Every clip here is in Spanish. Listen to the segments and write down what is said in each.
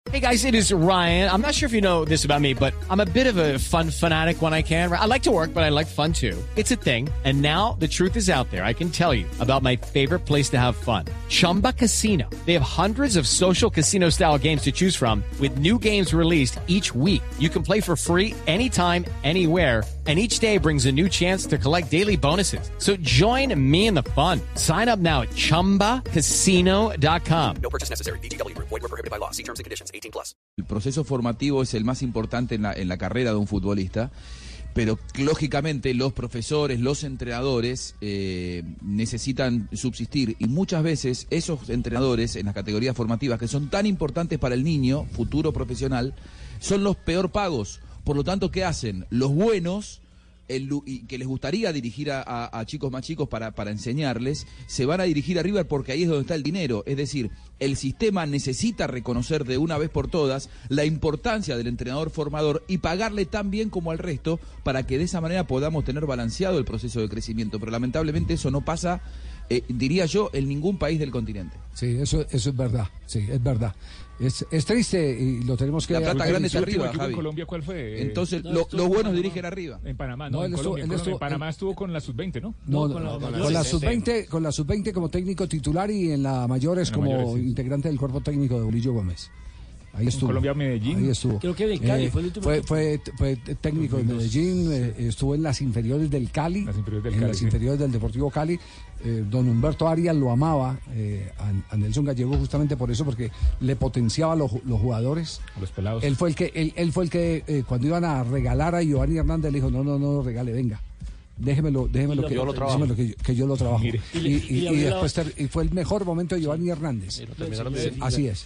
Hey guys, it is Ryan. I'm not sure if you know this about me, but I'm a bit of a fun fanatic when I can. I like to work, but I like fun too. It's a thing. And now the truth is out there. I can tell you about my favorite place to have fun. Chumba Casino. They have hundreds of social casino style games to choose from with new games released each week. You can play for free anytime, anywhere. And each day brings a new chance to collect daily bonuses. So join me in the fun. Sign up now at ChumbaCasino.com. No purchase necessary. VGW Group. Void where prohibited by law. See terms and conditions. 18+. El proceso formativo es el más importante en la carrera de un futbolista, pero lógicamente los profesores, los entrenadores necesitan subsistir, y muchas veces esos entrenadores en las categorías formativas que son tan importantes para el niño futuro profesional son los peor pagos. Por lo tanto, ¿qué hacen? Los buenos, y que les gustaría dirigir a chicos más chicos para enseñarles, se van a dirigir a River porque ahí es donde está el dinero. Es decir, el sistema necesita reconocer de una vez por todas la importancia del entrenador formador y pagarle tan bien como al resto, para que de esa manera podamos tener balanceado el proceso de crecimiento. Pero lamentablemente eso no pasa, diría yo, en ningún país del continente. Sí, eso es verdad. Sí, es verdad. Es triste y lo tenemos que... La plata grande está arriba, Javi. ¿En Colombia cuál fue? Entonces, los buenos dirigen arriba. En Panamá, no, en Colombia. En Panamá estuvo con la sub-20, ¿no? Con la sub-20 como técnico titular, y en la mayores como integrante del cuerpo técnico de Bolillo Gómez. Ahí estuvo. Colombia, Medellín. Ahí estuvo. Creo que del Cali fue el último. Fue técnico de Medellín, estuvo en las inferiores del Cali, las inferiores del Deportivo Cali. Don Humberto Arias lo amaba a Nelson Gallego justamente por eso, porque le potenciaba los jugadores. Los pelados. Él fue el que cuando iban a regalar a Giovanni Hernández le dijo, no regale, venga. Déjemelo que yo lo trabajo. Y después fue el mejor momento de Giovanni Hernández. Así es.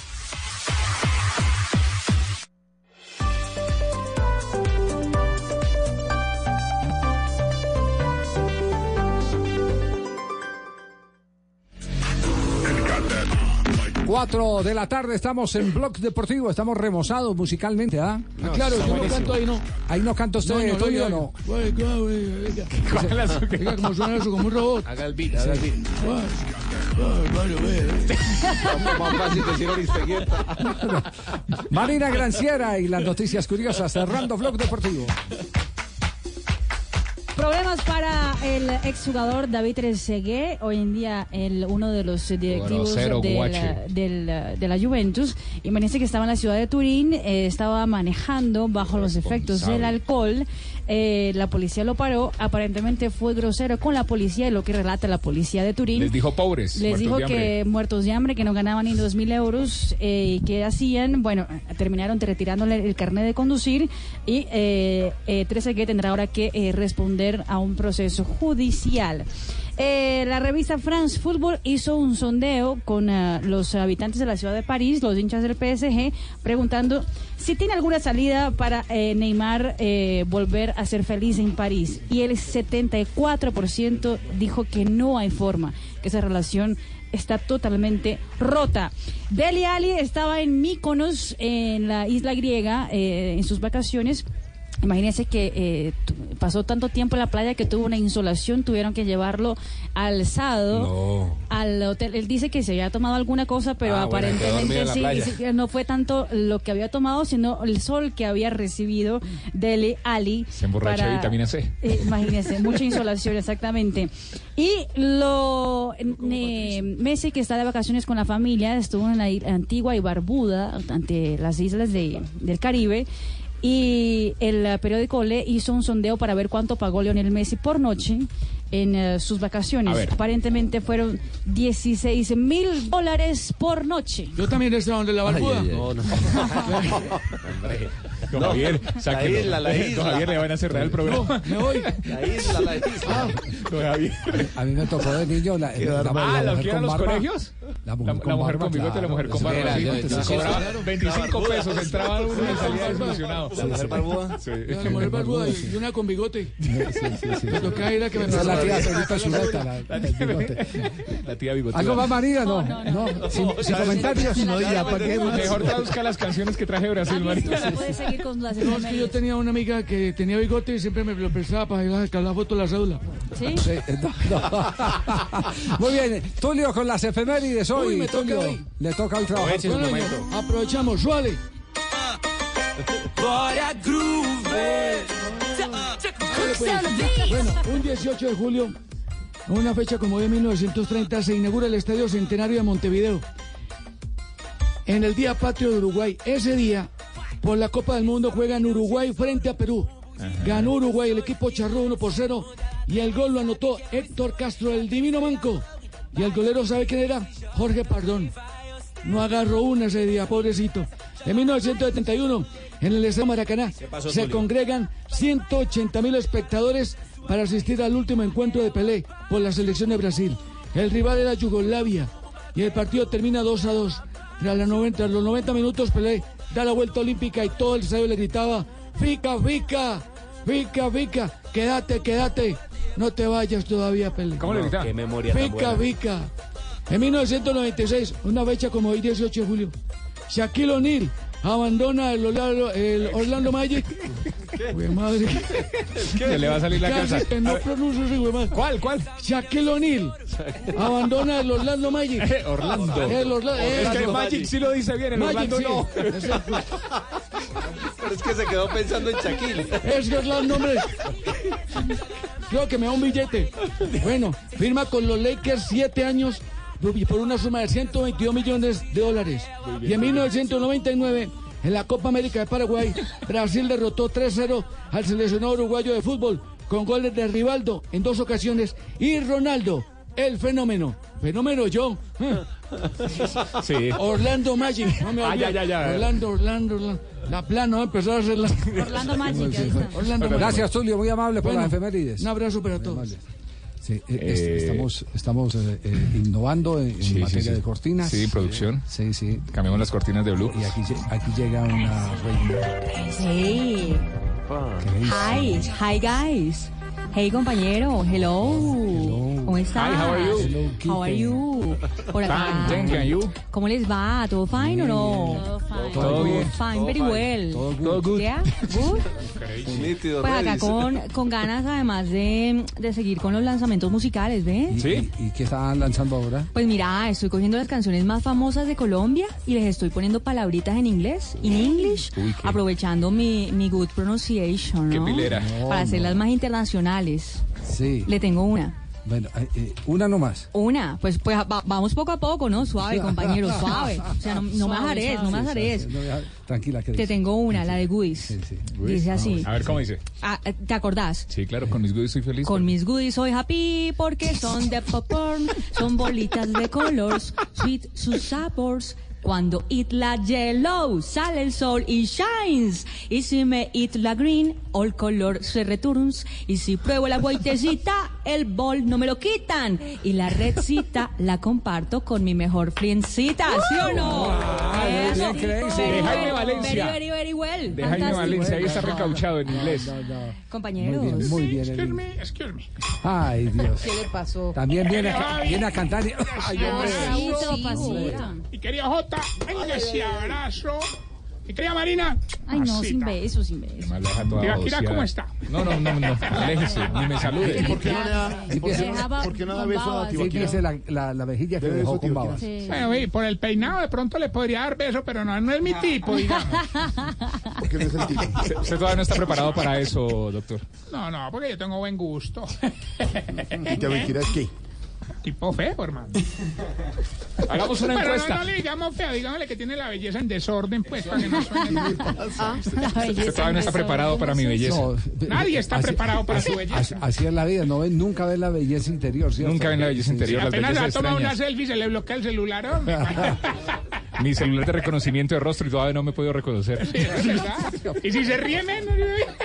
Cuatro de la tarde, estamos en Blog Deportivo, estamos remozados musicalmente, ¿ah? Claro, yo no canto ahí, ¿no? Ahí no canta usted, Tulio, ¿no? Oiga, como suena eso, como un robot. Haga el beat. Marina Granciera y las noticias curiosas, cerrando Blog Deportivo. Problemas para el exjugador David Trezeguet, hoy en día uno de los directivos de la Juventus. Imagínense que estaba en la ciudad de Turín, estaba manejando bajo los efectos del alcohol. La policía lo paró, aparentemente fue grosero con la policía, y lo que relata la policía de Turín. Les dijo pobres. Les dijo que muertos de hambre, que no ganaban ni 2.000 euros, que hacían, bueno, terminaron retirándole el carnet de conducir, y Trezeguet tendrá ahora que responder a un proceso judicial. La revista France Football hizo un sondeo con los habitantes de la ciudad de París, los hinchas del PSG, preguntando si tiene alguna salida para Neymar volver a ser feliz en París. Y el 74% dijo que no hay forma, que esa relación está totalmente rota. Dele Alli estaba en Mykonos, en la isla griega, en sus vacaciones. Imagínense que pasó tanto tiempo en la playa que tuvo una insolación, tuvieron que llevarlo alzado al hotel. Él dice que se había tomado alguna cosa, pero aparentemente sí, no fue tanto lo que había tomado, sino el sol que había recibido Dele Alli. Se emborracha de vitamina C. Imagínense, mucha insolación, exactamente. Y Messi, que está de vacaciones con la familia, estuvo en la Antigua y Barbuda, ante las islas del Caribe. Y el periódico Le hizo un sondeo para ver cuánto pagó Lionel Messi por noche en sus vacaciones. Aparentemente fueron $16,000 por noche. Yo también estaba donde la Barbuda. No. Don Javier, sáquelo. Don Javier, le van a cerrar el programa. Me voy. La isla. Don Javier. A mí me tocó de niño la ¿lo que eran los colegios? La mujer con bigote, la mujer con barba. Cobraba 25 pesos, entraba uno y salía desilusionado. La mujer barbuda. La mujer barbuda y una con bigote. Me tocaba ir a que me la tía Solita Zuleta, la tía bigote. ¿Algo más, María? No. Sin comentarios. Mejor traduzca las canciones que traje de Brasil, María. Puede seguir con las No, es que yo tenía una amiga que tenía bigote y siempre me lo prestaba para ir a sacar la foto de la cédula. ¿Sí? Muy bien, Tulio, con las efemérides hoy. hoy, me toca Tulio. hoy. Le toca hoy trabajar. Bueno, aprovechamos, suave. Bueno, un 18 de julio, una fecha como de 1930, se inaugura el Estadio Centenario de Montevideo. En el Día Patrio de Uruguay. Ese día, por la Copa del Mundo, juegan Uruguay frente a Perú. Ganó Uruguay, el equipo charró 1-0 y el gol lo anotó Héctor Castro, el divino manco. Y el golero, ¿sabe quién era? Jorge Pardón. No agarró una ese día, pobrecito. En 1971, en el Estadio Maracaná, se congregan 180.000 espectadores para asistir al último encuentro de Pelé por la selección de Brasil. El rival era Yugoslavia y el partido termina 2-2. Tras los 90 minutos, Pelé da la vuelta olímpica y todo el estadio le gritaba: Fica, Fica, Fica, Fica, quédate, no te vayas todavía, Pelé. ¿Cómo le gritaba? Qué memoria tan Fica, buena. Fica. En 1996, una fecha como hoy, 18 de julio, Shaquille O'Neal abandona el Orlando Magic. Güey, madre. Se le va a salir la Casi casa. que no pronuncio ese, güey, madre. ¿Cuál? Shaquille O'Neal abandona el Orlando Magic. Orlando. Es que Magic sí lo dice bien, el Magic, Orlando sí. no. Pero es que se quedó pensando en Shaquille. Es que es el nombre. Creo que me da un billete. Bueno, firma con los Lakers 7 años por una suma de $122 millones. Y en 1999, en la Copa América de Paraguay, Brasil derrotó 3-0 al seleccionado uruguayo de fútbol con goles de Rivaldo en 2 ocasiones y Ronaldo, el fenómeno yo. Sí. Orlando Magic. No me olvido. Ya. Orlando. La plano empezó a hacer la... Orlando Magic. ahí está. Orlando Magic. Gracias, Tulio, muy amable por Bueno, las efemérides. Un abrazo para todos. Sí, estamos innovando en materia de cortinas. Sí, producción. Sí. Cambiamos las cortinas de Blue. Y aquí llega una reina. Hey. Hi guys. Hey compañero, hello. ¿Cómo estás? Hi, how are you? Hello, How are you? Por acá. Fine, thank you. ¿Cómo les va? ¿Todo fine o no? Todo bien. Fine, very well. Todo good. Yeah? Good? Nítido, Pues acá Reyes. con ganas además de seguir con los lanzamientos musicales, ¿ves? ¿Sí? ¿Y qué están lanzando ahora? Pues mira, estoy cogiendo las canciones más famosas de Colombia y les estoy poniendo palabritas en inglés, in English, Uy, qué- aprovechando mi good pronunciation, Qué ¿no? pilera. Para hacerlas más internacionales. Sí. Le tengo una. Bueno, una nomás. Pues vamos poco a poco, ¿no? Suave, compañero, suave. O sea, no me ajarés, no me ajarés. Tranquila, que Te tengo una, la de Goodies. Sí. Dice así. A ver, ¿cómo dice? Ah, ¿te acordás? Sí, claro, con mis goodies soy feliz. Con mis goodies soy happy porque son de popcorn, son bolitas de colors, sweet sus sabors. Cuando eat la yellow, sale el sol y shines. Y si me eat la green, all color se returns. Y si pruebo la whitecita, el bol no me lo quitan. Y la redcita la comparto con mi mejor fliencita, ¿sí o no? Eso. bien, crazy. De Jaime Valencia. Very well. De Jaime Fantástico. Valencia, ahí está recauchado en inglés. Compañeros. Muy bien. Excuse me. Ay, Dios. ¿Qué le pasó? También viene a cantar. Ay, hombre. Pasito. Y querida Jota, venga ese abrazo. Y querida Marina. Ay, no, sin besos. Mira, ¿cómo está? No, aléjese, ni me salude. ¿Por qué no da beso a Tibaquirá? Dice la vejilla que dejó con babas. Sí. Bueno, y por el peinado de pronto le podría dar beso, pero no es mi tipo, digamos. Porque no es el tipo. Usted todavía no está preparado para eso, doctor. No, porque yo tengo buen gusto. ¿Y Tibaquirá es qué? Tipo feo, hermano. Hagamos una encuesta. Pero no le digamos feo, digámosle que tiene la belleza en desorden, pues, para que no suene. Usted todavía no está preparado para mi belleza. No, Nadie está preparado para su belleza. Así es la vida, nunca ven la belleza interior, ¿cierto? Nunca ven la belleza interior, las Apenas bellezas ha tomado una extrañas. selfie, se le bloquea el celular. ¿Oh? Mi celular de reconocimiento de rostro y todavía no me he podido reconocer. Sí, es verdad. Y si se ríe menos.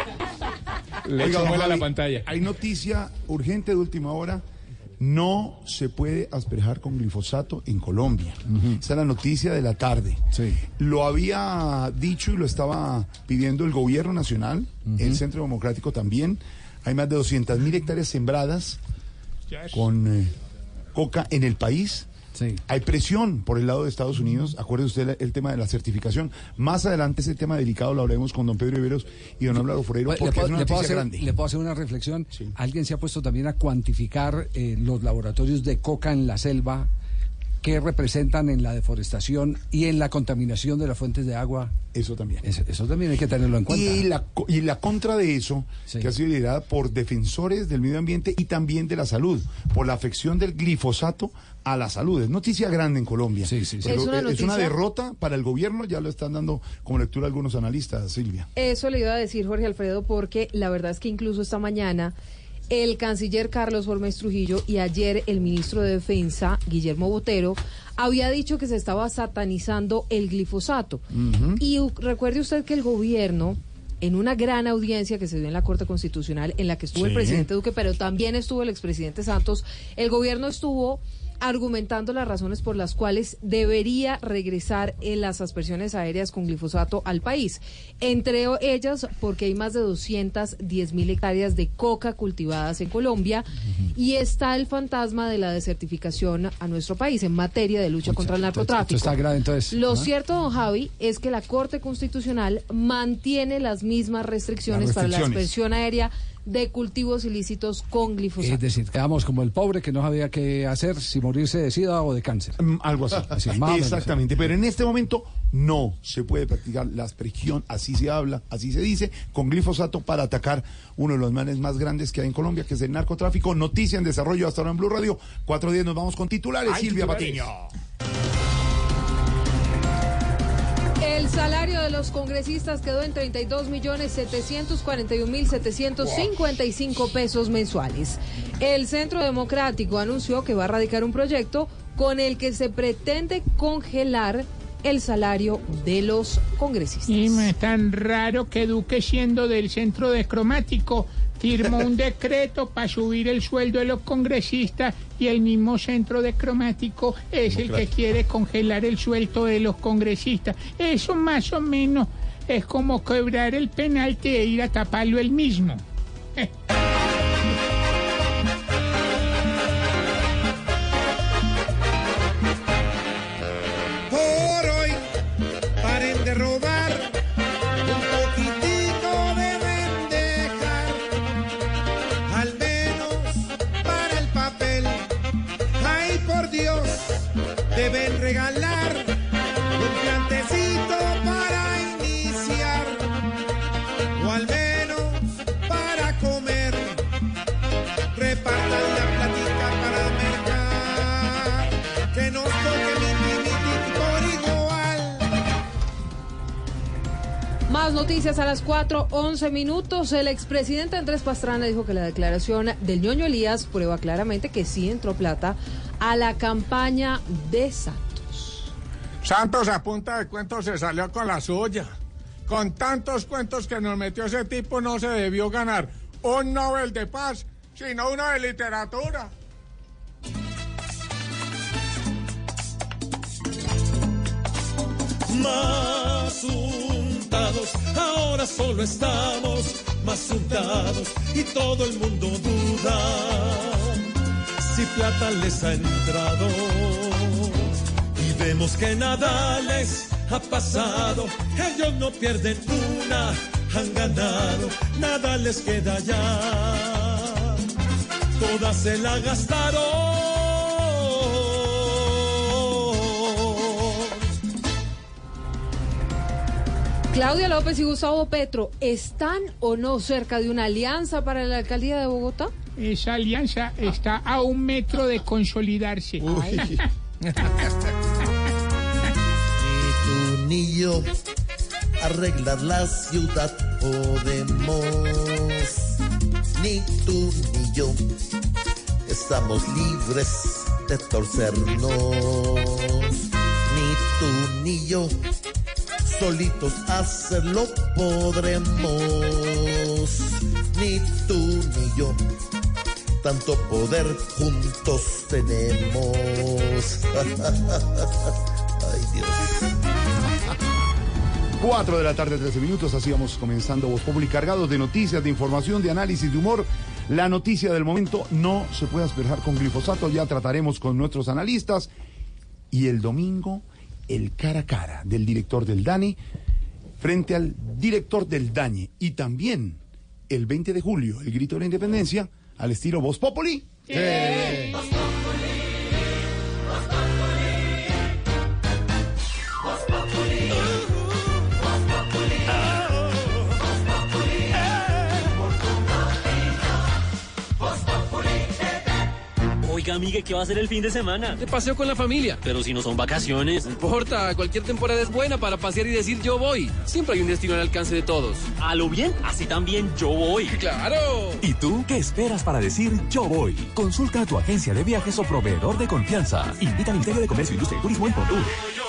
Le echo muela a la pantalla. Hay noticia urgente de última hora. No se puede asperjar con glifosato en Colombia. Esa es la noticia de la tarde. Sí. Lo había dicho y lo estaba pidiendo el gobierno nacional, el Centro Democrático también. Hay más de 200.000 hectáreas sembradas con coca en el país. Sí. Hay presión por el lado de Estados Unidos. Acuérdese usted el tema de la certificación. Más adelante ese tema delicado lo hablaremos con don Pedro Iberos y don Álvaro Forero porque es una noticia grande. ¿Le puedo hacer una reflexión? Sí. Alguien se ha puesto también a cuantificar los laboratorios de coca en la selva qué representan en la deforestación y en la contaminación de las fuentes de agua. Eso también. Eso también hay que tenerlo en cuenta. Y la contra de eso, que ha sido liderada por defensores del medio ambiente y también de la salud, por la afección del glifosato a la salud. Es noticia grande en Colombia. Sí. Es una derrota para el gobierno, ya lo están dando como lectura algunos analistas, Silvia. Eso le iba a decir Jorge Alfredo, porque la verdad es que incluso esta mañana el canciller Carlos Holmes Trujillo y ayer el ministro de Defensa, Guillermo Botero, había dicho que se estaba satanizando el glifosato. Y recuerde usted que el gobierno, en una gran audiencia que se dio en la Corte Constitucional, en la que estuvo el presidente Duque, pero también estuvo el expresidente Santos, el gobierno estuvo argumentando las razones por las cuales debería regresar en las aspersiones aéreas con glifosato al país. Entre ellas, porque hay más de 210.000 hectáreas de coca cultivadas en Colombia y está el fantasma de la desertificación a nuestro país en materia de lucha contra el narcotráfico. Esto está grave, entonces. Lo cierto, don Javi, es que la Corte Constitucional mantiene las mismas restricciones para la aspersión aérea de cultivos ilícitos con glifosato. Es decir, quedamos como el pobre que no sabía qué hacer, si morirse de sida o de cáncer. Algo así. Exactamente, pero en este momento no se puede practicar la aspersión, así se habla, así se dice, con glifosato para atacar uno de los males más grandes que hay en Colombia, que es el narcotráfico. Noticia en desarrollo hasta ahora en Blue Radio. 4:10 nos vamos con titulares. Silvia Patiño. El salario de los congresistas quedó en 32.741.755 pesos mensuales. El Centro Democrático anunció que va a radicar un proyecto con el que se pretende congelar el salario de los congresistas. Y no es tan raro que Duque, siendo del Centro Democrático, firmó un decreto para subir el sueldo de los congresistas y el mismo Centro Democrático es el que quiere congelar el sueldo de los congresistas. Eso más o menos es como cobrar el penalti e ir a taparlo él mismo. Por hoy, paren de robar. Deben regalar un plantecito para iniciar, o al menos para comer. Repartan la platica para mercar, que nos toque miti por igual. Más noticias a las 4:11. El expresidente Andrés Pastrana dijo que la declaración del ñoño Elías prueba claramente que sí entró plata a la campaña de Santos. Santos, a punta de cuentos, se salió con la suya. Con tantos cuentos que nos metió ese tipo, no se debió ganar un Nobel de Paz, sino uno de literatura. Más untados, ahora solo estamos más untados y todo el mundo duda si plata les ha entrado, y vemos que nada les ha pasado, ellos no pierden una, han ganado, nada les queda ya, todas se la gastaron. Claudia López y Gustavo Petro, ¿están o no cerca de una alianza para la alcaldía de Bogotá? Esa alianza está a 1 metro de consolidarse. Ni tú ni yo arreglar la ciudad podemos. Ni tú ni yo estamos libres de torcernos. Ni tú ni yo solitos hacerlo podremos, ni tú ni yo, tanto poder juntos tenemos. Ay, Dios. 4:13 así vamos comenzando Voz Populi, cargados de noticias, de información, de análisis, de humor. La noticia del momento: no se puede asperjar con glifosato, ya trataremos con nuestros analistas. Y el domingo, el cara a cara del director del DANE frente al director del DAñe. Y también el 20 de julio, el grito de la independencia, al estilo Voz Populi. Voz Populi, Voz Populi. amiga, ¿qué va a hacer el fin de semana? De paseo con la familia. Pero si no son vacaciones. No importa, cualquier temporada es buena para pasear y decir yo voy. Siempre hay un destino al alcance de todos. A lo bien, así también yo voy. ¡Claro! ¿Y tú qué esperas para decir yo voy? Consulta a tu agencia de viajes o proveedor de confianza. Invita al Ministerio de Comercio, Industria y Turismo en Honduras.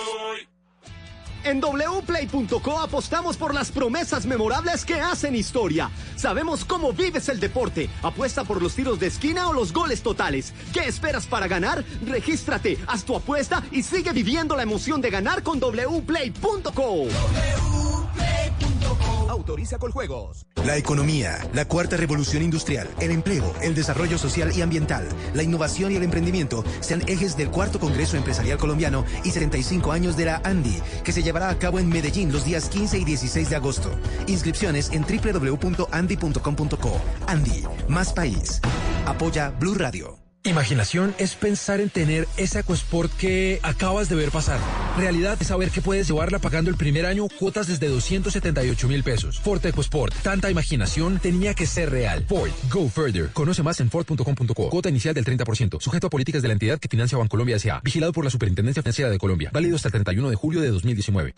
En wplay.co apostamos por las promesas memorables que hacen historia. Sabemos cómo vives el deporte. Apuesta por los tiros de esquina o los goles totales. ¿Qué esperas para ganar? Regístrate, haz tu apuesta y sigue viviendo la emoción de ganar con wplay.co. Autoriza Coljuegos. La economía, la cuarta revolución industrial, el empleo, el desarrollo social y ambiental, la innovación y el emprendimiento sean ejes del cuarto Congreso Empresarial Colombiano y 75 años de la ANDI, que se llevará a cabo en Medellín los días 15 y 16 de agosto. Inscripciones en www.andi.com.co. ANDI, más país. Apoya Blue Radio. Imaginación es pensar en tener esa EcoSport que acabas de ver pasar. Realidad es saber que puedes llevarla pagando el primer año cuotas desde 278,000 pesos. Ford EcoSport. Tanta imaginación tenía que ser real. Ford. Go further. Conoce más en Ford.com.co. Cuota inicial del 30%. Sujeto a políticas de la entidad que financia Bancolombia S.A. Vigilado por la Superintendencia Financiera de Colombia. Válido hasta el 31 de julio de 2019.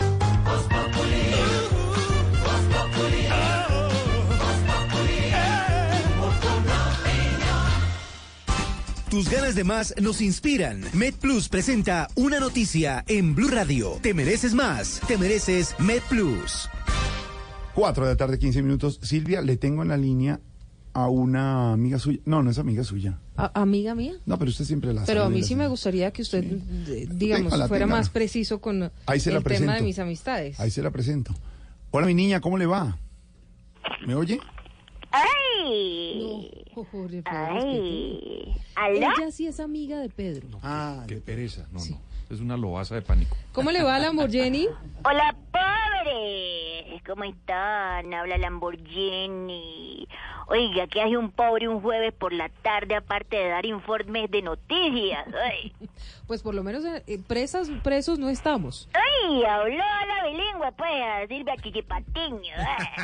Tus ganas de más nos inspiran. MedPlus presenta una noticia en Blue Radio. Te mereces más. Te mereces MedPlus. 4 de la tarde, 15 minutos. Silvia, le tengo en la línea a una amiga suya. No, no es amiga suya. ¿Amiga mía? No, pero usted siempre la sabe. Pero a mí sí me gustaría que usted, digamos, fuera más preciso con el tema de mis amistades. Ahí se la presento. Hola, mi niña, ¿cómo le va? ¿Me oye? ¡Ay! No, Jorge, ¡Ay! ¿Aló? Ella sí es amiga de Pedro. Ah, qué pereza. No, sí. No. Es una loaza de pánico. ¿Cómo le va a Lamborghini? ¡Hola, pobre! ¿Cómo están? Habla Lamborghini. Oiga, ¿qué hace un pobre un jueves por la tarde aparte de dar informes de noticias? Ay. Pues por lo menos presos no estamos. ¡Ay! Habló a la bilingüe, pues, a Silvia Chiquipatiño.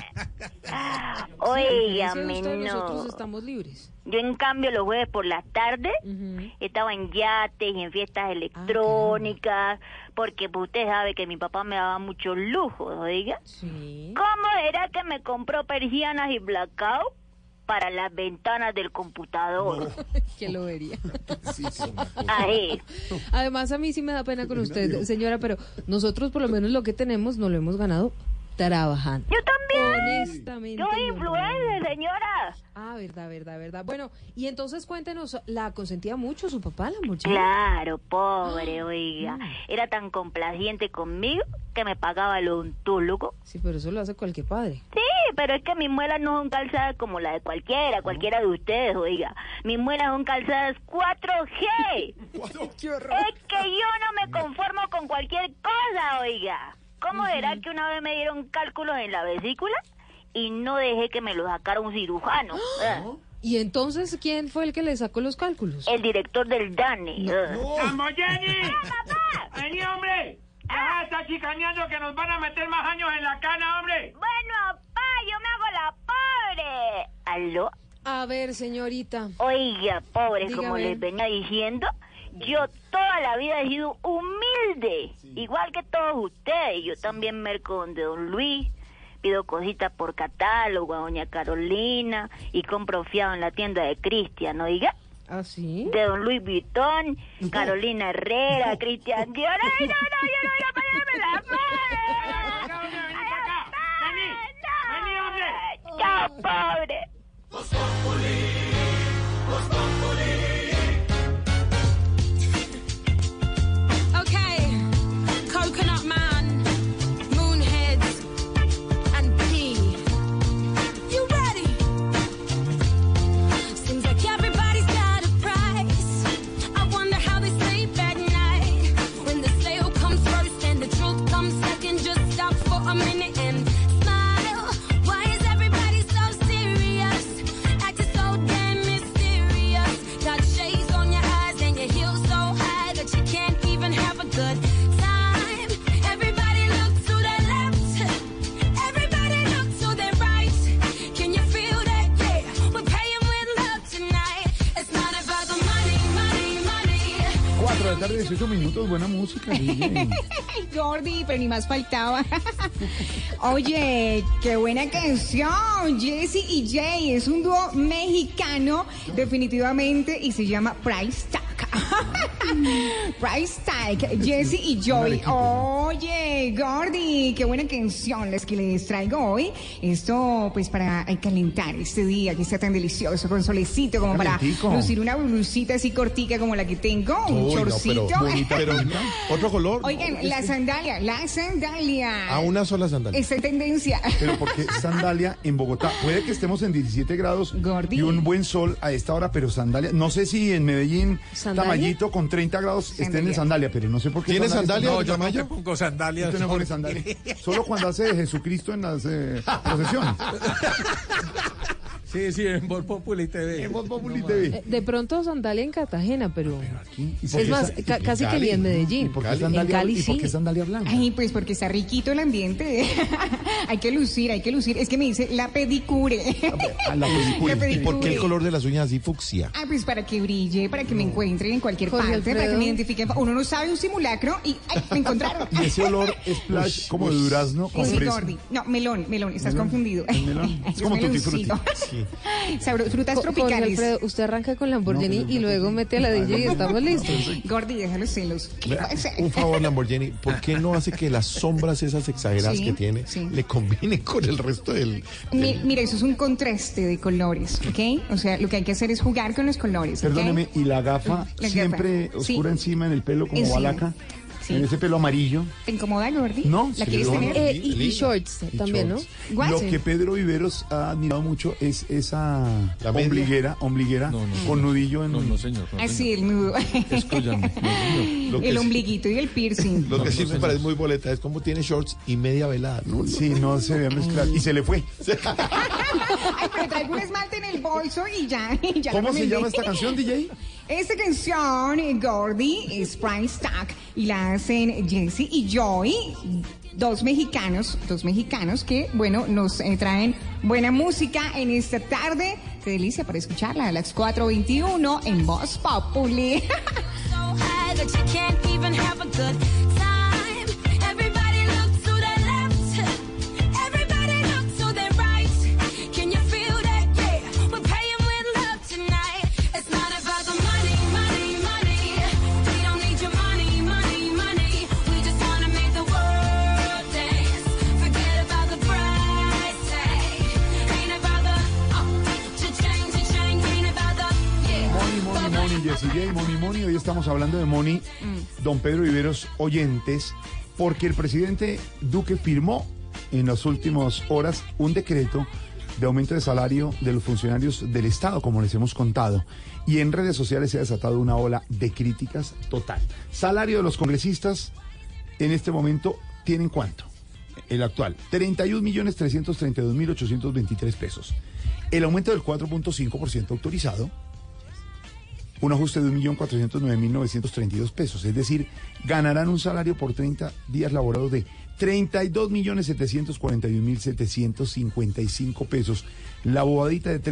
Oiga, nosotros estamos libres. Yo, en cambio, los jueves por la tarde estaba en yates y en fiestas electrónicas, porque pues, usted sabe que mi papá me daba muchos lujos, oiga. Sí. ¿Cómo era que me compró persianas y blackout para las ventanas del computador? ¿Quién lo vería? Sí, Ahí. Además, a mí sí me da pena con usted, señora, pero nosotros por lo menos lo que tenemos no lo hemos ganado trabajando. Yo también. Honestamente. Yo influencer, señora. Ah, verdad. Bueno, y entonces cuéntenos, ¿la consentía mucho su papá, Lamborghini? Claro, pobre, oiga. Era tan complaciente conmigo que me pagaba el odontólogo. Sí, pero eso lo hace cualquier padre. Sí, pero es que mis muelas no son calzadas como la de cualquiera de ustedes, oiga. Mis muelas son calzadas 4G. ¡Qué horror! Es que yo no me conformo con cualquier cosa, oiga. ¿Cómo era que una vez me dieron cálculos en la vesícula y no dejé que me lo sacara un cirujano? ¿Y entonces quién fue el que le sacó los cálculos? El director del DANE. ¡Lamborghini! ¡Papá! ¡Vení, hombre! ¡Ya está chicaneando que nos van a meter más años en la cana, hombre! Bueno, papá, yo me hago la pobre. ¿Aló? A ver, señorita. Oiga, pobre, dígame. como les venía diciendo, yo toda la vida he sido humilde, igual que todos ustedes. Yo también merco donde Don Luis, pido cositas por catálogo a Doña Carolina y compro fiado en la tienda de Cristian, ¿oiga? ¿Ah, sí? De Don Luis Vuitton, Carolina Herrera, Cristian Dior. ¡Ay, no, yo no voy a ponerme la madre! ¡Vení, hombre! ¡Chao, pobre! Okay, Coconut Man, Moonheads, and P. You ready? Seems like everybody's got a price. I wonder how they sleep at night. When the sale comes first and the truth comes second, just stop for a minute and smile. Why is everybody so serious? Acting so damn mysterious. Got shades on your eyes and your heels so high that you can't even have a good time. Everybody look to their left. Everybody look to their right. Can you feel that? Yeah, we're paying with love tonight. It's not about the money, money, 18 minutos, buena música, DJ. Gordy, pero ni más faltaba. Oye, qué buena canción. Jessie y Jay es un dúo mexicano, definitivamente, y se llama Price Tag. Price Tag, Jessie y Joy. Oye, Gordy, qué buena canción las que les traigo hoy. Esto, pues, para calentar este día que está tan delicioso, con solecito, como Calentico. para lucir una blusita así cortica como la que tengo, un chorcito. Pero otro color. Oigan, la sandalia. A una sola sandalia. Está en tendencia. Pero porque sandalia en Bogotá, puede que estemos en 17 grados y un buen sol a esta hora, pero sandalia, no sé si en Medellín, Tamayito con 30 grados estén en sandalia, pero no sé por qué. ¿Tiene sandalia? No, yo no me pongo sandalias. Usted no pone sandalia. Solo cuando hace de Jesucristo en las procesiones. Sí, en Voz Populi TV. En Voz Populi TV. De pronto sandalia en Cartagena, pero aquí, es más, casi que ni en Medellín. ¿Y por qué en Cali ¿y por qué sandalia blanca? Ay, pues porque está riquito el ambiente. Hay que lucir. Es que me dice la pedicure. La pedicure. ¿Y por qué el color de las uñas así fucsia? Ah, pues para que brille, para que me encuentren en cualquier Jorge parte, Alfredo. para que me identifiquen. Uno no sabe un simulacro y ¡ay, me encontraron! Y ese olor splash como de durazno con Sí, fresa. Gordy. No, melón, estás confundido. melón. Es como tutti frutti. Sí. Frutas Jorge tropicales. Alfredo, usted arranca con Lamborghini y luego mete a la DJ y estamos listos. Gordy, déjalo celos. ¿Qué Vea, pasa? un favor, Lamborghini, ¿por qué no hace que las sombras esas exageradas Sí, que tiene sí. le combinen con el resto del... Mira, eso es un contraste de colores, ¿ok? O sea, lo que hay que hacer es jugar con los colores, ¿ok? Perdóneme, ¿y la gafa La siempre gafa, oscura sí. encima en el pelo como Encima. balaca? Sí. En ese pelo amarillo. ¿Te incomoda, Gordy? No, ¿La sí, quieres no, tener? Y shorts también, shorts. ¿no? Guache. Lo que Pedro Viveros ha admirado mucho es esa ¿La media? ombliguera con nudillo en... No, señor. Así, el nudo. Excúyame. Lo que El sí- ombliguito y el piercing. Lo que sí me parece muy boleta es como tiene shorts y media velada. Sí, no se ve mezclar. Y se le fue. Ay, pero traigo un esmalte en el bolso y ya. ¿Cómo no me se llama ve. esta canción, DJ? Esta canción, Gordy, es Price Tag y la hacen Jessie y Joy, dos mexicanos que, bueno, nos traen buena música en esta tarde. Qué delicia para escucharla a las 4:21 en Voz Populi. So high that you can't even have a good time. Everybody look to the left. Everybody look to the right. Can you feel that? Yeah, we're paying with love tonight. It's not about the money, money, money. We don't need your money, money, money. We just wanna make the world dance. Forget about the price tag. Ain't about the cha-ching, ain't about the yeah. Money, Jessie J, Money. Hoy estamos hablando de Money, don Pedro Viveros, oyentes, porque el presidente Duque firmó en las últimas horas un decreto de aumento de salario de los funcionarios del Estado, como les hemos contado. Y en redes sociales se ha desatado una ola de críticas total. Salario de los congresistas en este momento tienen ¿cuánto? El actual, 31.332.823 pesos. El aumento del 4.5% autorizado, un ajuste de 1.409.932 pesos. Es decir, ganarán un salario por 30 días laborados de 32.741.755 pesos. La bobadita de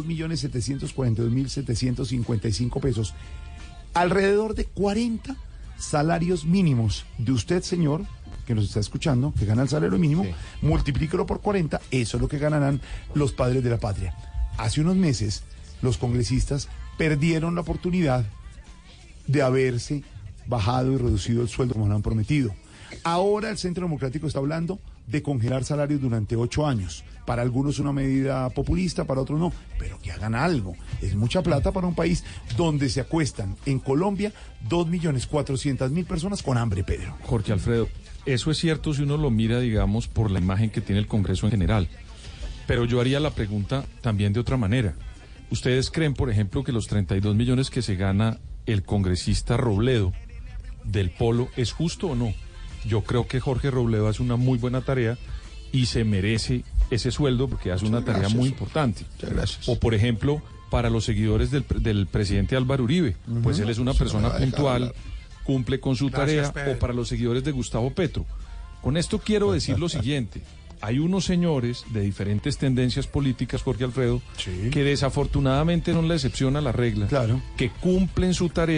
32.742.755 pesos. Alrededor de 40 salarios mínimos de usted, señor, que nos está escuchando, que gana el salario mínimo, multiplíquelo por 40, eso es lo que ganarán los padres de la patria. Hace unos meses, los congresistas perdieron la oportunidad de haberse bajado y reducido el sueldo como lo han prometido. Ahora el Centro Democrático está hablando de congelar salarios durante 8 años. Para algunos una medida populista, para otros no, pero que hagan algo. Es mucha plata para un país donde se acuestan en Colombia 2.400.000 personas con hambre, Pedro. Jorge Alfredo, eso es cierto si uno lo mira, digamos, por la imagen que tiene el Congreso en general. Pero yo haría la pregunta también de otra manera. ¿Ustedes creen, por ejemplo, que los 32 millones que se gana el congresista Robledo del Polo es justo o no? Yo creo que Jorge Robledo hace una muy buena tarea y se merece ese sueldo porque hace una tarea muy importante. Muchas gracias. O, por ejemplo, para los seguidores del presidente Álvaro Uribe, pues él es una persona puntual, cumple con su tarea. Pedro. O para los seguidores de Gustavo Petro. Con esto quiero decir lo siguiente. Hay unos señores de diferentes tendencias políticas, Jorge Alfredo, que desafortunadamente son la excepción a la regla, que cumplen su tarea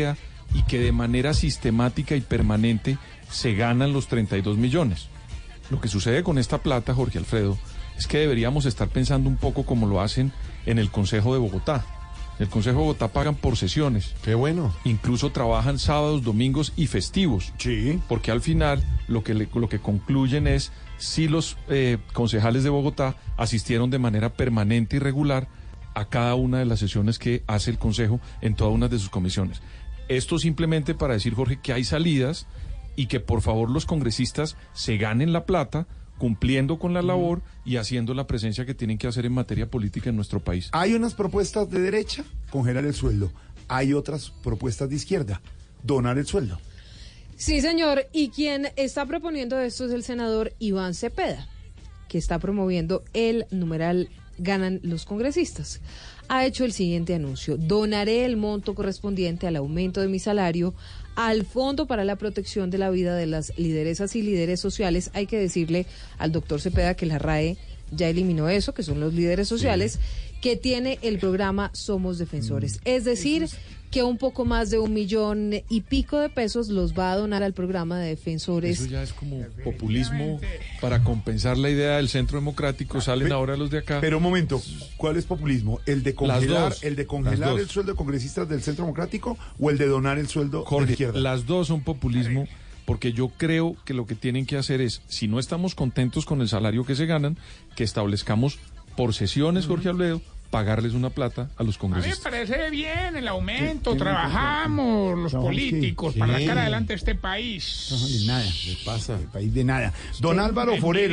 y que de manera sistemática y permanente se ganan los 32 millones. Lo que sucede con esta plata, Jorge Alfredo, es que deberíamos estar pensando un poco como lo hacen en el Consejo de Bogotá. En el Consejo de Bogotá pagan por sesiones. Qué bueno. Incluso trabajan sábados, domingos y festivos. Sí. Porque al final lo que concluyen es si los concejales de Bogotá asistieron de manera permanente y regular a cada una de las sesiones que hace el Consejo en todas una de sus comisiones. Esto simplemente para decir, Jorge, que hay salidas y que por favor los congresistas se ganen la plata cumpliendo con la labor y haciendo la presencia que tienen que hacer en materia política en nuestro país. Hay unas propuestas de derecha, congelar el sueldo. Hay otras propuestas de izquierda, donar el sueldo. Sí, señor. Y quien está proponiendo esto es el senador Iván Cepeda, que está promoviendo el numeral ganan los congresistas. Ha hecho el siguiente anuncio: donaré el monto correspondiente al aumento de mi salario al Fondo para la Protección de la Vida de las Lideresas y Líderes Sociales. Hay que decirle al doctor Cepeda que la RAE ya eliminó eso, que son los líderes sociales, que tiene el programa Somos Defensores. Es decir, que un poco más de 1,5 millones de pesos los va a donar al programa de defensores. Eso ya es como populismo para compensar la idea del Centro Democrático. Salen ahora los de acá. Pero un momento, ¿cuál es populismo? ¿El de congelar, dos. El sueldo de congresistas del Centro Democrático o el de donar el sueldo Jorge, de la izquierda? Las dos son populismo, porque yo creo que lo que tienen que hacer es, si no estamos contentos con el salario que se ganan, que establezcamos por sesiones, Jorge Alfredo, pagarles una plata a los A mí me congresistas. parece bien el aumento, trabajamos los políticos para sacar adelante este país. No, de nada, le pasa, el país de nada. Don Álvaro Forero,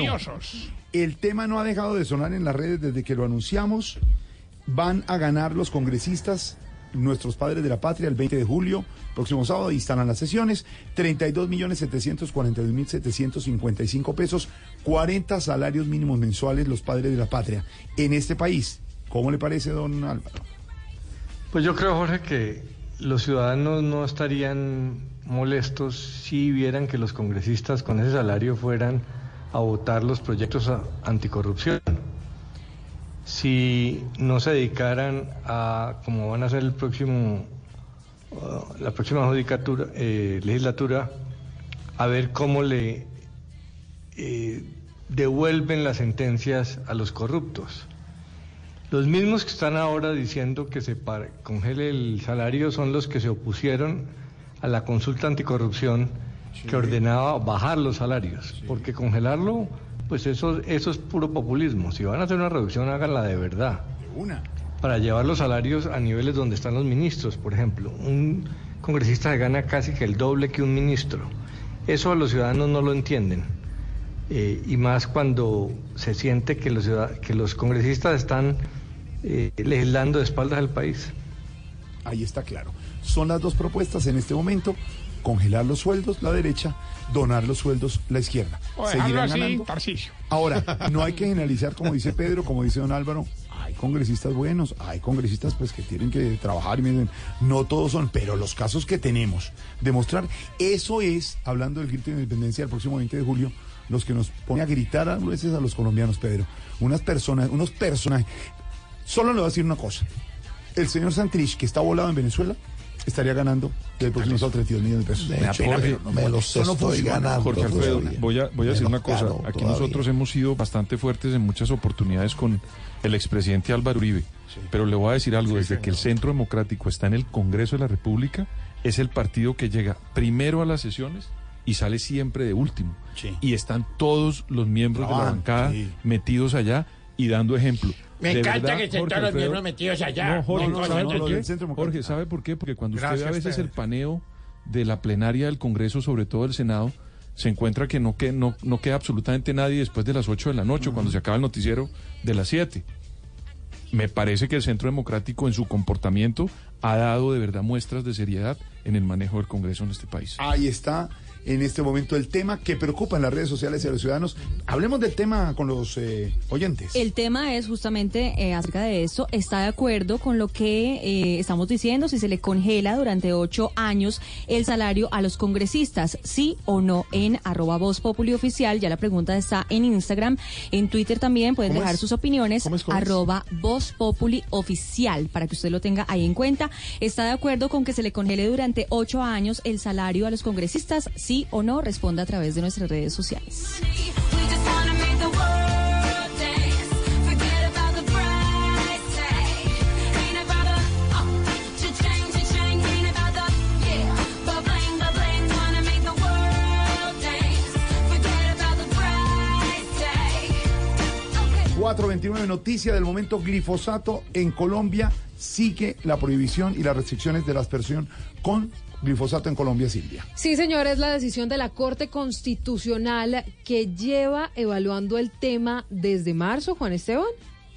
el tema no ha dejado de sonar en las redes desde que lo anunciamos. Van a ganar los congresistas, nuestros padres de la patria, el 20 de julio, próximo sábado, instalan las sesiones, 32.741.755 pesos, 40 salarios mínimos mensuales los padres de la patria en este país. ¿Cómo le parece, don Álvaro? Pues yo creo, Jorge, que los ciudadanos no estarían molestos si vieran que los congresistas con ese salario fueran a votar los proyectos anticorrupción. Si no se dedicaran a, como van a hacer la próxima legislatura, a ver cómo le devuelven las sentencias a los corruptos. Los mismos que están ahora diciendo que se congele el salario son los que se opusieron a la consulta anticorrupción que ordenaba bajar los salarios, porque congelarlo, pues eso es puro populismo. Si van a hacer una reducción, háganla de verdad. Para llevar los salarios a niveles donde están los ministros, por ejemplo. Un congresista se gana casi que el doble que un ministro. Eso a los ciudadanos no lo entienden. Y más cuando se siente que los congresistas están legislando de espaldas al país. Ahí está claro. Son las dos propuestas en este momento: congelar los sueldos, la derecha; donar los sueldos, la izquierda. Seguirán ganando. Ahora, no hay que generalizar, como dice Pedro, como dice don Álvaro. Hay congresistas buenos, hay congresistas pues que tienen que trabajar, y miren, no todos son, pero los casos que tenemos, demostrar, eso es, hablando del grito de independencia del próximo 20 de julio, los que nos pone a gritar a veces a los colombianos, Pedro. Unos personajes. Solo le voy a decir una cosa: el señor Santrich, que está volado en Venezuela, estaría ganando del próximo sábado 32 millones de pesos. Jorge Alfredo, voy a decir una cosa. Aquí nosotros hemos sido bastante fuertes en muchas oportunidades con el expresidente Álvaro Uribe, pero le voy a decir algo: desde que el Centro Democrático está en el Congreso de la República, es el partido que llega primero a las sesiones y sale siempre de último. Y están todos los miembros de la bancada metidos allá y dando ejemplo. Me encanta que estén todos los miembros metidos allá. Jorge, ¿sabe por qué? Porque cuando usted ve a veces el paneo de la plenaria del Congreso, sobre todo el Senado, se encuentra que no queda absolutamente nadie después de las 8 de la noche, cuando se acaba el noticiero de las 7. Me parece que el Centro Democrático en su comportamiento ha dado de verdad muestras de seriedad en el manejo del Congreso en este país. Ahí está en este momento el tema que preocupa en las redes sociales de los ciudadanos. Hablemos del tema con los oyentes. El tema es justamente acerca de esto. ¿Está de acuerdo con lo que estamos diciendo? Si se le congela durante 8 años el salario a los congresistas, ¿sí o no? En @Voz Populi Oficial, ya la pregunta está en Instagram, en Twitter también pueden dejar sus opiniones, @Voz Populi Oficial, para que usted lo tenga ahí en cuenta. ¿Está de acuerdo con que se le congele durante 8 años el salario a los congresistas? ¿Sí o no? Responda a través de nuestras redes sociales. .29 noticia del momento: glifosato en Colombia. Sigue la prohibición y las restricciones de la aspersión con glifosato en Colombia, Silvia. Sí, señor, es la decisión de la Corte Constitucional que lleva evaluando el tema desde marzo, Juan Esteban.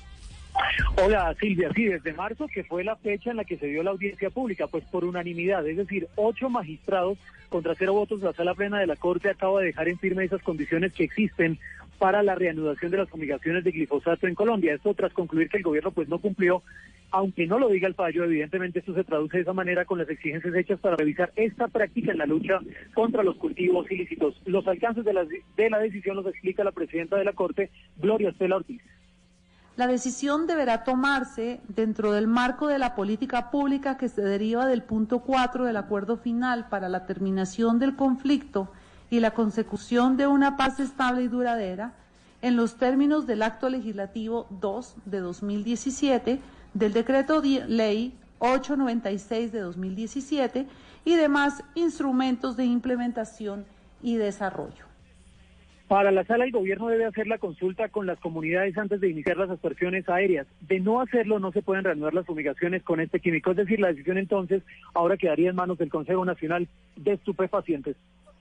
Hola, Silvia, sí, desde marzo, que fue la fecha en la que se dio la audiencia pública, pues por unanimidad, es decir, 8 magistrados contra 0 votos, la Sala Plena de la Corte acaba de dejar en firme esas condiciones que existen para la reanudación de las fumigaciones de glifosato en Colombia. Esto tras concluir que el gobierno pues no cumplió, aunque no lo diga el fallo, evidentemente esto se traduce de esa manera con las exigencias hechas para revisar esta práctica en la lucha contra los cultivos ilícitos. Los alcances de la decisión los explica la presidenta de la Corte, Gloria Estela Ortiz. La decisión deberá tomarse dentro del marco de la política pública que se deriva del punto 4 del acuerdo final para la terminación del conflicto y la consecución de una paz estable y duradera, en los términos del Acto Legislativo 2 de 2017, del Decreto Ley 896 de 2017 y demás instrumentos de implementación y desarrollo. Para la sala, el gobierno debe hacer la consulta con las comunidades antes de iniciar las aspersiones aéreas. De no hacerlo, no se pueden reanudar las fumigaciones con este químico. Es decir, la decisión entonces ahora quedaría en manos del Consejo Nacional de Estupefacientes.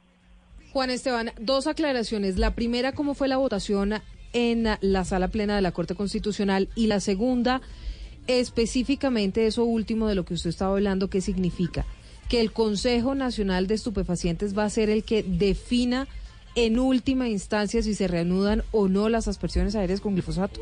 Juan Esteban, 2 aclaraciones. La primera, ¿cómo fue la votación en la Sala Plena de la Corte Constitucional? Y la segunda, específicamente eso último de lo que usted estaba hablando, ¿qué significa? ¿Que el Consejo Nacional de Estupefacientes va a ser el que defina en última instancia si se reanudan o no las aspersiones aéreas con glifosato?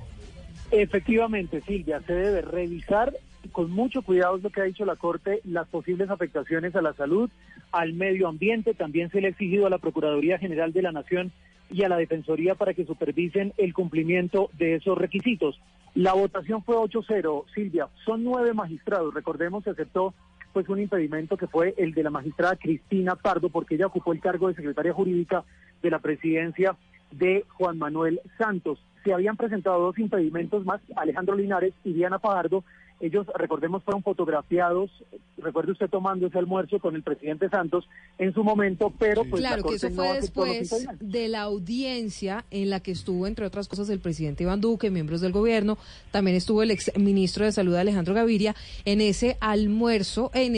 Efectivamente, Silvia, se debe revisar con mucho cuidado, es lo que ha dicho la Corte, las posibles afectaciones a la salud, al medio ambiente. También se le ha exigido a la Procuraduría General de la Nación y a la Defensoría para que supervisen el cumplimiento de esos requisitos. La votación fue 8-0, Silvia, son 9 magistrados, recordemos, se aceptó pues un impedimento que fue el de la magistrada Cristina Pardo, porque ella ocupó el cargo de secretaria jurídica de la presidencia de Juan Manuel Santos. Se habían presentado 2 impedimentos más, Alejandro Linares y Diana Fajardo. Ellos, recordemos, fueron fotografiados, recuerde usted tomando ese almuerzo con el presidente Santos en su momento, pero pues claro, la Corte que eso fue no aceptó los después impedimentos. de la audiencia en la que estuvo, entre otras cosas, el presidente Iván Duque, miembros del gobierno, también estuvo el ex ministro de Salud Alejandro Gaviria en ese almuerzo, en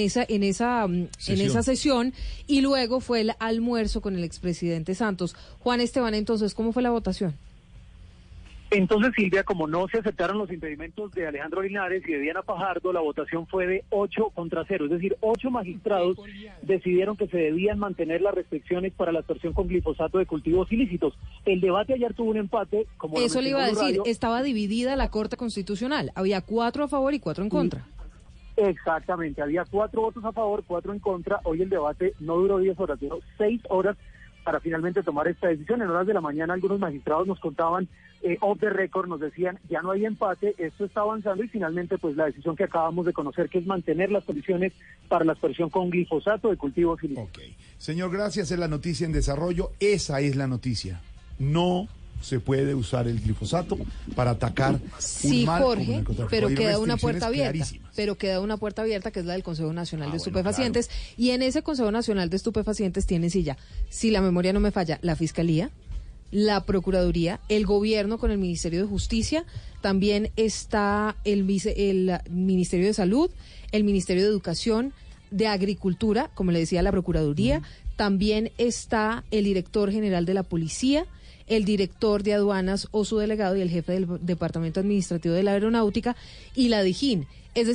esa sesión, y luego fue el almuerzo con el expresidente Santos. Juan Esteban, entonces, ¿cómo fue la votación? Entonces, Silvia, como no se aceptaron los impedimentos de Alejandro Linares y de Diana Fajardo, la votación fue de 8-0, es decir, 8 magistrados decidieron que se debían mantener las restricciones para la aspersión con glifosato de cultivos ilícitos. El debate ayer tuvo un empate, como eso le iba a decir, estaba dividida la Corte Constitucional, había 4 a favor y 4 en contra. Exactamente, había 4 votos a favor, 4 en contra. Hoy el debate no duró 10 horas, duró 6 horas para finalmente tomar esta decisión. En horas de la mañana algunos magistrados nos contaban, off the record, nos decían, ya no hay empate, esto está avanzando, y finalmente pues la decisión que acabamos de conocer, que es mantener las condiciones para la aspersión con glifosato de cultivos ilícitos. Okay. Señor, gracias, es la noticia en desarrollo, esa es la noticia. No se puede usar el glifosato para atacar un mal Jorge, como el narcotráfico. pero Hay queda una puerta abierta. clarísimas. Pero queda una puerta abierta, que es la del Consejo Nacional de Bueno, Estupefacientes. claro. Y en ese Consejo Nacional de Estupefacientes tienen silla, si la memoria no me falla, la Fiscalía, la Procuraduría, el Gobierno con el Ministerio de Justicia, también está el Ministerio de Salud, el Ministerio de Educación, de Agricultura, como le decía, la Procuraduría, también está el Director General de la Policía, el director de aduanas o su delegado y el jefe del Departamento Administrativo de la Aeronáutica y la DIJÍN. Es decir,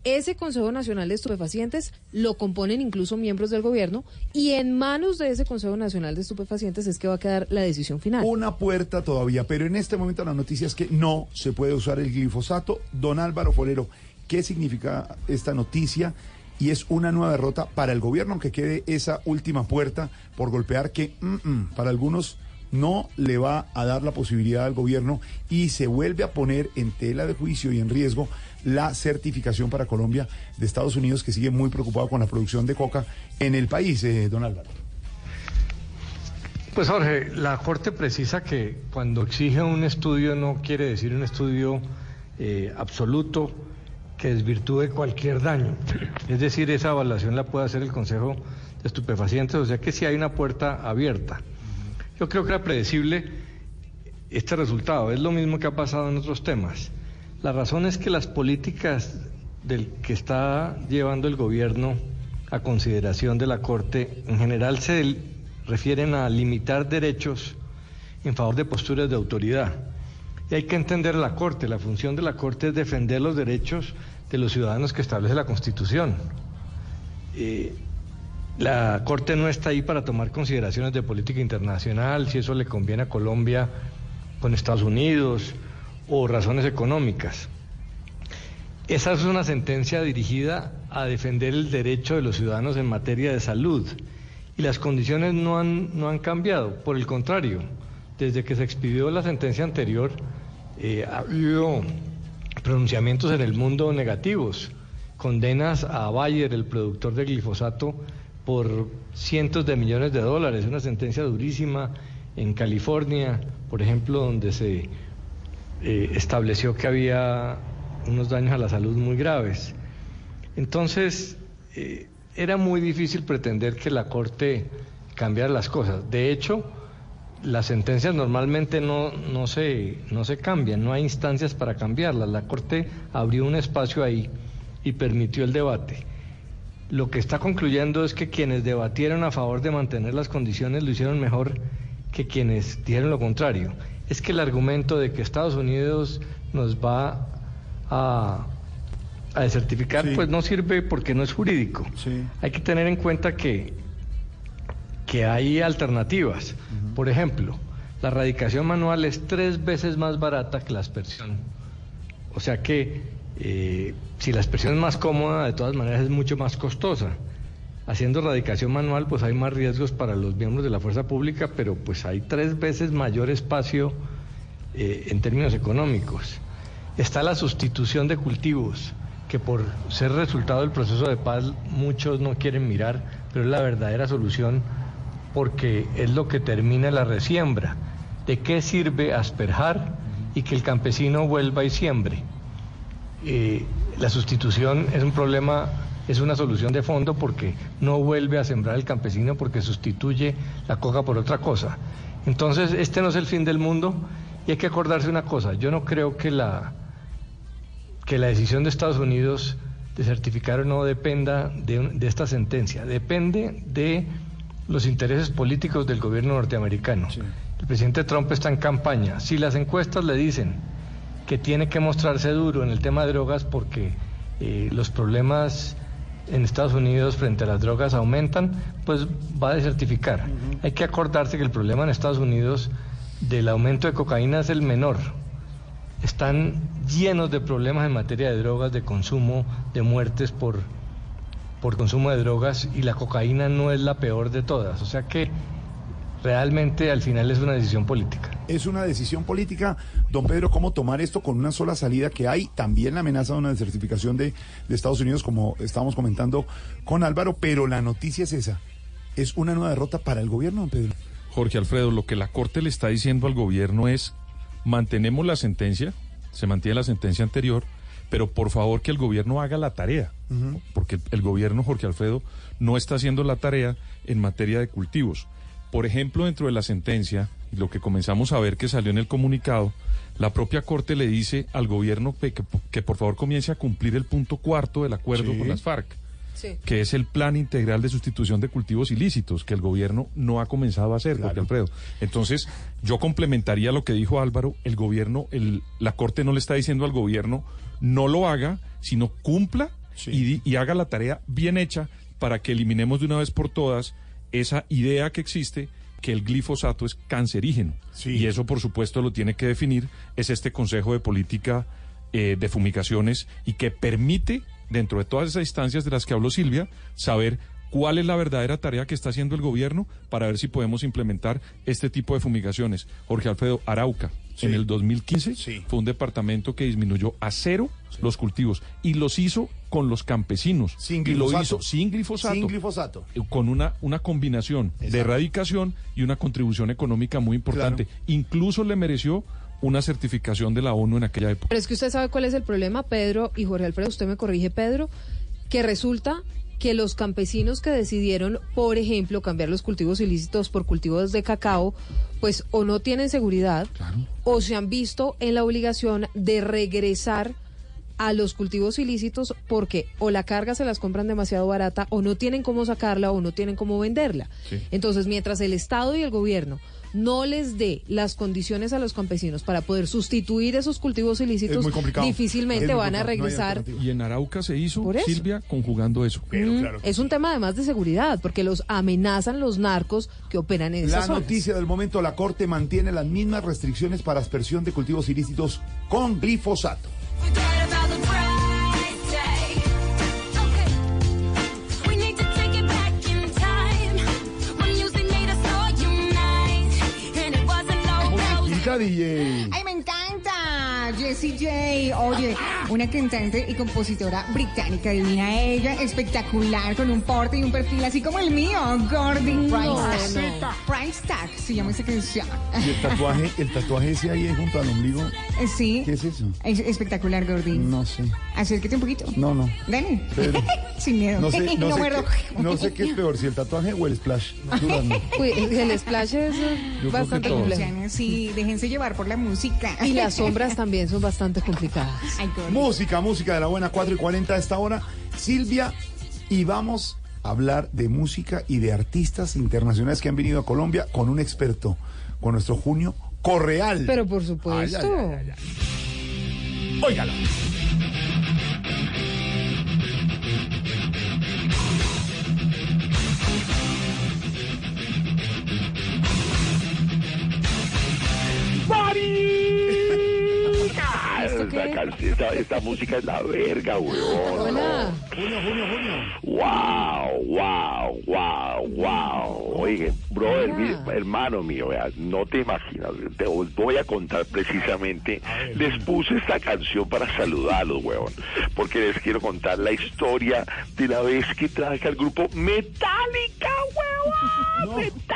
ese Consejo Nacional de Estupefacientes lo componen incluso miembros del gobierno y en manos de ese Consejo Nacional de Estupefacientes es que va a quedar la decisión final. Una puerta todavía, pero en este momento la noticia es que no se puede usar el glifosato. Don Álvaro Forero, ¿qué significa esta noticia? Y es una nueva derrota para el gobierno, aunque quede esa última puerta por golpear que para algunos no le va a dar la posibilidad al gobierno y se vuelve a poner en tela de juicio y en riesgo la certificación para Colombia de Estados Unidos, que sigue muy preocupado con la producción de coca en el país, don Álvaro. Pues Jorge, la Corte precisa que cuando exige un estudio no quiere decir un estudio absoluto que desvirtúe cualquier daño. Es decir, esa evaluación la puede hacer el Consejo de Estupefacientes, o sea que sí hay una puerta abierta. Yo creo que era predecible este resultado, es lo mismo que ha pasado en otros temas. La razón es que las políticas que está llevando el gobierno a consideración de la Corte en general se refieren a limitar derechos en favor de posturas de autoridad. Y hay que entender la Corte, la función de la Corte es defender los derechos de los ciudadanos que establece la Constitución. La Corte no está ahí para tomar consideraciones de política internacional, si eso le conviene a Colombia con Estados Unidos o razones económicas. Esa es una sentencia dirigida a defender el derecho de los ciudadanos en materia de salud y las condiciones no han cambiado, por el contrario, desde que se expidió la sentencia anterior ha habido pronunciamientos en el mundo negativos, condenas a Bayer, el productor de glifosato, por cientos de millones de dólares, una sentencia durísima en California, por ejemplo, donde se estableció que había unos daños a la salud muy graves. Entonces, era muy difícil pretender que la Corte cambiara las cosas. De hecho, las sentencias normalmente no se cambian, no hay instancias para cambiarlas. La Corte abrió un espacio ahí y permitió el debate. Lo que está concluyendo es que quienes debatieron a favor de mantener las condiciones lo hicieron mejor que quienes dijeron lo contrario. Es que el argumento de que Estados Unidos nos va a desertificar, pues no sirve porque no es jurídico. Hay que tener en cuenta que hay alternativas. Por ejemplo, la erradicación manual es 3 veces más barata que la aspersión. O sea que si la aspersión es más cómoda, de todas maneras es mucho más costosa. Haciendo erradicación manual, pues hay más riesgos para los miembros de la fuerza pública, pero pues hay 3 veces mayor espacio en términos económicos. Está la sustitución de cultivos, que por ser resultado del proceso de paz muchos no quieren mirar, pero es la verdadera solución porque es lo que termina la resiembra. ¿De qué sirve asperjar y que el campesino vuelva y siembre? La sustitución es un problema, es una solución de fondo porque no vuelve a sembrar el campesino porque sustituye la coca por otra cosa. Entonces, este no es el fin del mundo y hay que acordarse una cosa, yo no creo que la decisión de Estados Unidos de certificar o no dependa de esta sentencia, depende de los intereses políticos del gobierno norteamericano. El presidente Trump está en campaña, si las encuestas le dicen que tiene que mostrarse duro en el tema de drogas porque los problemas en Estados Unidos frente a las drogas aumentan, pues va a desertificar. Hay que acordarse que el problema en Estados Unidos del aumento de cocaína es el menor. Están llenos de problemas en materia de drogas, de consumo, de muertes por consumo de drogas y la cocaína no es la peor de todas. O sea que realmente al final es una decisión política. Es una decisión política, don Pedro, ¿cómo tomar esto con una sola salida? Que hay también la amenaza de una desertificación de Estados Unidos, como estábamos comentando con Álvaro, pero la noticia es esa. Es una nueva derrota para el gobierno, don Pedro. Jorge Alfredo, lo que la Corte le está diciendo al gobierno es: mantenemos la sentencia, se mantiene la sentencia anterior, pero por favor que el gobierno haga la tarea, porque el gobierno, Jorge Alfredo, no está haciendo la tarea en materia de cultivos. Por ejemplo, dentro de la sentencia, y lo que comenzamos a ver que salió en el comunicado, la propia Corte le dice al gobierno que por favor comience a cumplir el punto 4 del acuerdo con las FARC, que es el plan integral de sustitución de cultivos ilícitos, que el gobierno no ha comenzado a hacer, Jorge Alfredo. Entonces, yo complementaría lo que dijo Álvaro, la Corte no le está diciendo al gobierno no lo haga, sino cumpla y haga la tarea bien hecha para que eliminemos de una vez por todas esa idea que existe que el glifosato es cancerígeno. Y eso, por supuesto, lo tiene que definir es este Consejo de Política de Fumigaciones, y que permite, dentro de todas esas instancias de las que habló Silvia, saber cuál es la verdadera tarea que está haciendo el gobierno para ver si podemos implementar este tipo de fumigaciones. Jorge Alfredo, Arauca, en el 2015, fue un departamento que disminuyó a 0 los cultivos, y los hizo con los campesinos. Sin y lo glifosato. hizo sin glifosato. Sin glifosato. Con una combinación de erradicación y una contribución económica muy importante. Incluso le mereció una certificación de la ONU en aquella época. Pero es que usted sabe cuál es el problema, Pedro y Jorge Alfredo, usted me corrige, Pedro, que resulta que los campesinos que decidieron, por ejemplo, cambiar los cultivos ilícitos por cultivos de cacao, pues o no tienen seguridad, o se han visto en la obligación de regresar a los cultivos ilícitos porque o la carga se las compran demasiado barata, o no tienen cómo sacarla, o no tienen cómo venderla. Entonces, mientras el Estado y el gobierno no les dé las condiciones a los campesinos para poder sustituir esos cultivos ilícitos, difícilmente van a regresar. Y en Arauca se hizo, Por eso. Silvia, conjugando eso. Es un tema además de seguridad, porque los amenazan los narcos que operan en esas La zonas. noticia del momento: la Corte mantiene las mismas restricciones para aspersión de cultivos ilícitos con glifosato. DJ. ¡Ay, me encanta! Jessie J. Oye, una cantante y compositora británica divina, ella, espectacular, con un porte y un perfil así como el mío, Gordy Price Tag, se llama esa canción. ¿Y el tatuaje ese ahí junto al ombligo? Sí. ¿Qué es eso? Es espectacular, Gordy. No sé. Acérquate un poquito. No. Dale. Pero, sin miedo. No sé qué es peor, si el tatuaje o el splash. Uy, el splash es bastante complejo. Sí, déjense llevar por la música. Y las sombras también son bastante complicadas. Música de la buena, 4:40 a esta hora. Silvia, y vamos a hablar de música y de artistas internacionales que han venido a Colombia con un experto, con nuestro Junio Correal. Pero por supuesto. Óigalo. Esta música es la verga, weón. Hola. Wow. Oye, brother, hermano mío, vea, no te imaginas. Te voy a contar precisamente. Les puse esta canción para saludarlos, weón. Porque les quiero contar la historia de la vez que traje al grupo Metallica, weón. Metallica.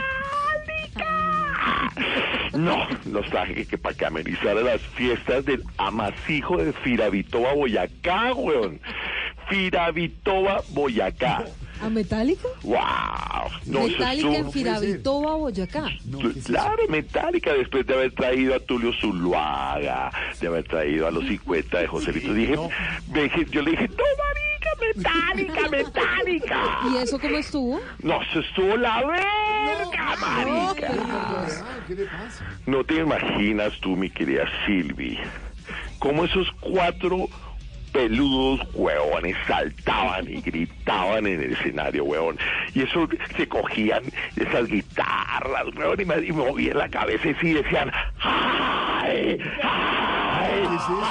No, los traje que para que amenizara las fiestas del amasijo de Firavitoba, Boyacá, weón. Firavitoba, Boyacá. ¿A Metallica? ¡Wow! No, Metallica en Firavitoba, Boyacá. Claro, Metallica, después de haber traído a Tulio Zuluaga, de haber traído a los 50 de Joselito. Yo le dije, no, marica, Metallica. ¿Y eso cómo estuvo? No, eso estuvo la verga, marica. ¿Qué le pasa? No te imaginas tú, mi querida Silvi, cómo esos 4 peludos huevones saltaban y gritaban en el escenario, huevón. Y eso se cogían esas guitarras, huevón, y me movían la cabeza y decían, ¡ay! ¡ay!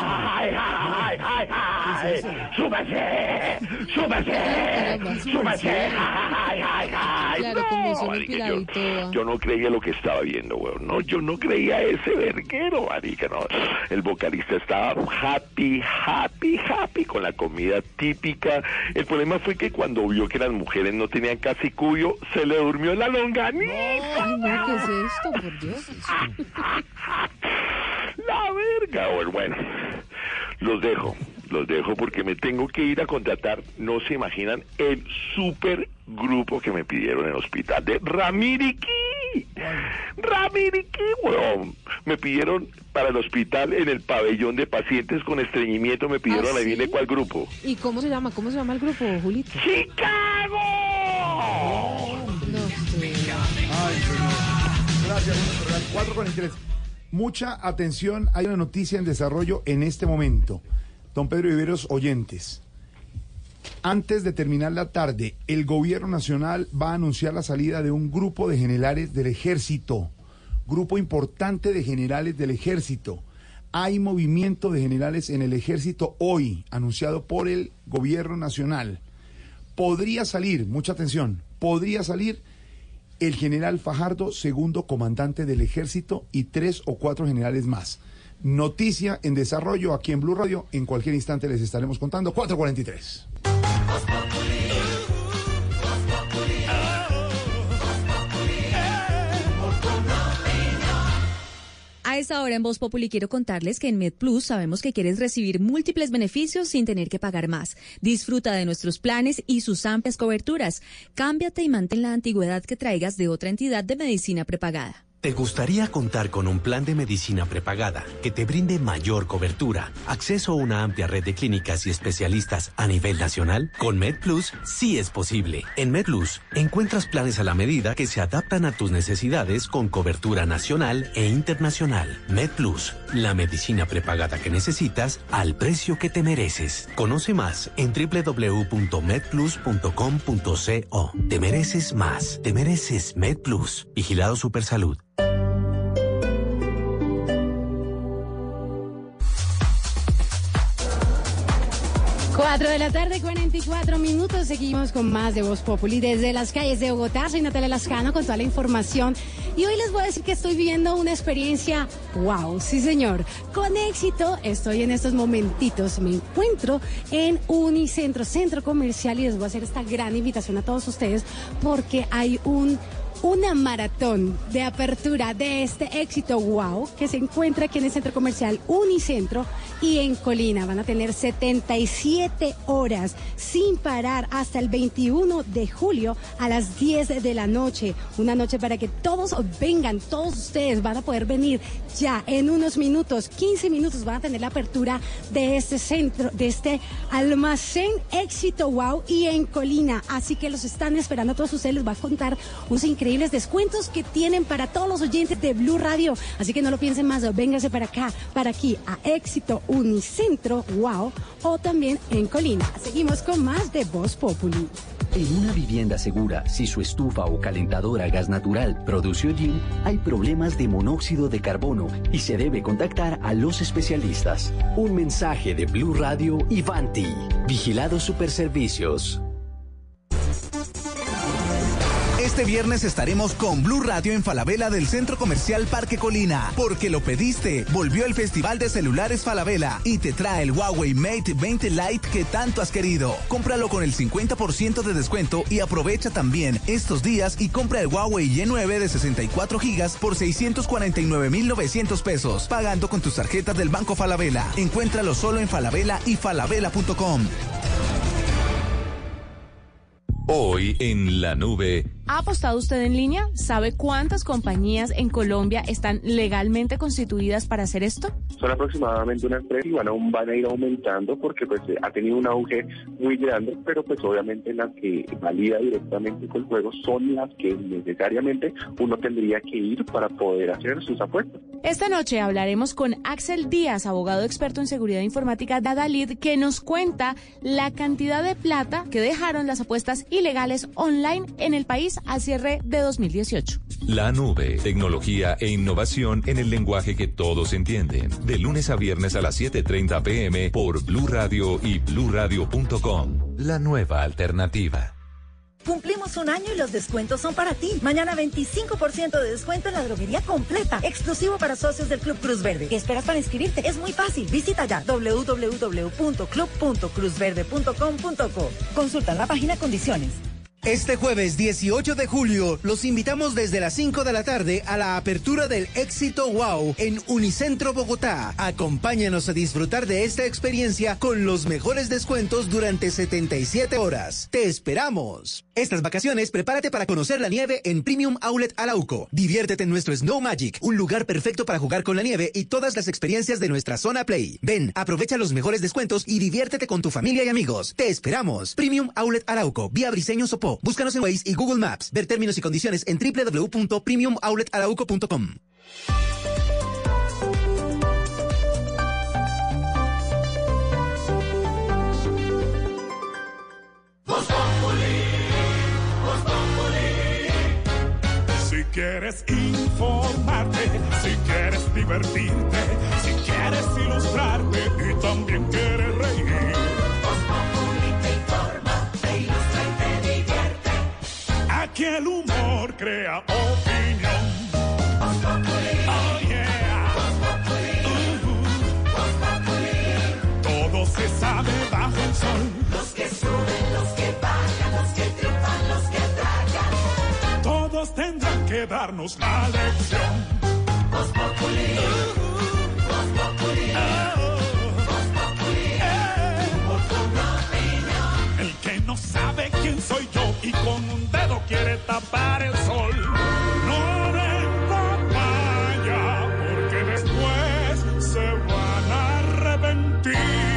¡ay! ¡súbase! Claro, como yo no creía lo que estaba viendo, huevón. No, yo no creía ese verguero, marica, no. El vocalista estaba happy con la comida típica. El problema fue que cuando vio que las mujeres no tenían casi cuyo, se le durmió la longaniza. Ay, no, ¿qué es esto? Por Dios. La verga, bueno. Los dejo porque me tengo que ir a contratar, no se imaginan, el super grupo que me pidieron en el hospital de Ramiriki, weón. Me pidieron para el hospital en el pabellón de pacientes con estreñimiento, me pidieron, ahí viene cuál grupo. ¿Y cómo se llama el grupo, Julito? ¡Chicago! No sé. Ay, señor. Gracias, 4:43. Mucha atención, hay una noticia en desarrollo en este momento. Don Pedro Viveros, oyentes. Antes de terminar la tarde, el gobierno nacional va a anunciar la salida de un grupo de generales del ejército. Grupo importante de generales del ejército. Hay movimiento de generales en el ejército hoy, anunciado por el gobierno nacional. Podría salir, mucha atención, podría salir el general Fajardo, segundo comandante del ejército, y 3 o 4 generales más. Noticia en desarrollo aquí en Blue Radio. En cualquier instante les estaremos contando. 4:43. A esta hora en Voz Populi quiero contarles que en MedPlus sabemos que quieres recibir múltiples beneficios sin tener que pagar más. Disfruta de nuestros planes y sus amplias coberturas. Cámbiate y mantén la antigüedad que traigas de otra entidad de medicina prepagada. ¿Te gustaría contar con un plan de medicina prepagada que te brinde mayor cobertura, acceso a una amplia red de clínicas y especialistas a nivel nacional? Con MedPlus sí es posible. En MedPlus encuentras planes a la medida que se adaptan a tus necesidades con cobertura nacional e internacional. MedPlus, la medicina prepagada que necesitas al precio que te mereces. Conoce más en www.medplus.com.co. Te mereces más. Te mereces MedPlus. Vigilado Supersalud. 4 de la tarde, 44 minutos. Seguimos con más de Voz Populi desde las calles de Bogotá. Soy Natalia Lascano con toda la información. Y hoy les voy a decir que estoy viviendo una experiencia wow, sí señor, con éxito. Estoy en estos momentitos, me encuentro en Unicentro, centro comercial, y les voy a hacer esta gran invitación a todos ustedes porque hay una maratón de apertura de este éxito wow que se encuentra aquí en el centro comercial Unicentro y en Colina. Van a tener 77 horas sin parar hasta el 21 de julio a las 10 de la noche. Una noche para que todos vengan, todos ustedes van a poder venir ya en unos minutos, 15 minutos van a tener la apertura de este centro, de este almacén éxito wow y en Colina. Así que los están esperando a todos ustedes. Les va a contar unos increíbles descuentos que tienen para todos los oyentes de Blue Radio. Así que no lo piensen más, vénganse para acá, para aquí, a Éxito Unicentro, wow, o también en Colina. Seguimos con más de Voz Populi. En una vivienda segura, si su estufa o calentadora a gas natural produce hollín, hay problemas de monóxido de carbono y se debe contactar a los especialistas. Un mensaje de Blue Radio y Vanti. Vigilados Superservicios. Este viernes estaremos con Blue Radio en Falabella del Centro Comercial Parque Colina. Porque lo pediste, volvió el Festival de Celulares Falabella y te trae el Huawei Mate 20 Lite que tanto has querido. Cómpralo con el 50% de descuento y aprovecha también estos días y compra el Huawei Y9 de 64 gigas por 649,900 pesos, pagando con tus tarjetas del Banco Falabella. Encuéntralo solo en Falabella y falabella.com. Hoy en la nube. ¿Ha apostado usted en línea? ¿Sabe cuántas compañías en Colombia están legalmente constituidas para hacer esto? Son aproximadamente unas 3 y van a ir aumentando porque pues ha tenido un auge muy grande, pero pues obviamente las que valida directamente con el juego son las que necesariamente uno tendría que ir para poder hacer sus apuestas. Esta noche hablaremos con Axel Díaz, abogado experto en seguridad informática de Adalid, que nos cuenta la cantidad de plata que dejaron las apuestas ilegales online en el país al cierre de 2018. La nube, tecnología e innovación en el lenguaje que todos entienden. De lunes a viernes a las 7:30 p.m. por Blue Radio y bluradio.com. La nueva alternativa. Cumplimos un año y los descuentos son para ti. Mañana 25% de descuento en la droguería completa, exclusivo para socios del Club Cruz Verde. ¿Qué esperas para inscribirte? Es muy fácil. Visita ya www.club.cruzverde.com.co. Consulta la página condiciones. Este jueves 18 de julio los invitamos desde las 5 de la tarde a la apertura del Éxito Wow en Unicentro Bogotá. Acompáñanos a disfrutar de esta experiencia con los mejores descuentos durante 77 horas. ¡Te esperamos! Estas vacaciones prepárate para conocer la nieve en Premium Outlet Arauco. Diviértete en nuestro Snow Magic, un lugar perfecto para jugar con la nieve y todas las experiencias de nuestra zona Play. Ven, aprovecha los mejores descuentos y diviértete con tu familia y amigos. ¡Te esperamos! Premium Outlet Arauco, vía Briseño Sopó. Búscanos en Waze y Google Maps. Ver términos y condiciones en www.premiumoutletaarauco.com. quieres informarte, si quieres divertirte, si quieres ilustrarte y también quieres reír. Voz Populi te informa, te ilustra y te divierte. Aquí el humor crea opinión. Voz Populi. Oh yeah. Voz Populi. Voz Populi. Todo se sabe bajo el sol. Los que suben, los que bajan, los que triunfan, los que tragan. Todos tendrán que darnos la lección. Voz Populi. Voz Populi. Voz Populi. Humor con opinión. El que no sabe quién soy yo y con un dedo quiere tapar el sol, no le papaya, porque después se van a arrepentir.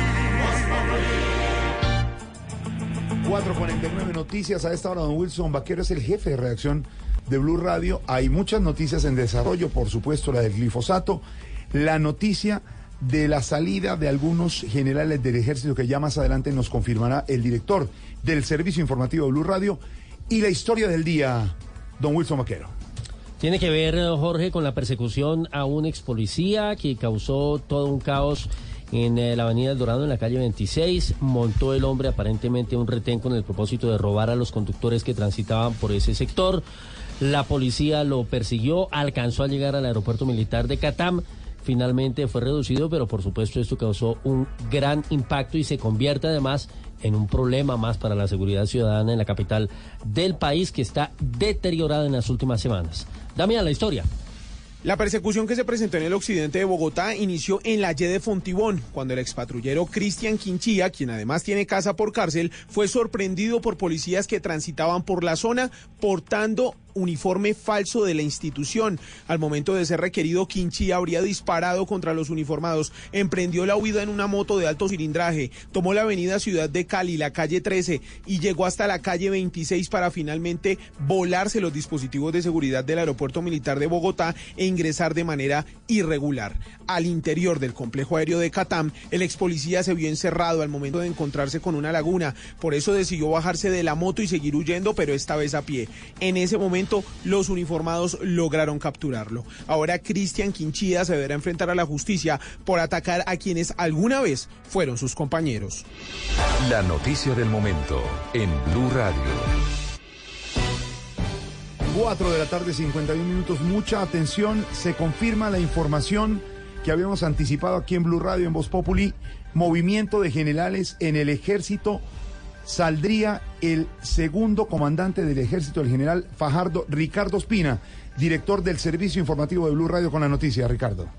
4:49 noticias a esta hora. Don Wilson Vaquero es el jefe de redacción de Blue Radio. Hay muchas noticias en desarrollo, por supuesto la del glifosato, la noticia de la salida de algunos generales del ejército que ya más adelante nos confirmará el director del servicio informativo de Blue Radio, y la historia del día, don Wilson Vaquero. Tiene que ver, Jorge, con la persecución a un ex policía que causó todo un caos en la avenida El Dorado, en la calle 26. Montó el hombre aparentemente un retén con el propósito de robar a los conductores que transitaban por ese sector. La policía lo persiguió, alcanzó a llegar al aeropuerto militar de Catam. Finalmente fue reducido, pero por supuesto esto causó un gran impacto y se convierte además en un problema más para la seguridad ciudadana en la capital del país, que está deteriorada en las últimas semanas. Damián, la historia. La persecución que se presentó en el occidente de Bogotá inició en la Y de Fontibón, cuando el expatrullero Cristian Quinchía, quien además tiene casa por cárcel, fue sorprendido por policías que transitaban por la zona portando uniforme falso de la institución. Al momento de ser requerido, Quinchía habría disparado contra los uniformados, emprendió la huida en una moto de alto cilindraje, tomó la avenida Ciudad de Cali, la calle 13 y llegó hasta la calle 26 para finalmente volarse los dispositivos de seguridad del aeropuerto militar de Bogotá e ingresar de manera irregular. Al interior del complejo aéreo de Catam, el ex policía se vio encerrado al momento de encontrarse con una laguna, por eso decidió bajarse de la moto y seguir huyendo, pero esta vez a pie. En ese momento los uniformados lograron capturarlo. Ahora Cristian Quinchía se deberá enfrentar a la justicia por atacar a quienes alguna vez fueron sus compañeros. La noticia del momento en Blue Radio. 4 de la tarde, 51 minutos. Mucha atención. Se confirma la información que habíamos anticipado aquí en Blue Radio, en Voz Populi. Movimiento de generales en el ejército. Saldría el segundo comandante del ejército, el general Fajardo. Ricardo Ospina, director del servicio informativo de Blue Radio, con la noticia. Ricardo.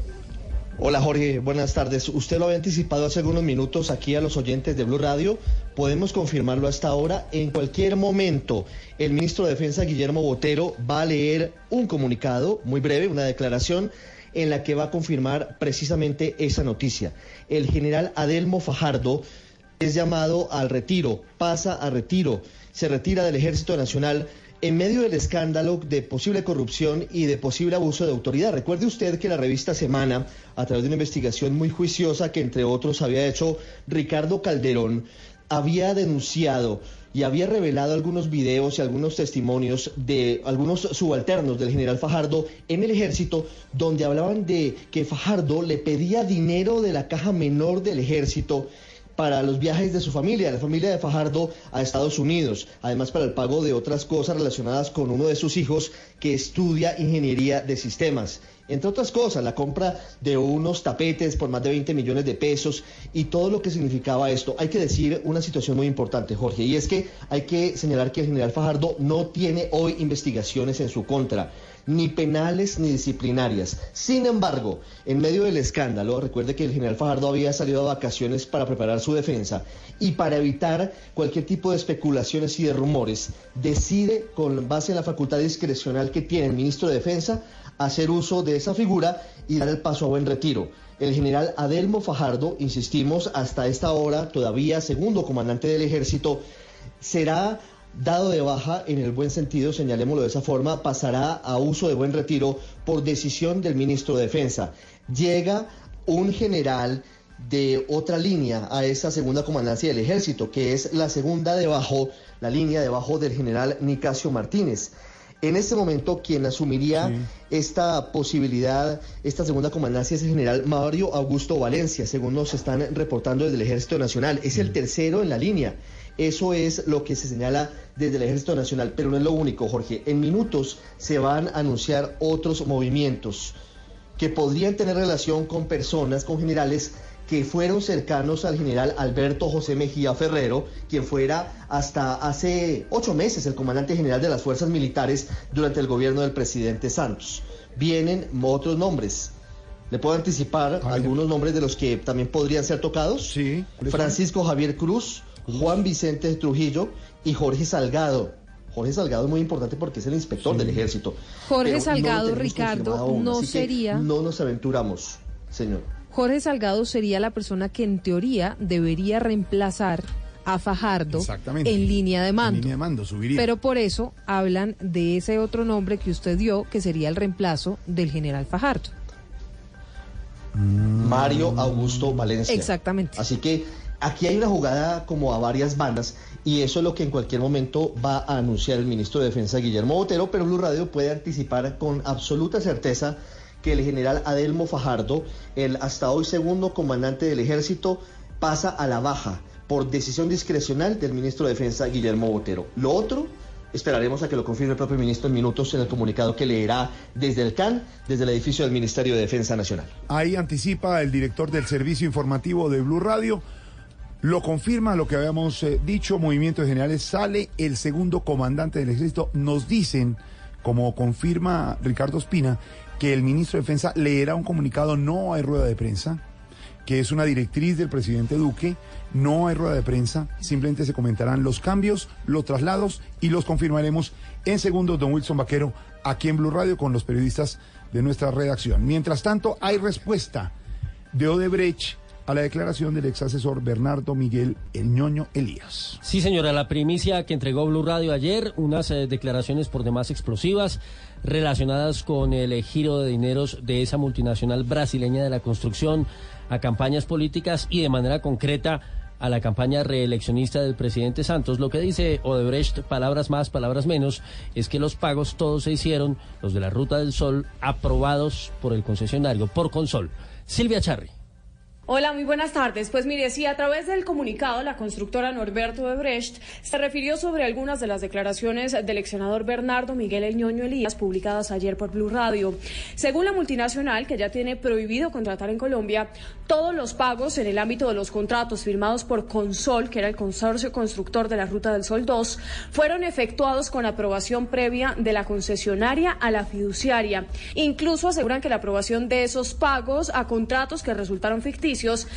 Hola Jorge, buenas tardes. Usted lo había anticipado hace algunos minutos aquí a los oyentes de Blue Radio. Podemos confirmarlo hasta ahora. En cualquier momento, el ministro de Defensa, Guillermo Botero, va a leer un comunicado muy breve, una declaración en la que va a confirmar precisamente esa noticia. El general Adelmo Fajardo es llamado al retiro, pasa a retiro, se retira del Ejército Nacional en medio del escándalo de posible corrupción y de posible abuso de autoridad. Recuerde usted que la revista Semana, a través de una investigación muy juiciosa que entre otros había hecho Ricardo Calderón, había denunciado y había revelado algunos videos y algunos testimonios de algunos subalternos del general Fajardo en el ejército, donde hablaban de que Fajardo le pedía dinero de la caja menor del ejército para los viajes de su familia, la familia de Fajardo, a Estados Unidos, además para el pago de otras cosas relacionadas con uno de sus hijos que estudia ingeniería de sistemas. Entre otras cosas, la compra de unos tapetes por más de 20 millones de pesos y todo lo que significaba esto. Hay que decir una situación muy importante, Jorge, y es que hay que señalar que el general Fajardo no tiene hoy investigaciones en su contra, ni penales ni disciplinarias. Sin embargo, en medio del escándalo, recuerde que el general Fajardo había salido a vacaciones para preparar su defensa y para evitar cualquier tipo de especulaciones y de rumores, decide, con base en la facultad discrecional que tiene el ministro de Defensa, hacer uso de esa figura y dar el paso a buen retiro. El general Adelmo Fajardo, insistimos, hasta esta hora todavía segundo comandante del ejército, será dado de baja en el buen sentido, señalémoslo de esa forma, pasará a uso de buen retiro por decisión del ministro de Defensa. Llega un general de otra línea a esa segunda comandancia del ejército, que es la segunda debajo, la línea debajo del general Nicasio Martínez. En este momento, quien asumiría esta posibilidad, esta segunda comandancia, es el general Mario Augusto Valencia, según nos están reportando desde el Ejército Nacional. Es el tercero en la línea. Eso es lo que se señala desde el Ejército Nacional, pero no es lo único, Jorge. En minutos se van a anunciar otros movimientos que podrían tener relación con personas, con generales que fueron cercanos al general Alberto José Mejía Ferrero, quien fuera hasta hace 8 meses el comandante general de las fuerzas militares durante el gobierno del presidente Santos. Vienen otros nombres. ¿Le puedo anticipar algunos nombres de los que también podrían ser tocados? Sí. Francisco Javier Cruz, Juan Vicente Trujillo y Jorge Salgado. Jorge Salgado es muy importante porque es el inspector del ejército. Jorge Pero Salgado, no Ricardo, aún, no así que sería... no nos aventuramos, señor. Jorge Salgado sería la persona que en teoría debería reemplazar a Fajardo en línea de mando. En línea de mando, subiría. Pero por eso hablan de ese otro nombre que usted dio, que sería el reemplazo del general Fajardo. Mario Augusto Valencia. Exactamente. Así que aquí hay una jugada como a varias bandas y eso es lo que en cualquier momento va a anunciar el ministro de Defensa Guillermo Botero, pero Blue Radio puede anticipar con absoluta certeza que el general Adelmo Fajardo, el hasta hoy segundo comandante del ejército, pasa a la baja por decisión discrecional del ministro de Defensa Guillermo Botero. Lo otro, esperaremos a que lo confirme el propio ministro en minutos en el comunicado que leerá desde el CAN, desde el edificio del Ministerio de Defensa Nacional. Ahí anticipa el director del servicio informativo de Blue Radio. Lo confirma lo que habíamos dicho, Movimientos Generales, sale el segundo comandante del ejército. Nos dicen, como confirma Ricardo Ospina, que el ministro de Defensa leerá un comunicado, no hay rueda de prensa, que es una directriz del presidente Duque, no hay rueda de prensa, simplemente se comentarán los cambios, los traslados y los confirmaremos en segundos, don Wilson Vaquero, aquí en Blue Radio con los periodistas de nuestra redacción. Mientras tanto, hay respuesta de Odebrecht a la declaración del ex asesor Bernardo Miguel El Ñoño Elías. Sí, señora, la primicia que entregó Blue Radio ayer, unas declaraciones por demás explosivas relacionadas con el giro de dineros de esa multinacional brasileña de la construcción a campañas políticas y de manera concreta a la campaña reeleccionista del presidente Santos. Lo que dice Odebrecht, palabras más, palabras menos, es que los pagos todos se hicieron, los de la Ruta del Sol, aprobados por el concesionario, por Consol. Silvia Charri. Hola, muy buenas tardes. Pues mire, sí, a través del comunicado, la constructora Norberto Odebrecht se refirió sobre algunas de las declaraciones del ex senador Bernardo Miguel El Ñoño Elías, publicadas ayer por Blue Radio. Según la multinacional, que ya tiene prohibido contratar en Colombia, todos los pagos en el ámbito de los contratos firmados por Consol, que era el consorcio constructor de la Ruta del Sol 2, fueron efectuados con aprobación previa de la concesionaria a la fiduciaria. Incluso aseguran que la aprobación de esos pagos a contratos que resultaron ficticios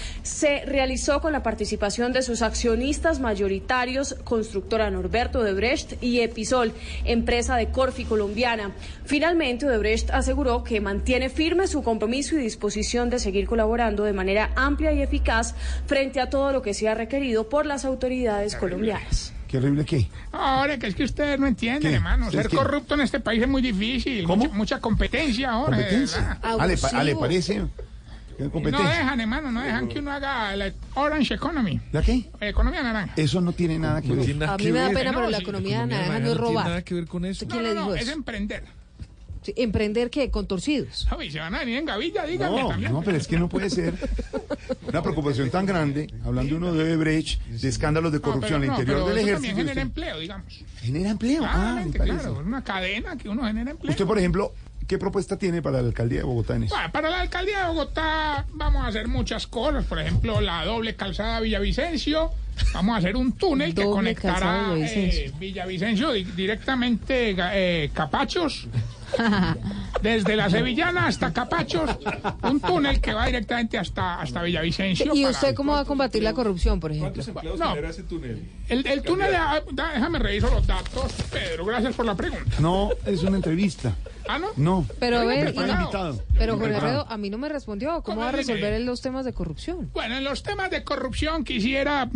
se realizó con la participación de sus accionistas mayoritarios, constructora Norberto Odebrecht y Episol, empresa de Corfi colombiana. Finalmente, Odebrecht aseguró que mantiene firme su compromiso y disposición de seguir colaborando de manera amplia y eficaz frente a todo lo que sea requerido por las autoridades colombianas. ¿Qué horrible qué? Ahora, que es que ustedes no entienden, hermano. Ser corrupto en este país es muy difícil. Mucha competencia ahora. ¿Competencia? ¿Le parece? No dejan, hermano, no dejan que uno haga la Orange Economy. ¿La qué? Economía naranja. Eso no tiene nada que ver. A mí me da pena, pero la economía naranja no es robar. No tiene nada que ver con eso. ¿Quién le dijo eso? Es emprender. Sí, ¿emprender qué? ¿Con torcidos? Uy, se van a venir en gavilla, díganme también. No, pero es que no puede ser una preocupación tan grande, hablando uno de Odebrecht, de escándalos de corrupción al interior del ejército. También genera empleo, digamos. ¿Genera empleo? Claro, una cadena que uno genera empleo. Usted, por ejemplo, ¿qué propuesta tiene para la alcaldía de Bogotá en eso? Para la alcaldía de Bogotá vamos a hacer muchas cosas. Por ejemplo, la doble calzada Villavicencio. Vamos a hacer un túnel que conectará Villavicencio directamente Capachos. Desde la Sevillana hasta Capachos, un túnel que va directamente hasta Villavicencio. ¿Y usted cómo va a combatir la corrupción, por ejemplo? ¿Cuántos empleos genera ese túnel? El túnel, déjame revisar los datos, Pedro, gracias por la pregunta. No, es una entrevista. ¿Ah, no? No. Pero a ver, pero Jorge Alfredo, Alfredo, a mí no me respondió. ¿Cómo va a resolver los temas de corrupción? Bueno, en los temas de corrupción quisiera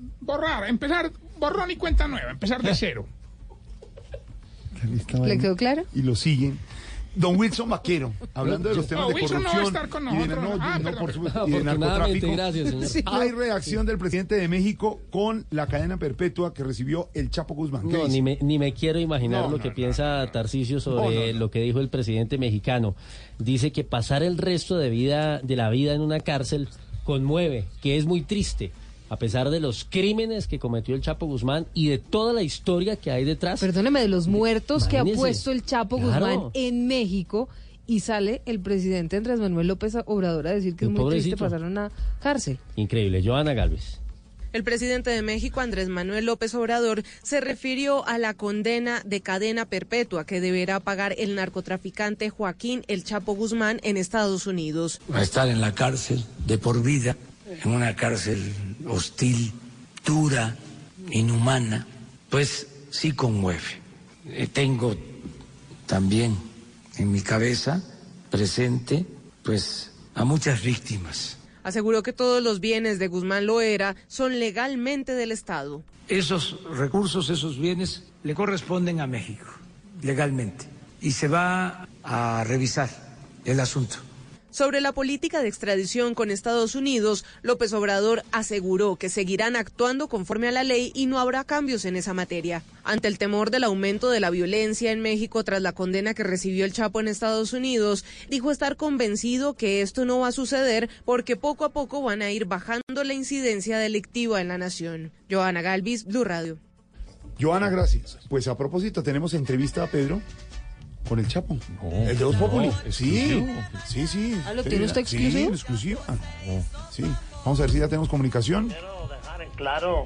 empezar borrón y cuenta nueva, empezar de cero. ¿Le quedó claro? Y lo siguen. Don Wilson Vaquero, hablando de los temas de Wilson corrupción no va a estar con nosotros. por supuesto, y de narcotráfico. Gracias, señor. Sí. Hay reacción del presidente de México con la cadena perpetua que recibió el Chapo Guzmán. No, ni me quiero imaginar lo que piensa Tarcisio sobre lo que dijo el presidente mexicano. Dice que pasar el resto de la vida en una cárcel conmueve, que es muy triste, a pesar de los crímenes que cometió el Chapo Guzmán y de toda la historia que hay detrás. Perdóneme, de los muertos que ha Imagínese. puesto el Chapo Guzmán en México, y sale el presidente Andrés Manuel López Obrador a decir que es muy triste pasar en una cárcel. Increíble. Johanna Galvez. El presidente de México, Andrés Manuel López Obrador, se refirió a la condena de cadena perpetua que deberá pagar el narcotraficante Joaquín El Chapo Guzmán en Estados Unidos. Va a estar en la cárcel de por vida, en una cárcel hostil, dura, inhumana, pues sí conmueve. Tengo también en mi cabeza presente, pues, a muchas víctimas. Aseguró que todos los bienes de Guzmán Loera son legalmente del Estado. Esos recursos, esos bienes, le corresponden a México, legalmente, y se va a revisar el asunto. Sobre la política de extradición con Estados Unidos, López Obrador aseguró que seguirán actuando conforme a la ley y no habrá cambios en esa materia. Ante el temor del aumento de la violencia en México tras la condena que recibió el Chapo en Estados Unidos, dijo estar convencido que esto no va a suceder porque poco a poco van a ir bajando la incidencia delictiva en la nación. Johanna Galvis, Blue Radio. Johanna, gracias. Pues a propósito, tenemos entrevista a Pedro con el Chapo. El de Voz Populi. Sí. ¿Ah, lo tiene usted exclusivo? Sí, exclusiva. Sí. Vamos a ver si ya tenemos comunicación. Quiero dejar en claro.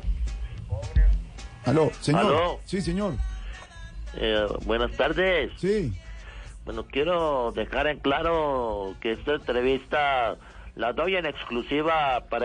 Aló, señor. ¿Aló? Sí, señor. Buenas tardes. Sí. Bueno, quiero dejar en claro que esta entrevista la doy en exclusiva para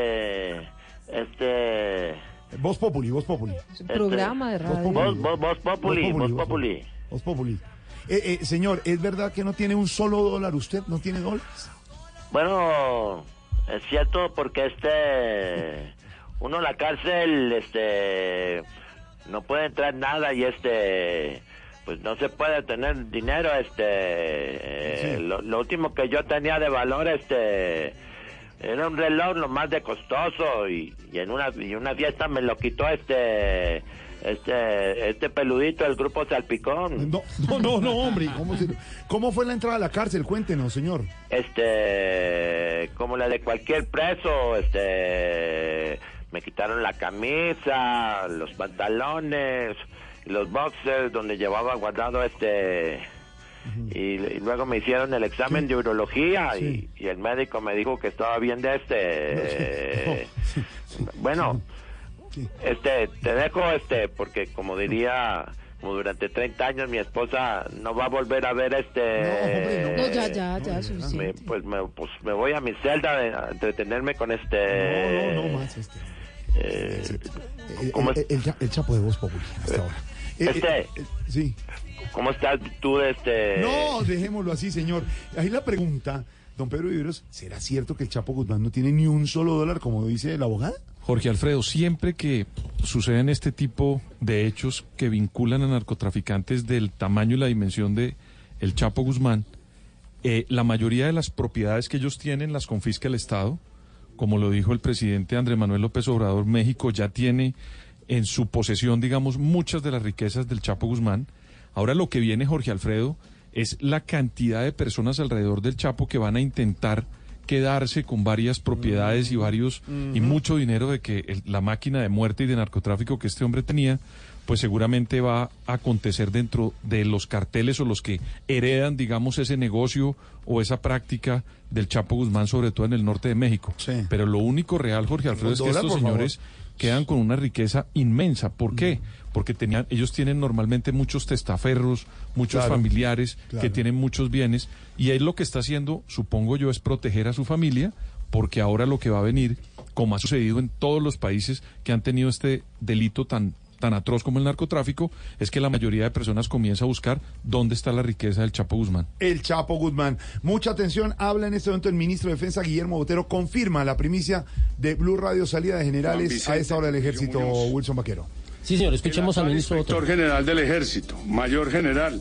Voz Populi. Programa de radio. Voz Populi. Voz Populi. Señor, ¿es verdad que no tiene un solo dólar usted? ¿No tiene dólares? Bueno, es cierto porque uno en la cárcel, no puede entrar nada y pues no se puede tener dinero, Sí. Lo último que yo tenía de valor, era un reloj lo más de costoso y en una fiesta me lo quitó este peludito del grupo Salpicón. No, hombre. ¿Cómo fue la entrada a la cárcel? Cuéntenos, señor. Como la de cualquier preso, me quitaron la camisa, los pantalones, los boxers donde llevaba guardado y luego me hicieron el examen de urología y el médico me dijo que estaba bien de Bueno, te dejo porque como durante 30 años mi esposa no va a volver a ver No, ya, suficiente. Pues me voy a mi celda a entretenerme con No más el Chapo de Voz Populi hasta ahora. Sí. ¿Cómo estás tú No, dejémoslo así, señor. Ahí la pregunta, don Pedro Viveros, ¿será cierto que el Chapo Guzmán no tiene ni un solo dólar, como dice la abogada? Jorge Alfredo, siempre que suceden este tipo de hechos que vinculan a narcotraficantes del tamaño y la dimensión de el Chapo Guzmán, la mayoría de las propiedades que ellos tienen las confisca el Estado. Como lo dijo el presidente Andrés Manuel López Obrador, México ya tiene en su posesión, digamos, muchas de las riquezas del Chapo Guzmán. Ahora lo que viene, Jorge Alfredo, es la cantidad de personas alrededor del Chapo que van a intentar quedarse con varias propiedades y mucho dinero de que la máquina de muerte y de narcotráfico que este hombre tenía, pues seguramente va a acontecer dentro de los carteles o los que heredan, digamos, ese negocio o esa práctica del Chapo Guzmán, sobre todo en el norte de México. Sí. Pero lo único real, Jorge Alfredo, es que estos señores quedan con una riqueza inmensa. ¿Por qué? Porque ellos tienen normalmente muchos testaferros, muchos familiares que tienen muchos bienes, y él lo que está haciendo, supongo yo, es proteger a su familia, porque ahora lo que va a venir, como ha sucedido en todos los países que han tenido este delito tan atroz como el narcotráfico, es que la mayoría de personas comienza a buscar dónde está la riqueza del Chapo Guzmán. El Chapo Guzmán. Mucha atención, habla en este momento el ministro de Defensa, Guillermo Botero, confirma la primicia de Blue Radio, salida de generales a esta hora del Ejército, Wilson Vaquero. Sí, señor, escuchemos al ministro Botero. Director General del Ejército, Mayor General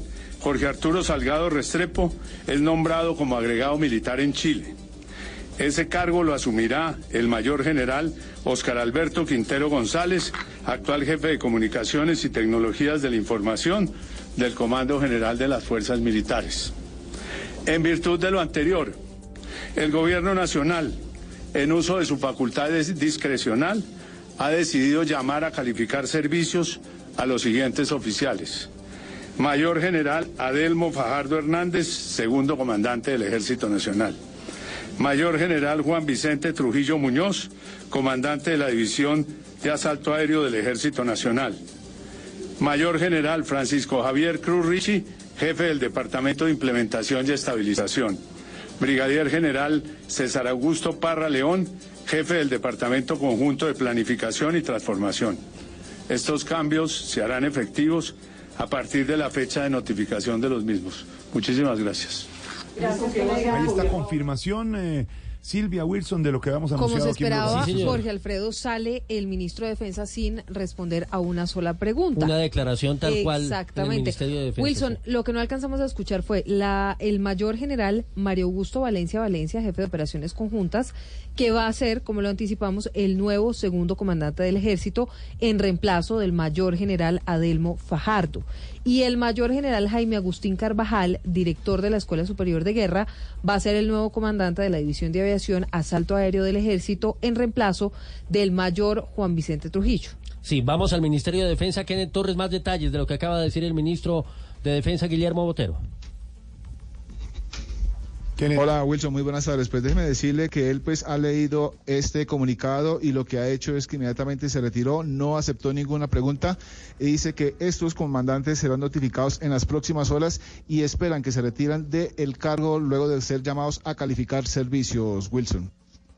Jorge Arturo Salgado Restrepo es nombrado como agregado militar en Chile. Ese cargo lo asumirá el mayor general Óscar Alberto Quintero González, actual jefe de Comunicaciones y Tecnologías de la Información del Comando General de las Fuerzas Militares. En virtud de lo anterior, el Gobierno Nacional, en uso de su facultad discrecional, ha decidido llamar a calificar servicios a los siguientes oficiales. Mayor General Adelmo Fajardo Hernández, segundo comandante del Ejército Nacional. Mayor General Juan Vicente Trujillo Muñoz, comandante de la División de Asalto Aéreo del Ejército Nacional. Mayor General Francisco Javier Cruz Ricci, jefe del Departamento de Implementación y Estabilización. Brigadier General César Augusto Parra León, jefe del Departamento Conjunto de Planificación y Transformación. Estos cambios se harán efectivos a partir de la fecha de notificación de los mismos. Muchísimas gracias. Ahí está confirmación, Silvia, Wilson, de lo que habíamos anunciado. Como se esperaba, aquí en Jorge Alfredo, sale el ministro de Defensa sin responder a una sola pregunta. Una declaración tal cual Exactamente. del Ministerio de Defensa. Wilson, lo que no alcanzamos a escuchar fue el mayor general Mario Augusto Valencia, jefe de operaciones conjuntas, que va a ser, como lo anticipamos, el nuevo segundo comandante del Ejército en reemplazo del mayor general Adelmo Fajardo. Y el mayor general Jaime Agustín Carvajal, director de la Escuela Superior de Guerra, va a ser el nuevo comandante de la División de Aviación Asalto Aéreo del Ejército en reemplazo del mayor Juan Vicente Trujillo. Sí, vamos al Ministerio de Defensa. Kenneth Torres, más detalles de lo que acaba de decir el ministro de Defensa, Guillermo Botero. Hola Wilson, muy buenas tardes. Pues déjeme decirle que él pues ha leído este comunicado y lo que ha hecho es que inmediatamente se retiró, no aceptó ninguna pregunta y dice que estos comandantes serán notificados en las próximas horas y esperan que se retiran del cargo luego de ser llamados a calificar servicios, Wilson.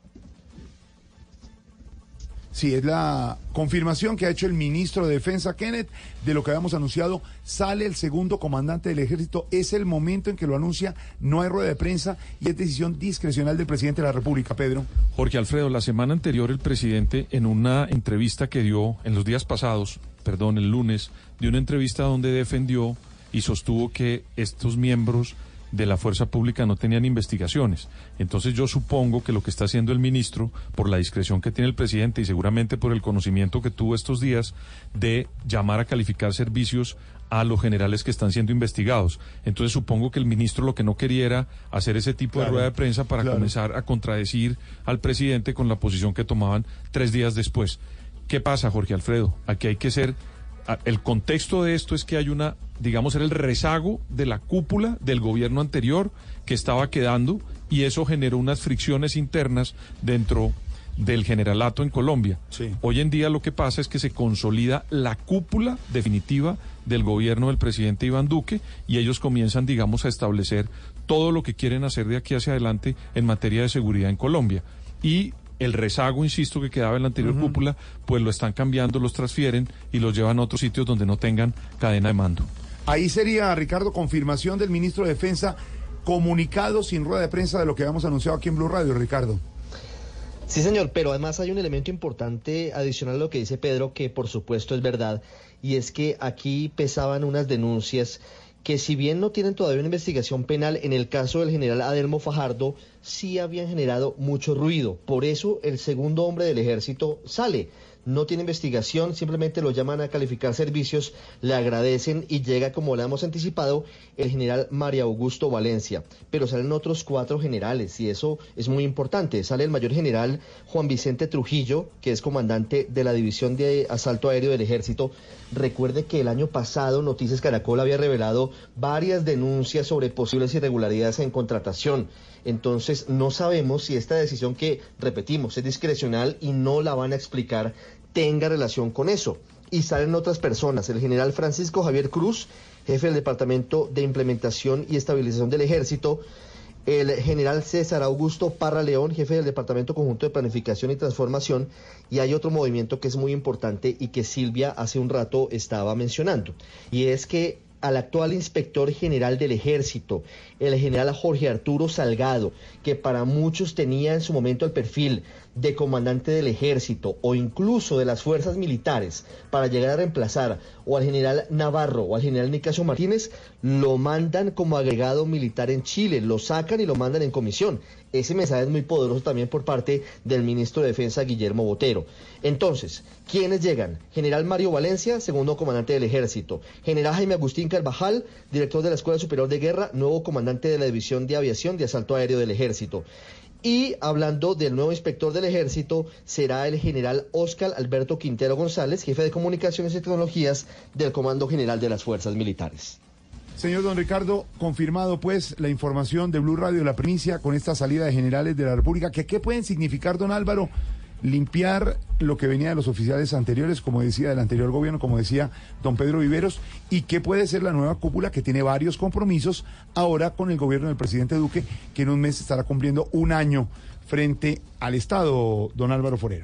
Sí, es la confirmación que ha hecho el ministro de Defensa, Kenneth, de lo que habíamos anunciado. Sale el segundo comandante del Ejército. Es el momento en que lo anuncia. No hay rueda de prensa y es decisión discrecional del presidente de la República, Pedro. Jorge Alfredo, la semana anterior el presidente, en una entrevista que dio en los días pasados, el lunes, dio una entrevista donde defendió y sostuvo que estos miembros de la fuerza pública no tenían investigaciones. Entonces yo supongo que lo que está haciendo el ministro, por la discreción que tiene el presidente y seguramente por el conocimiento que tuvo estos días de llamar a calificar servicios a los generales que están siendo investigados. Entonces supongo que el ministro lo que no quería era hacer ese tipo de rueda de prensa para comenzar a contradecir al presidente con la posición que tomaban 3 días después. ¿Qué pasa, Jorge Alfredo? Aquí hay que ser... El contexto de esto es que hay era el rezago de la cúpula del gobierno anterior que estaba quedando y eso generó unas fricciones internas dentro del generalato en Colombia. Sí. Hoy en día lo que pasa es que se consolida la cúpula definitiva del gobierno del presidente Iván Duque y ellos comienzan, a establecer todo lo que quieren hacer de aquí hacia adelante en materia de seguridad en Colombia. Y el rezago, insisto, que quedaba en la anterior cúpula, pues lo están cambiando, los transfieren y los llevan a otros sitios donde no tengan cadena de mando. Ahí sería, Ricardo, confirmación del ministro de Defensa, comunicado sin rueda de prensa de lo que habíamos anunciado aquí en Blue Radio, Ricardo. Sí, señor, pero además hay un elemento importante adicional a lo que dice Pedro, que por supuesto es verdad, y es que aquí pesaban unas denuncias que si bien no tienen todavía una investigación penal, en el caso del general Adelmo Fajardo sí habían generado mucho ruido. Por eso el segundo hombre del ejército sale. No tiene investigación, simplemente lo llaman a calificar servicios, le agradecen y llega, como le hemos anticipado, el general Mario Augusto Valencia. Pero salen otros 4 generales y eso es muy importante. Sale el mayor general Juan Vicente Trujillo, que es comandante de la División de Asalto Aéreo del Ejército. Recuerde que el año pasado Noticias Caracol había revelado varias denuncias sobre posibles irregularidades en contratación. Entonces no sabemos si esta decisión, que repetimos es discrecional y no la van a explicar, tenga relación con eso. Y salen otras personas, el general Francisco Javier Cruz, jefe del Departamento de Implementación y Estabilización del Ejército, el general César Augusto Parra León, jefe del Departamento Conjunto de Planificación y Transformación, y hay otro movimiento que es muy importante y que Silvia hace un rato estaba mencionando, y es que al actual inspector general del Ejército, el general Jorge Arturo Salgado, que para muchos tenía en su momento el perfil de comandante del Ejército o incluso de las fuerzas militares para llegar a reemplazar o al general Navarro o al general Nicasio Martínez, lo mandan como agregado militar en Chile, lo sacan y lo mandan en comisión. Ese mensaje es muy poderoso también por parte del ministro de Defensa, Guillermo Botero. Entonces, ¿quiénes llegan? General Mario Valencia, segundo comandante del Ejército. General Jaime Agustín Carvajal, director de la Escuela Superior de Guerra, nuevo comandante de la División de Aviación de Asalto Aéreo del Ejército. Y hablando del nuevo inspector del Ejército, será el general Óscar Alberto Quintero González, jefe de Comunicaciones y Tecnologías del Comando General de las Fuerzas Militares. Señor don Ricardo, confirmado pues la información de Blue Radio, la primicia con esta salida de generales de la República, ¿qué pueden significar, don Álvaro? Limpiar lo que venía de los oficiales anteriores, como decía, del anterior gobierno, como decía don Pedro Viveros, y qué puede ser la nueva cúpula que tiene varios compromisos ahora con el gobierno del presidente Duque, que en un mes estará cumpliendo un año frente al Estado, don Álvaro Forero.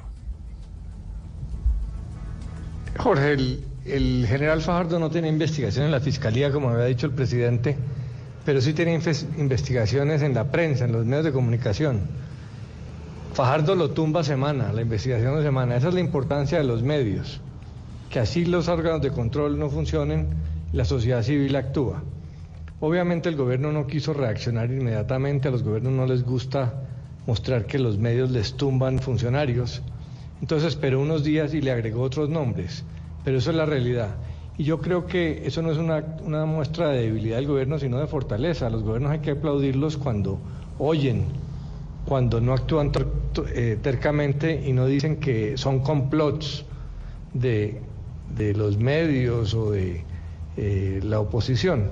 Jorge, el general Fajardo no tiene investigación en la Fiscalía, como había dicho el presidente, pero sí tiene investigaciones en la prensa, en los medios de comunicación. Fajardo lo tumba semana, la investigación de semana. Esa es la importancia de los medios, que así los órganos de control no funcionen, la sociedad civil actúa. Obviamente el gobierno no quiso reaccionar inmediatamente, a los gobiernos no les gusta mostrar que los medios les tumban funcionarios, entonces esperó unos días y le agregó otros nombres, pero eso es la realidad. Y yo creo que eso no es una muestra de debilidad del gobierno, sino de fortaleza. A los gobiernos hay que aplaudirlos cuando oyen, cuando no actúan tercamente y no dicen que son complots de los medios o de la oposición.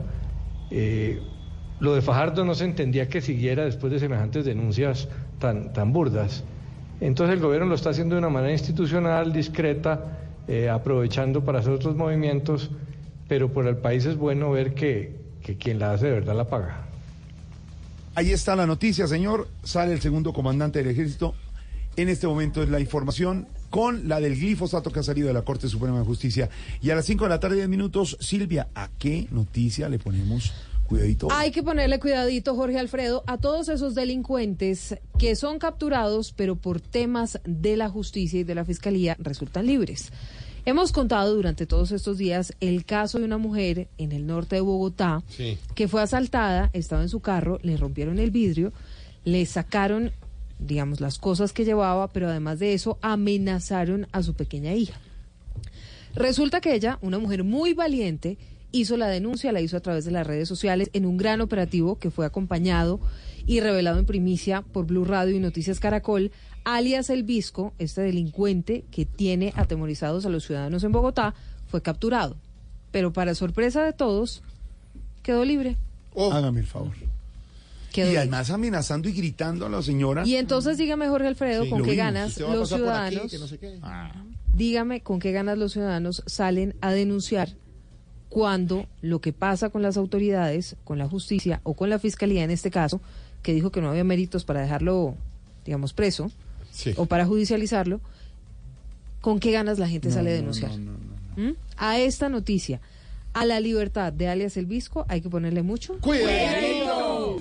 Lo de Fajardo no se entendía que siguiera después de semejantes denuncias tan burdas. Entonces el gobierno lo está haciendo de una manera institucional, discreta, aprovechando para hacer otros movimientos, pero por el país es bueno ver que quien la hace de verdad la paga. Ahí está la noticia, señor. Sale el segundo comandante del Ejército. En este momento es la información con la del glifosato que ha salido de la Corte Suprema de Justicia. Y a las 5 de la tarde, 10 minutos, Silvia, ¿a qué noticia le ponemos cuidadito? Hay que ponerle cuidadito, Jorge Alfredo, a todos esos delincuentes que son capturados, pero por temas de la justicia y de la fiscalía resultan libres. Hemos contado durante todos estos días el caso de una mujer en el norte de Bogotá que fue asaltada, estaba en su carro, le rompieron el vidrio, le sacaron, digamos, las cosas que llevaba, pero además de eso amenazaron a su pequeña hija. Resulta que ella, una mujer muy valiente, hizo la denuncia, la hizo a través de las redes sociales en un gran operativo que fue acompañado y revelado en primicia por Blue Radio y Noticias Caracol. Alias El Visco, este delincuente que tiene atemorizados a los ciudadanos en Bogotá, fue capturado. Pero para sorpresa de todos, quedó libre. Hágame el favor. Y además amenazando y gritando a la señora. Y entonces dígame, Jorge Alfredo, ¿con qué ganas los ciudadanos? Dígame, ¿con qué ganas los ciudadanos salen a denunciar cuando lo que pasa con las autoridades, con la justicia o con la fiscalía en este caso, que dijo que no había méritos para dejarlo, digamos, preso, o para judicializarlo, ¿con qué ganas la gente sale a denunciar? A esta noticia, a la libertad de alias El Visco, hay que ponerle mucho ¡Cuidadito!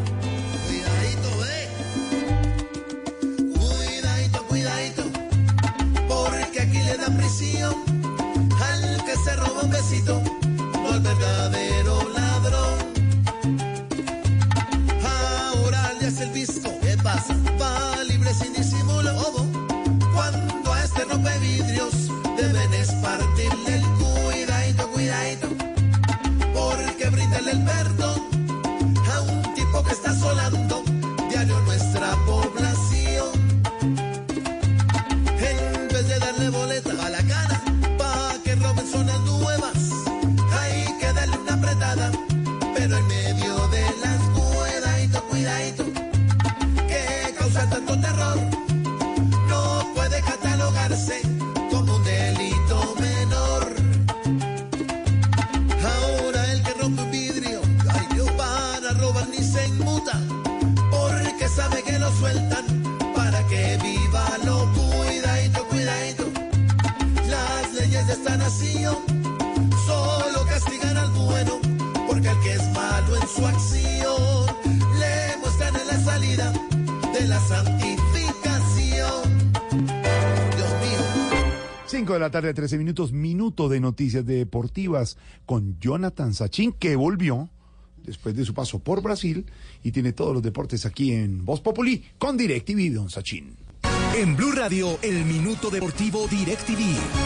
Cuidadito, porque aquí le dan prisión al que se roba un besito, no al verdadero ladrón. Ahora alias El Visco, ¿qué pasa? Va libre sin disimulo, cuando a este rompe vidrios deben es partirle el cuidadito, porque brindarle el perdón a un tipo que está asolando diario nuestra población. En vez de darle boleta a la cara pa' que roben zonas nuevas, hay que darle una apretada, pero en medio de las cuidadito, que causa tanto terror, no puede catalogarse como un delito menor. Ahora el que rompe un vidrio, ay Dios, para robar ni se inmuta, porque sabe que lo sueltan para que viva lo cuidadito. Las leyes de esta nación solo castigan al bueno, su acción le muestran en la salida de la santificación. Dios mío. 5 de la tarde, 13 minutos, minuto de noticias deportivas con Jonathan Sachin, que volvió después de su paso por Brasil y tiene todos los deportes aquí en Voz Populi con DirecTV, don Sachin. En Blue Radio, el minuto deportivo DirecTV.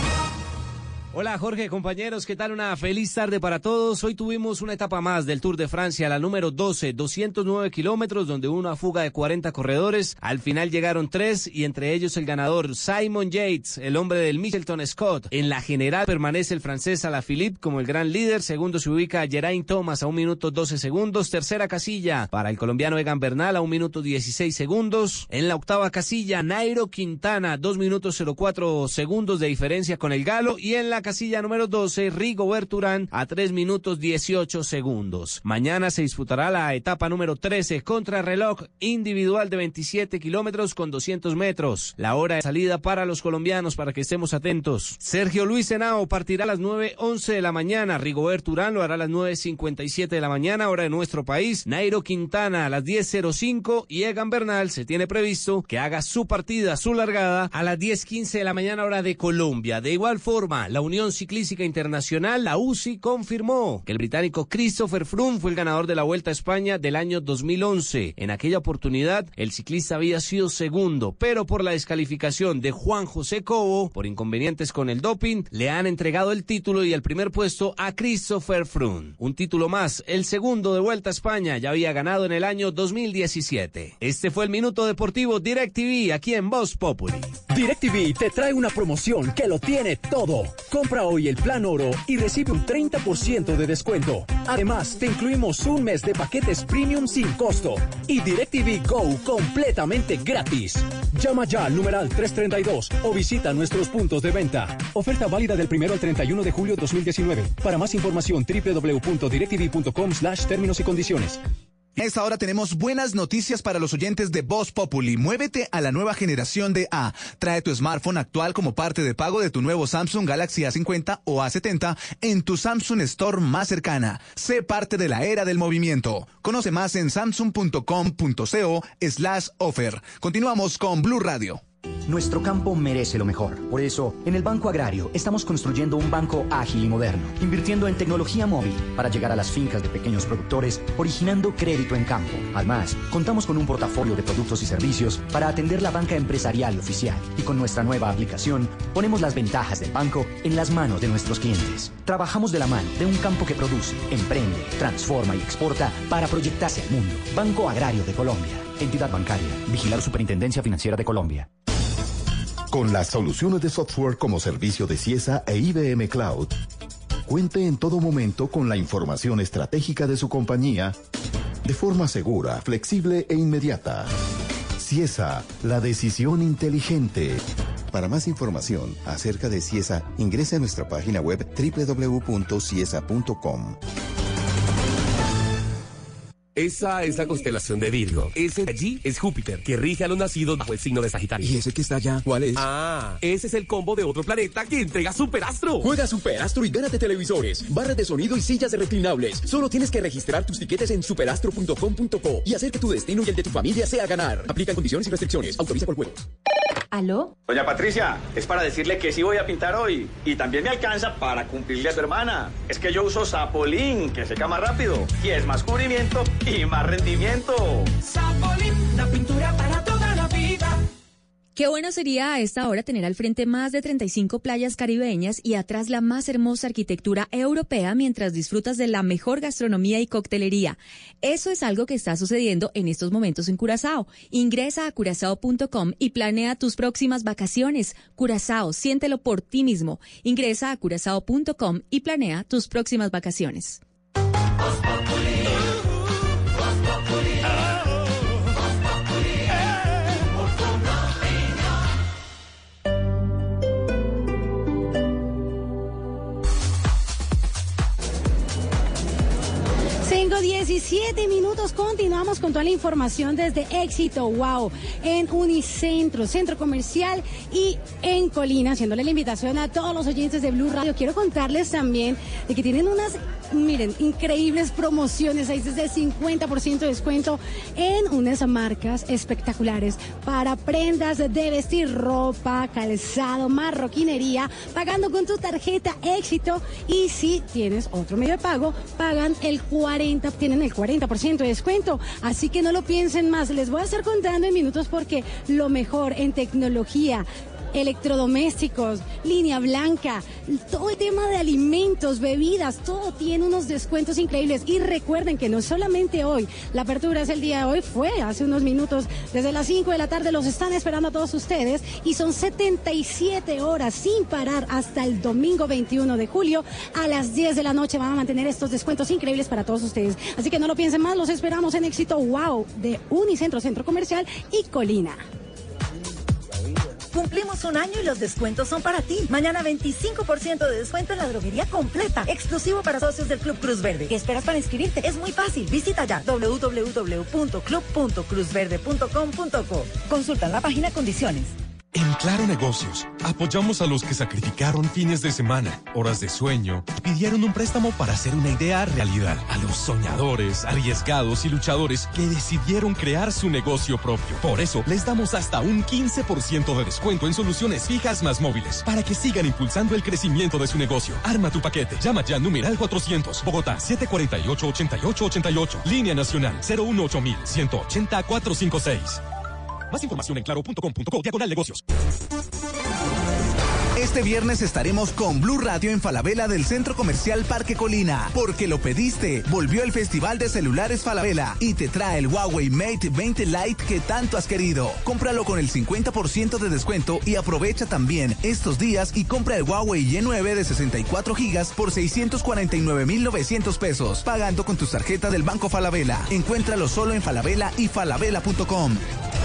Hola Jorge, compañeros, ¿qué tal? Una feliz tarde para todos. Hoy tuvimos una etapa más del Tour de Francia, la número 12, 209 kilómetros, donde hubo una fuga de 40 corredores. Al final llegaron 3 y entre ellos el ganador Simon Yates, el hombre del Mitchelton Scott. En la general permanece el francés Alaphilippe como el gran líder. Segundo se ubica Geraint Thomas a 1 minuto 12 segundos. Tercera casilla para el colombiano Egan Bernal a 1 minuto 16 segundos. En la octava casilla Nairo Quintana, 2 minutos 04 segundos de diferencia con el galo. Y en la casilla número 12, Rigoberto Urán a 3 minutos 18 segundos. Mañana se disputará la etapa número 13, contrarreloj individual de 27 kilómetros con 200 metros. La hora de salida para los colombianos, para que estemos atentos. Sergio Luis Henao partirá a las 9:11 de la mañana. Rigoberto Urán lo hará a las 9:57 de la mañana, hora de nuestro país. Nairo Quintana a las 10:05 y Egan Bernal se tiene previsto que haga su partida, su largada a las 10:15 de la mañana, hora de Colombia. De igual forma, la Unión Ciclística Internacional, la UCI, confirmó que el británico Christopher Froome fue el ganador de la Vuelta a España del año 2011. En aquella oportunidad, el ciclista había sido segundo, pero por la descalificación de Juan José Cobo, por inconvenientes con el doping, le han entregado el título y el primer puesto a Christopher Froome. Un título más, el segundo de Vuelta a España, ya había ganado en el año 2017. Este fue el Minuto Deportivo DirecTV, aquí en Voz Populi. DirecTV te trae una promoción que lo tiene todo. Compra hoy el plan oro y recibe un 30% de descuento. Además, te incluimos un mes de paquetes premium sin costo y DirecTV Go completamente gratis. Llama ya al numeral 332 o visita nuestros puntos de venta. Oferta válida del 1 al 31 de julio de 2019. Para más información, www.directv.com/términos y condiciones. A esta hora tenemos buenas noticias para los oyentes de Voz Populi. Muévete a la nueva generación de A. Trae tu smartphone actual como parte de pago de tu nuevo Samsung Galaxy A50 o A70 en tu Samsung Store más cercana. Sé parte de la era del movimiento. Conoce más en samsung.com.co/offer. Continuamos con Blue Radio. Nuestro campo merece lo mejor. Por eso, en el Banco Agrario estamos construyendo un banco ágil y moderno, invirtiendo en tecnología móvil para llegar a las fincas de pequeños productores, originando crédito en campo. Además, contamos con un portafolio de productos y servicios para atender la banca empresarial oficial. Y con nuestra nueva aplicación, ponemos las ventajas del banco en las manos de nuestros clientes. Trabajamos de la mano de un campo que produce, emprende, transforma y exporta para proyectarse al mundo. Banco Agrario de Colombia. Entidad bancaria. Vigilar Superintendencia Financiera de Colombia. Con las soluciones de software como servicio de Ciesa e IBM Cloud, cuente en todo momento con la información estratégica de su compañía de forma segura, flexible e inmediata. Ciesa, la decisión inteligente. Para más información acerca de Ciesa, ingrese a nuestra página web www.ciesa.com. Esa es la constelación de Virgo. Ese de allí es Júpiter, que rige a los nacidos bajo el signo de Sagitario. ¿Y ese que está allá? ¿Cuál es? Ah, ese es el combo de otro planeta que entrega Superastro. Juega Superastro y gánate televisores, barras de sonido y sillas reclinables. Solo tienes que registrar tus tiquetes en superastro.com.co y hacer que tu destino y el de tu familia sea ganar. Aplican condiciones y restricciones. Autoriza por juegos. ¿Aló? Doña Patricia, es para decirle que sí voy a pintar hoy. Y también me alcanza para cumplirle a su hermana. Es que yo uso Sapolín, que seca más rápido. Y es más cubrimiento y más rendimiento. Sapolín, la pintura para toda la vida. Qué bueno sería a esta hora tener al frente más de 35 playas caribeñas y atrás la más hermosa arquitectura europea mientras disfrutas de la mejor gastronomía y coctelería. Eso es algo que está sucediendo en estos momentos en Curazao. Ingresa a curazao.com y planea tus próximas vacaciones. Curazao, siéntelo por ti mismo. Ingresa a curazao.com y planea tus próximas vacaciones. 17 minutos, continuamos. vamos con toda la información desde Éxito Wow en Unicentro, Centro Comercial y en Colina, haciéndole la invitación a todos los oyentes de Blue Radio. Quiero contarles también de que tienen unas, miren, increíbles promociones, ahí desde el 50% de descuento en unas marcas espectaculares para prendas de vestir, ropa, calzado, marroquinería, pagando con tu tarjeta Éxito, y si tienes otro medio de pago, tienen el 40% de descuento, así que no lo piensen más. Les voy a estar contando en minutos porque lo mejor en tecnología, electrodomésticos, línea blanca, todo el tema de alimentos, bebidas, todo tiene unos descuentos increíbles. Y recuerden que no solamente hoy, la apertura es el día de hoy, fue hace unos minutos, desde las 5 de la tarde los están esperando a todos ustedes y son 77 horas sin parar hasta el domingo 21 de julio a las 10 de la noche. Van a mantener estos descuentos increíbles para todos ustedes. Así que no lo piensen más, los esperamos en Éxito Wow de Unicentro, Centro Comercial y Colina. Cumplimos un año y los descuentos son para ti. Mañana 25% de descuento en la droguería completa, exclusivo para socios del Club Cruz Verde. ¿Qué esperas para inscribirte? Es muy fácil. Visita ya www.club.cruzverde.com.co. Consulta en la página condiciones. En Claro Negocios, apoyamos a los que sacrificaron fines de semana, horas de sueño, y pidieron un préstamo para hacer una idea realidad. A los soñadores, arriesgados y luchadores que decidieron crear su negocio propio. Por eso, les damos hasta un 15% de descuento en soluciones fijas más móviles, para que sigan impulsando el crecimiento de su negocio. Arma tu paquete. Llama ya numeral 400, Bogotá, 748-8888. Línea nacional, 018-180-456. Más información en claro.com.co/negocios. Este viernes estaremos con Blue Radio en Falabella del Centro Comercial Parque Colina. Porque lo pediste, volvió el Festival de Celulares Falabella y te trae el Huawei Mate 20 Lite que tanto has querido. Cómpralo con el 50% de descuento y aprovecha también estos días y compra el Huawei Y9 de 64 gigas por 649,900 pesos, pagando con tu tarjeta del Banco Falabella. Encuéntralo solo en Falabella y falabella.com.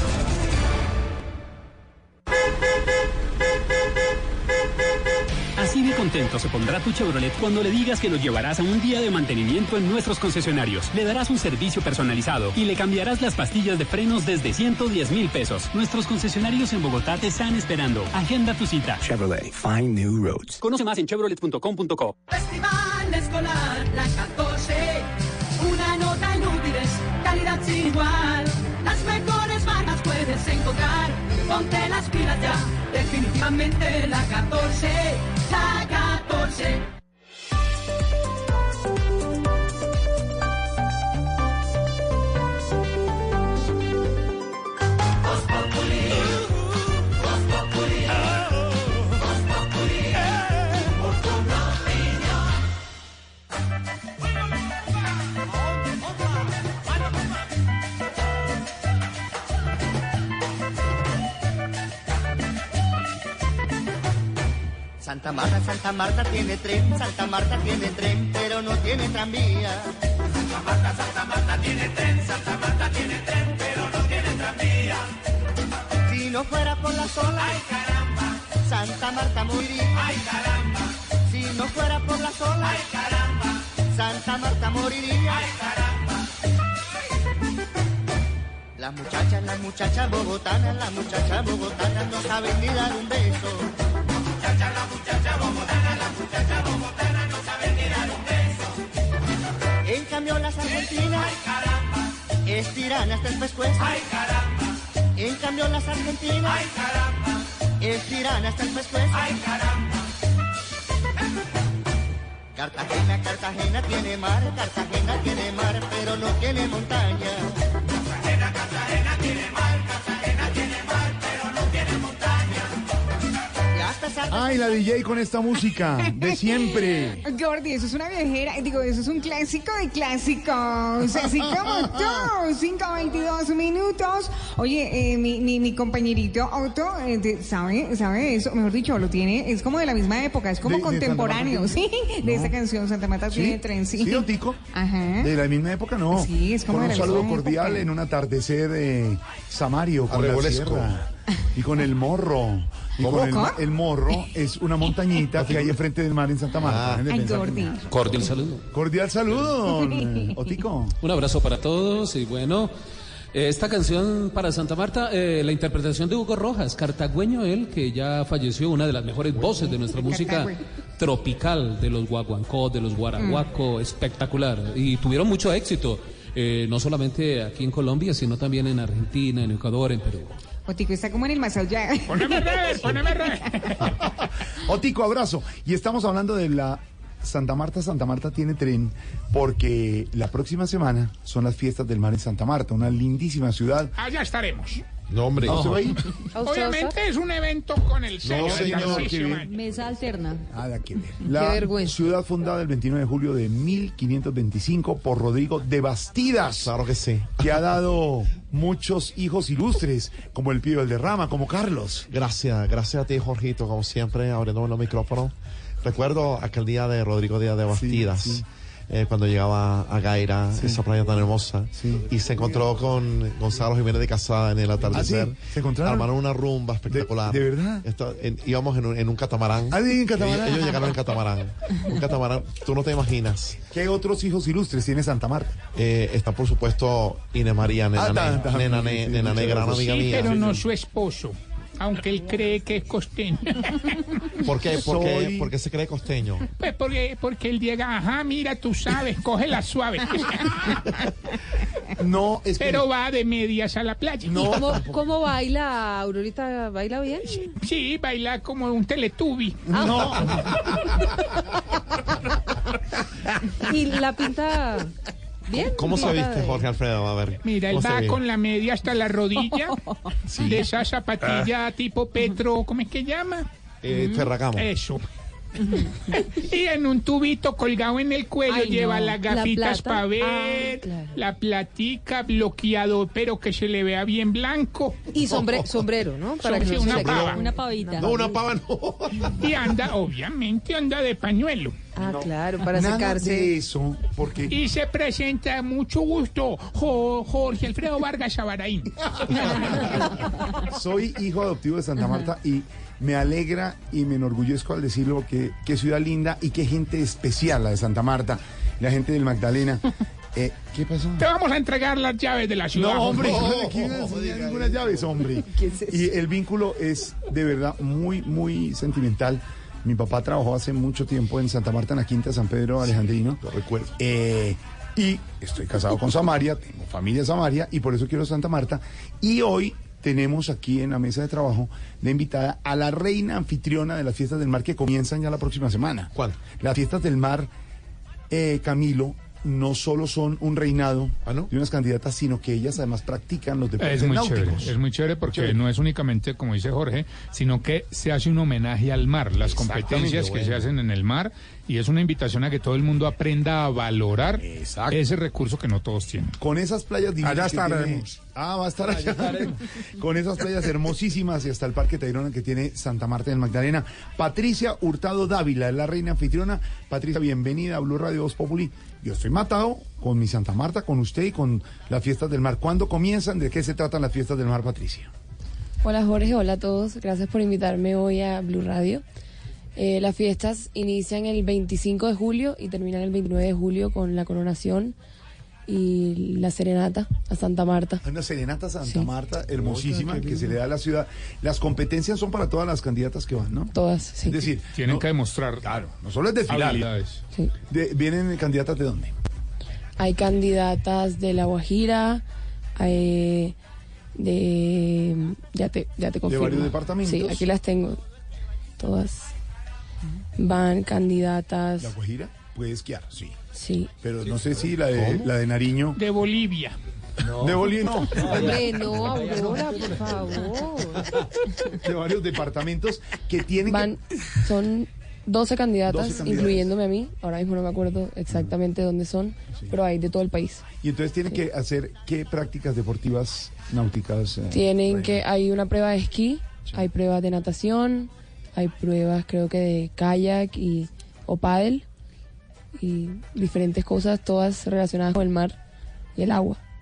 Así de contento se pondrá tu Chevrolet cuando le digas que lo llevarás a un día de mantenimiento en nuestros concesionarios. Le darás un servicio personalizado y le cambiarás las pastillas de frenos desde 110,000 pesos. Nuestros concesionarios en Bogotá te están esperando. Agenda tu cita. Chevrolet, find new roads. Conoce más en chevrolet.com.co. Festival Escolar La 14, una nota en útiles, calidad sin igual. Las mejores marcas puedes encontrar. Ponte las pilas ya, definitivamente la 14, la 14. Santa Marta tiene tren, Santa Marta tiene tren, pero no tiene tranvía. Santa Marta tiene tren, Santa Marta tiene tren, pero no tiene tranvía. Si no fuera por la sola, ay caramba, Santa Marta moriría. Ay caramba, si no fuera por la sola, ay caramba, Santa Marta moriría. Ay caramba. Las muchachas bogotanas no saben ni dar un beso. La muchacha bogotana no sabe ni dar un beso. En cambio las argentinas, ay caramba, estiran hasta el pescuezo. Ay caramba, en cambio las argentinas, ay caramba, estiran hasta el pescuezo. Ay caramba. Cartagena tiene mar, pero no tiene montaña. Cartagena tiene mar, pero no tiene montaña. Ay, la DJ con esta música de siempre. Gordy, eso es una viejera, eso es un clásico de clásicos, así como tú, 5:22 minutos. Oye, mi compañerito Otto, ¿sabe eso? Mejor dicho, lo tiene, es como de la misma época, es como contemporáneo, ¿sí? De esta canción, Santa Marta tiene tren, sí. ¿Sí, Otico? Ajá. De la misma época, no. Sí, es como con de un la saludo misma cordial época. en un atardecer de Samario, con la sierra y con el morro. Y con el Morro es una montañita que hay enfrente del mar en Santa Marta. Cordial saludo. Cordial saludo, don Otico. Un abrazo para todos y bueno, esta canción para Santa Marta, la interpretación de Hugo Rojas, cartagüeño él, que ya falleció, una de las mejores voces de nuestra música tropical, de los guaguancó, de los guaraguaco, espectacular. Y tuvieron mucho éxito, no solamente aquí en Colombia, sino también en Argentina, en Ecuador, en Perú. Otico está como en el más allá. Poneme rever. Otico, abrazo. Y estamos hablando de la Santa Marta. Santa Marta tiene tren porque la próxima semana son las fiestas del mar en Santa Marta, una lindísima ciudad. Allá estaremos. No, hombre. ¿No se va a ir? Obviamente es un evento con el sello de Tarcisio Maya. Mesa alterna. Nada que ver. La ciudad fundada el 29 de julio de 1525 por Rodrigo de Bastidas. Claro que sí. Que ha dado muchos hijos ilustres, como el Pío Valderrama, como Carlos. Gracias a ti, Jorgito, como siempre, abriéndome los micrófonos. Recuerdo aquel día de Rodrigo Díaz de Bastidas. Sí. Cuando llegaba a Gaira, esa playa tan hermosa, y se encontró con Gonzalo Jiménez de Casada en el atardecer. ¿Se encontraron? Armaron una rumba espectacular. ¿De verdad? Íbamos en un catamarán. ¿En catamarán? Ellos llegaron en catamarán. Un catamarán, tú no te imaginas. ¿Qué otros hijos ilustres tiene Santa Marta? Está, por supuesto, Inés María Nena Negra, una amiga mía. Pero no su esposo. Aunque él cree que es costeño. ¿Por qué? ¿Por qué se cree costeño? Pues porque él llega, ajá, mira, tú sabes, cógela suave. No, es pero que... va de medias a la playa. No. ¿Cómo baila, Aurorita? ¿Baila bien? Sí, baila como un Teletubby. No. ¿Y la pinta... bien? ¿Cómo se viste, Jorge Alfredo? A ver. Mira, él va con la media hasta la rodilla, de esa zapatilla tipo Petro, ¿cómo es que llama? Ferragamo. Eso. Y en un tubito colgado en el cuello lleva las gafitas para ver, la platica, bloqueado, pero que se le vea bien blanco. Y sombrero, ¿no? Para que una pava. Una pavita. No, una pava no. Y obviamente anda de pañuelo. Claro, para nada secarse. De eso, porque... Y se presenta, mucho gusto, Jorge Alfredo Vargas Abaraín. Soy hijo adoptivo de Santa Marta y me alegra y me enorgullezco al decirlo qué ciudad linda y qué gente especial la de Santa Marta, la gente del Magdalena. ¿Qué pasó? Te vamos a entregar las llaves de la ciudad. No, hombre, no le quiero enseñar ninguna llaves, hombre. ¿Qué es eso? Y el vínculo es de verdad muy, muy sentimental. Mi papá trabajó hace mucho tiempo en Santa Marta, en la Quinta de San Pedro Alejandrino. Lo recuerdo. Y estoy casado con Samaria, tengo familia Samaria y por eso quiero Santa Marta. Y hoy tenemos aquí en la mesa de trabajo de invitada a la reina anfitriona de las fiestas del mar que comienzan ya la próxima semana. ¿Cuándo? Las fiestas del mar, Camilo, no solo son un reinado de unas candidatas, sino que ellas además practican los deportes náuticos. Es muy chévere porque no es únicamente, como dice Jorge, sino que se hace un homenaje al mar, las competencias que se hacen en el mar, y es una invitación a que todo el mundo aprenda a valorar ese recurso que no todos tienen. Con esas playas divinas. Allá estaremos. Va a estar allá. Con esas playas hermosísimas y hasta el Parque Tayrona que tiene Santa Marta del Magdalena. Patricia Hurtado Dávila, la reina anfitriona. Patricia, bienvenida a Blue Radio Voz Populi. Yo estoy matado con mi Santa Marta, con usted y con las fiestas del mar. ¿Cuándo comienzan? ¿De qué se tratan las fiestas del mar, Patricia? Hola Jorge, hola a todos. Gracias por invitarme hoy a Blue Radio. Las fiestas inician el 25 de julio y terminan el 29 de julio con la coronación y la serenata a Santa Marta. Una serenata a Santa Marta hermosísima que se le da a la ciudad. Las competencias son para todas las candidatas que van, ¿no? Todas, sí. Es decir, tienen que demostrar. Claro, no solo es desfilar. Sí. ¿Vienen candidatas de dónde? Hay candidatas de La Guajira, ya te confirmo. ¿De varios departamentos? Sí, aquí las tengo todas. Van candidatas. ¿La Guajira? Puede esquiar, sí. Sí. Pero no sé si la de Nariño. De Bolivia. No. De Bolivia, no. Hombre, no, Aurora, por favor. De varios departamentos que tienen son 12 candidatas, incluyéndome a mí. Ahora mismo no me acuerdo exactamente dónde son, pero hay de todo el país. Y entonces tienen que hacer, ¿qué prácticas deportivas náuticas? Hay una prueba de esquí, hay pruebas de natación, hay pruebas creo que de kayak o pádel y diferentes cosas, todas relacionadas con el mar y el agua.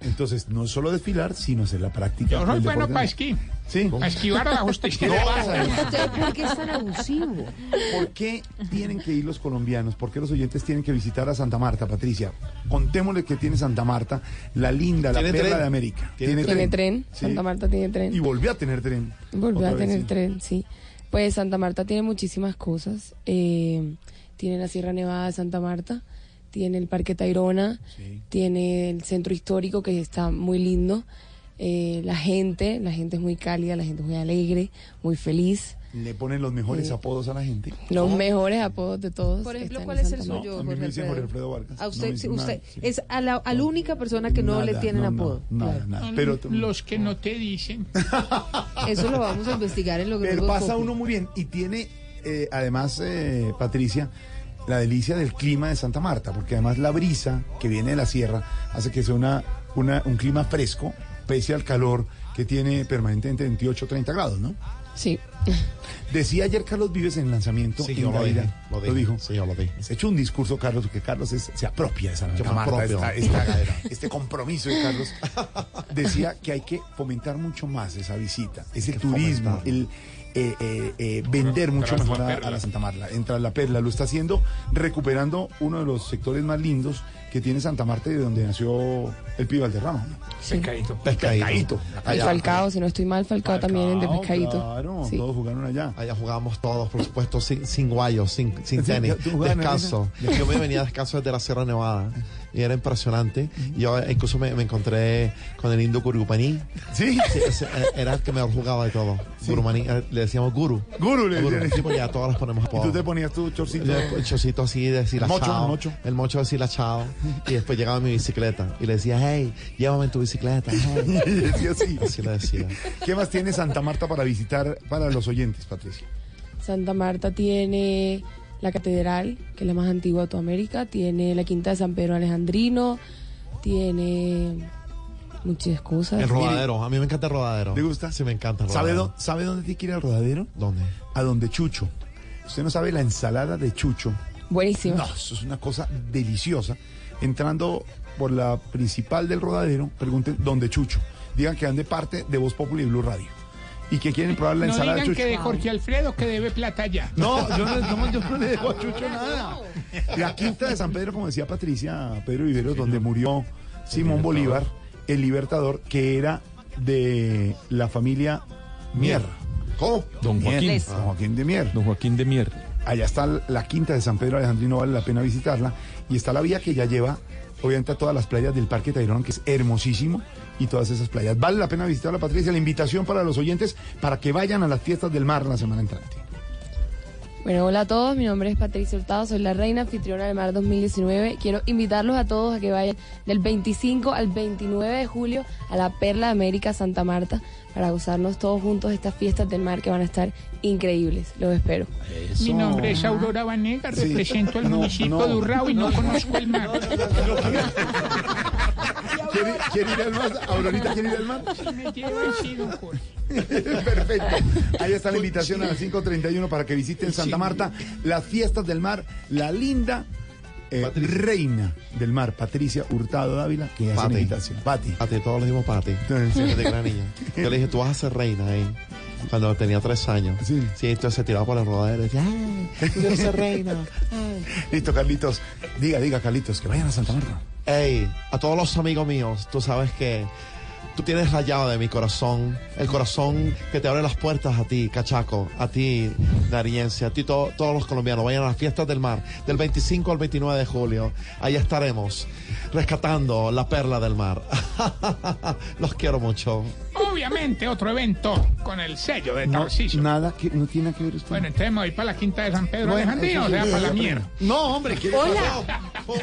Entonces, no solo desfilar, sino hacer la práctica. Yo soy del bueno deporte. para esquí. Sí. A esquivar la justicia. ¿Por qué es tan abusivo? ¿Por qué tienen que ir los colombianos? ¿Por qué los oyentes tienen que visitar a Santa Marta, Patricia? Contémosle que tiene Santa Marta, la linda, la perla de América. Tiene tren. Sí. Santa Marta tiene tren. Y volvió a tener tren. Volvió a Otra vez, tener sí. tren, sí. Pues Santa Marta tiene muchísimas cosas. Tiene la Sierra Nevada de Santa Marta, tiene el Parque Tayrona, tiene el centro histórico que está muy lindo. La gente es muy cálida, la gente es muy alegre, muy feliz. Le ponen los mejores apodos a la gente. Los mejores apodos de todos. Por ejemplo, están ¿cuál en es el Santa suyo, A mí Jorge me dicen Alfredo? Jorge Alfredo Vargas. A usted, No, sí, nada, usted sí. es a la única persona que no le Nada, tienen no, apodo. Nada, Claro. nada. Pero Los que no te dicen. Eso lo vamos a investigar en lo que Pero pasa uno muy bien y tiene, además, Patricia, la delicia del clima de Santa Marta, porque además la brisa que viene de la sierra hace que sea un clima fresco, pese al calor que tiene permanentemente 28 o 30 grados, ¿no? Sí. Decía ayer Carlos Vives en el lanzamiento. Sí, en yo lo Gaira, dije, lo dijo. Sí, yo lo dije. Se echó un discurso, Carlos, que Carlos se apropia de Santa Yo me Marta. apropio. Este compromiso de Carlos. Decía que hay que fomentar mucho más esa visita, ese turismo, el vender mucho mejor a la Santa Marta. Entra la Perla, lo está haciendo recuperando uno de los sectores más lindos que tiene Santa Marta y de donde nació el Pibe Valderrama. Sí. Pescadito. Y Falcao, si no estoy mal, Falcao también en de Pescadito. Claro, Sí. todos jugaron allá. Allá jugamos todos, por supuesto, sin guayos, sin tenis, ¿tú jugabas en descalzo. Yo me venía descalzo desde la Sierra Nevada y era impresionante. Yo incluso me encontré con el indio Gurupaní. ¿Sí? Era el que mejor jugaba de todo. Gurumaní, le decíamos Guru. Guru le decían. Sí, porque ya todos los ponemos ¿Y tú apodos. te ponías tu chorcito? El chorcito así de decir Mocho. El mocho de decir chao. Y después llegaba mi bicicleta y le decía, hey, llévame en tu bicicleta. Hey. Y decía así. Así le decía. ¿Qué más tiene Santa Marta para visitar para los oyentes, Patricia? Santa Marta tiene la catedral, que es la más antigua de toda América, tiene la quinta de San Pedro Alejandrino, tiene muchas cosas. El rodadero, a mí me encanta el rodadero. ¿Le gusta? Sí, me encanta el rodadero. ¿Sabe dónde tiene que ir al rodadero? ¿Dónde? A donde Chucho. Usted no sabe la ensalada de Chucho. Buenísimo. No, eso es una cosa deliciosa. Entrando por la principal del rodadero, pregunten dónde Chucho. Digan que van de parte de Voz Populi y Blue Radio. Y que quieren probar la No ensalada de digan Chucho. que de Jorge Alfredo que debe plata ya. No, yo no le dejo a Chucho nada. La quinta de San Pedro, como decía Patricia, Pedro Viveros, donde murió Simón Bolívar, el libertador, que era de la familia Mier. ¿Cómo? Don Joaquín. Don Joaquín de Mier. Don Joaquín de Mier. Allá está la quinta de San Pedro Alejandrino, vale la pena visitarla. Y está la vía que ya lleva, obviamente, a todas las playas del Parque Tayrona, que es hermosísimo, y todas esas playas. Vale la pena visitarla, Patricia. La invitación para los oyentes para que vayan a las fiestas del mar la semana entrante. Bueno, hola a todos, mi nombre es Patricia Hurtado, soy la reina anfitriona del Mar 2019. Quiero invitarlos a todos a que vayan del 25 al 29 de julio a la Perla de América Santa Marta para gozarnos todos juntos estas fiestas del mar que van a estar increíbles. Los espero. Mi nombre es Aurora Vanega, represento al municipio de Urrao y no conozco el mar. ¿Quiere ir al mar? ¿Aurorita quiere ir al mar? Me lleva así, don Jorge. Perfecto. Ahí está la invitación a las 5:31 para que visiten Santa Marta, las fiestas del mar, la linda reina del mar, Patricia Hurtado Dávila, que hace la invitación. Pati, todos le dimos Pati. Desde gran niña. Yo le dije, tú vas a ser reina ahí. Cuando tenía 3 años. Sí, entonces se tiraba por el rodadero y decía, ¡ay! Tú quieres ser reina. Ay. Listo, Carlitos. Diga, Carlitos, que vayan a Santa Marta. Ey, a todos los amigos míos, tú sabes que tú tienes la llave de mi corazón, el corazón que te abre las puertas a ti, Cachaco, a ti, Nariense, a ti, todos los colombianos. Vayan a las fiestas del mar, del 25 al 29 de julio. Ahí estaremos, rescatando la perla del mar. Los quiero mucho. Obviamente, otro evento con el sello de Tarcisio. Nada, no tiene nada que ver esto. Bueno, entonces me voy para la quinta de San Pedro Alejandrino, o sea, para la mierda. No, hombre, ¿qué Hola.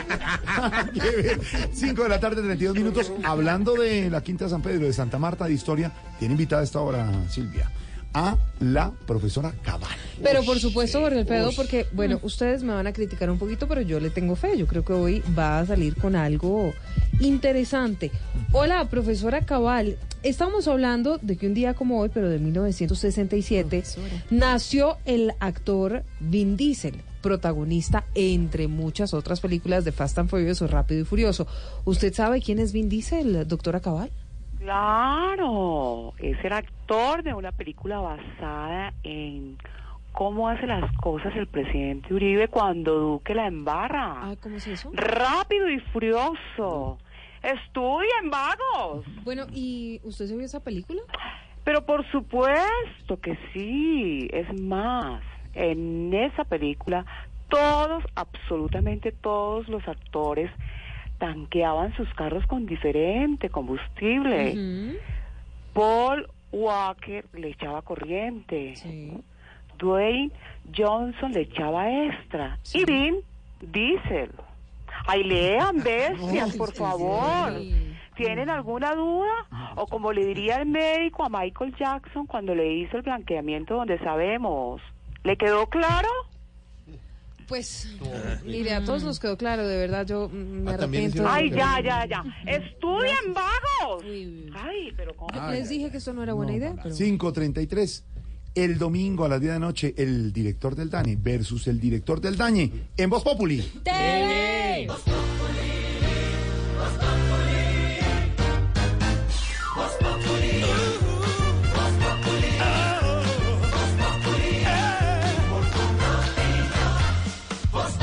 5 de la tarde, 32 minutos. Hablando de la quinta de San Pedro, de Santa Marta, de historia, tiene invitada a esta hora, Silvia, a la profesora Cabal. Pero por supuesto, Jorge Alfredo, porque, bueno, ustedes me van a criticar un poquito, pero yo le tengo fe. Yo creo que hoy va a salir con algo interesante. Hola, profesora Cabal. Estamos hablando de que un día como hoy, pero de 1967, nació el actor Vin Diesel, protagonista entre muchas otras películas de Fast and Furious o Rápido y Furioso. ¿Usted sabe quién es Vin Diesel, doctora Cabal? Claro, es el actor de una película basada en cómo hace las cosas el presidente Uribe cuando Duque la embarra. Ah, ¿cómo es eso? Rápido y Furioso. Estudien, vagos. Bueno, ¿y usted se vio esa película? Pero por supuesto que sí. Es más, en esa película todos, absolutamente todos los actores tanqueaban sus carros con diferente combustible. Paul Walker le echaba corriente. Dwayne Johnson le echaba extra. Y Vin Diesel. Ay, lean, bestias, por favor. ¿Tienen alguna duda? O como le diría el médico a Michael Jackson cuando le hizo el blanqueamiento donde sabemos. ¿Le quedó claro? Pues, mire, a todos nos quedó claro, de verdad, yo me arrepiento. Ay, ya. ¡Estudien, vagos! Ay, pero ¿cómo? Les dije que eso no era buena idea. Pero... 5:33. El domingo a las 10 de la noche, el director del DANE versus el director del DAñe en Voz Populi. ¡TV! Voz Populi, Voz Populi, Voz Populi, Voz Populi, Voz Populi, Voz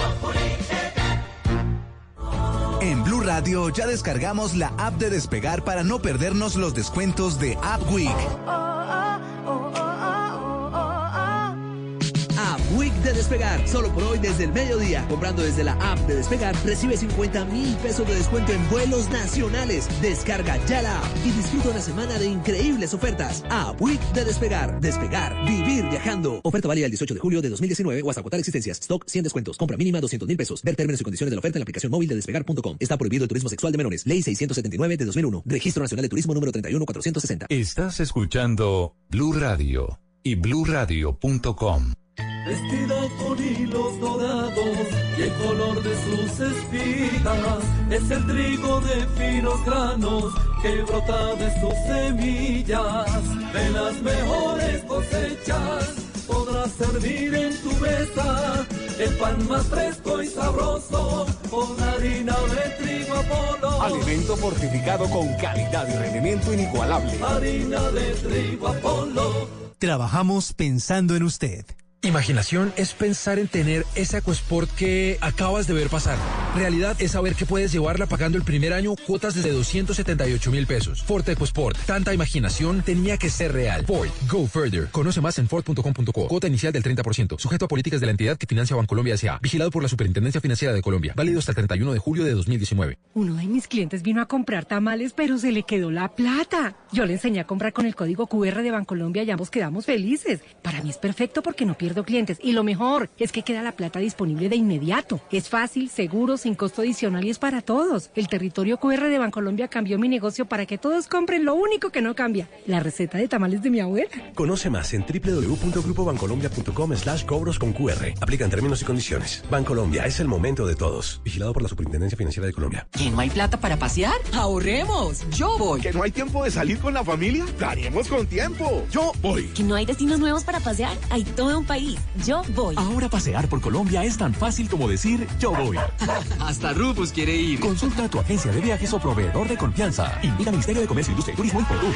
Populi. En Blue Radio ya descargamos la app de Despegar para no perdernos los descuentos de App Week. Week de Despegar, solo por hoy desde el mediodía. Comprando desde la app de Despegar, recibe 50,000 pesos de descuento en vuelos nacionales. Descarga ya la app y disfruta una semana de increíbles ofertas. Week de Despegar. Despegar, vivir viajando. Oferta válida el 18 de julio de 2019 o hasta agotar existencias. Stock 100 descuentos. Compra mínima 200,000 pesos. Ver términos y condiciones de la oferta en la aplicación móvil de Despegar.com. Está prohibido el turismo sexual de menores. Ley 679 de 2001. Registro Nacional de Turismo número 31460. Estás escuchando Blue Radio y BlueRadio.com. Vestida con hilos dorados y el color de sus espigas es el trigo de finos granos que brota de sus semillas. De las mejores cosechas podrás servir en tu mesa el pan más fresco y sabroso con harina de trigo Apolo. Alimento fortificado con calidad y rendimiento inigualable. Harina de trigo Apolo. Trabajamos pensando en usted. Imaginación es pensar en tener esa EcoSport que acabas de ver pasar. Realidad es saber que puedes llevarla pagando el primer año cuotas desde 278,000 pesos. Ford EcoSport. Tanta imaginación tenía que ser real. Ford. Go further. Conoce más en Ford.com.co. Cuota inicial del 30%. Sujeto a políticas de la entidad que financia Bancolombia S.A. Vigilado por la Superintendencia Financiera de Colombia. Válido hasta el 31 de julio de 2019. Uno de mis clientes vino a comprar tamales, pero se le quedó la plata. Yo le enseñé a comprar con el código QR de Bancolombia y ambos quedamos felices. Para mí es perfecto porque no pierdo clientes. Y lo mejor es que queda la plata disponible de inmediato. Es fácil, seguro, sin costo adicional y es para todos. El territorio QR de Bancolombia cambió mi negocio para que todos compren lo único que no cambia: la receta de tamales de mi abuela. Conoce más en www.grupobancolombia.com/cobros con QR. Aplican términos y condiciones. Bancolombia, es el momento de todos. Vigilado por la Superintendencia Financiera de Colombia. ¿Que no hay plata para pasear? ¡Ahorremos! ¡Yo voy! ¿Que no hay tiempo de salir con la familia? ¡Haremos con tiempo! ¡Yo voy! ¿Que no hay destinos nuevos para pasear? Hay todo un país. Yo voy. Ahora pasear por Colombia es tan fácil como decir yo voy. Hasta Rufus quiere ir. Consulta a tu agencia de viajes o proveedor de confianza. Indica Ministerio de Comercio, Industria y Turismo y Fotur.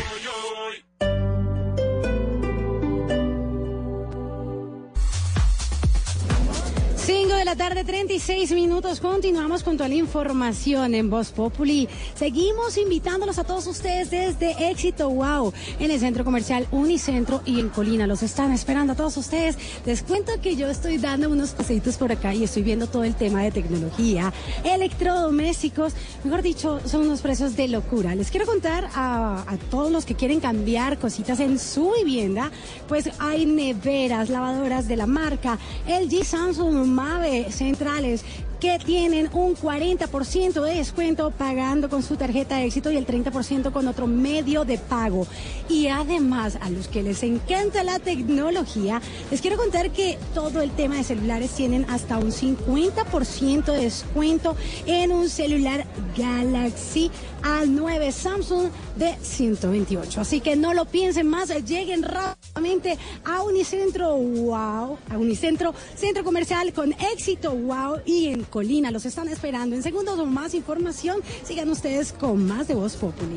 5 de la tarde, 36 minutos. Continuamos con toda la información en Voz Populi. Seguimos invitándolos a todos ustedes desde Éxito Wow, en el Centro Comercial Unicentro y en Colina. Los están esperando a todos ustedes. Les cuento que yo estoy dando unos paseitos por acá y estoy viendo todo el tema de tecnología, electrodomésticos. Mejor dicho, son unos precios de locura. Les quiero contar a todos los que quieren cambiar cositas en su vivienda, pues hay neveras, lavadoras de la marca LG, Samsung, Mave, centrales, que tienen un 40% de descuento pagando con su tarjeta de Éxito y el 30% con otro medio de pago. Y además, a los que les encanta la tecnología, les quiero contar que todo el tema de celulares tienen hasta un 50% de descuento en un celular Galaxy A9 Samsung de 128. Así que no lo piensen más, lleguen rápidamente a Unicentro Wow, a Unicentro, centro comercial con Éxito Wow, y en Colina los están esperando. En segundos o más información, sigan ustedes con más de Voz Populi.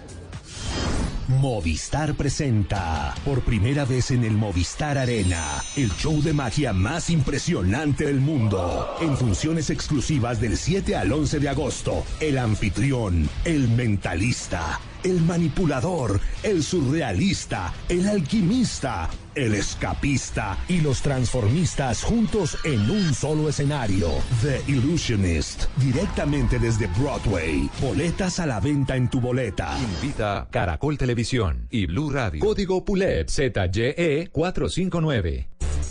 Movistar presenta, por primera vez en el Movistar Arena, el show de magia más impresionante del mundo. En funciones exclusivas del 7 al 11 de agosto, el anfitrión, el mentalista, el manipulador, el surrealista, el alquimista, el escapista y los transformistas juntos en un solo escenario. The Illusionist, directamente desde Broadway. Boletas a la venta en tu boleta. Invita Caracol Televisión y Blue Radio. Código PULET ZYE 459.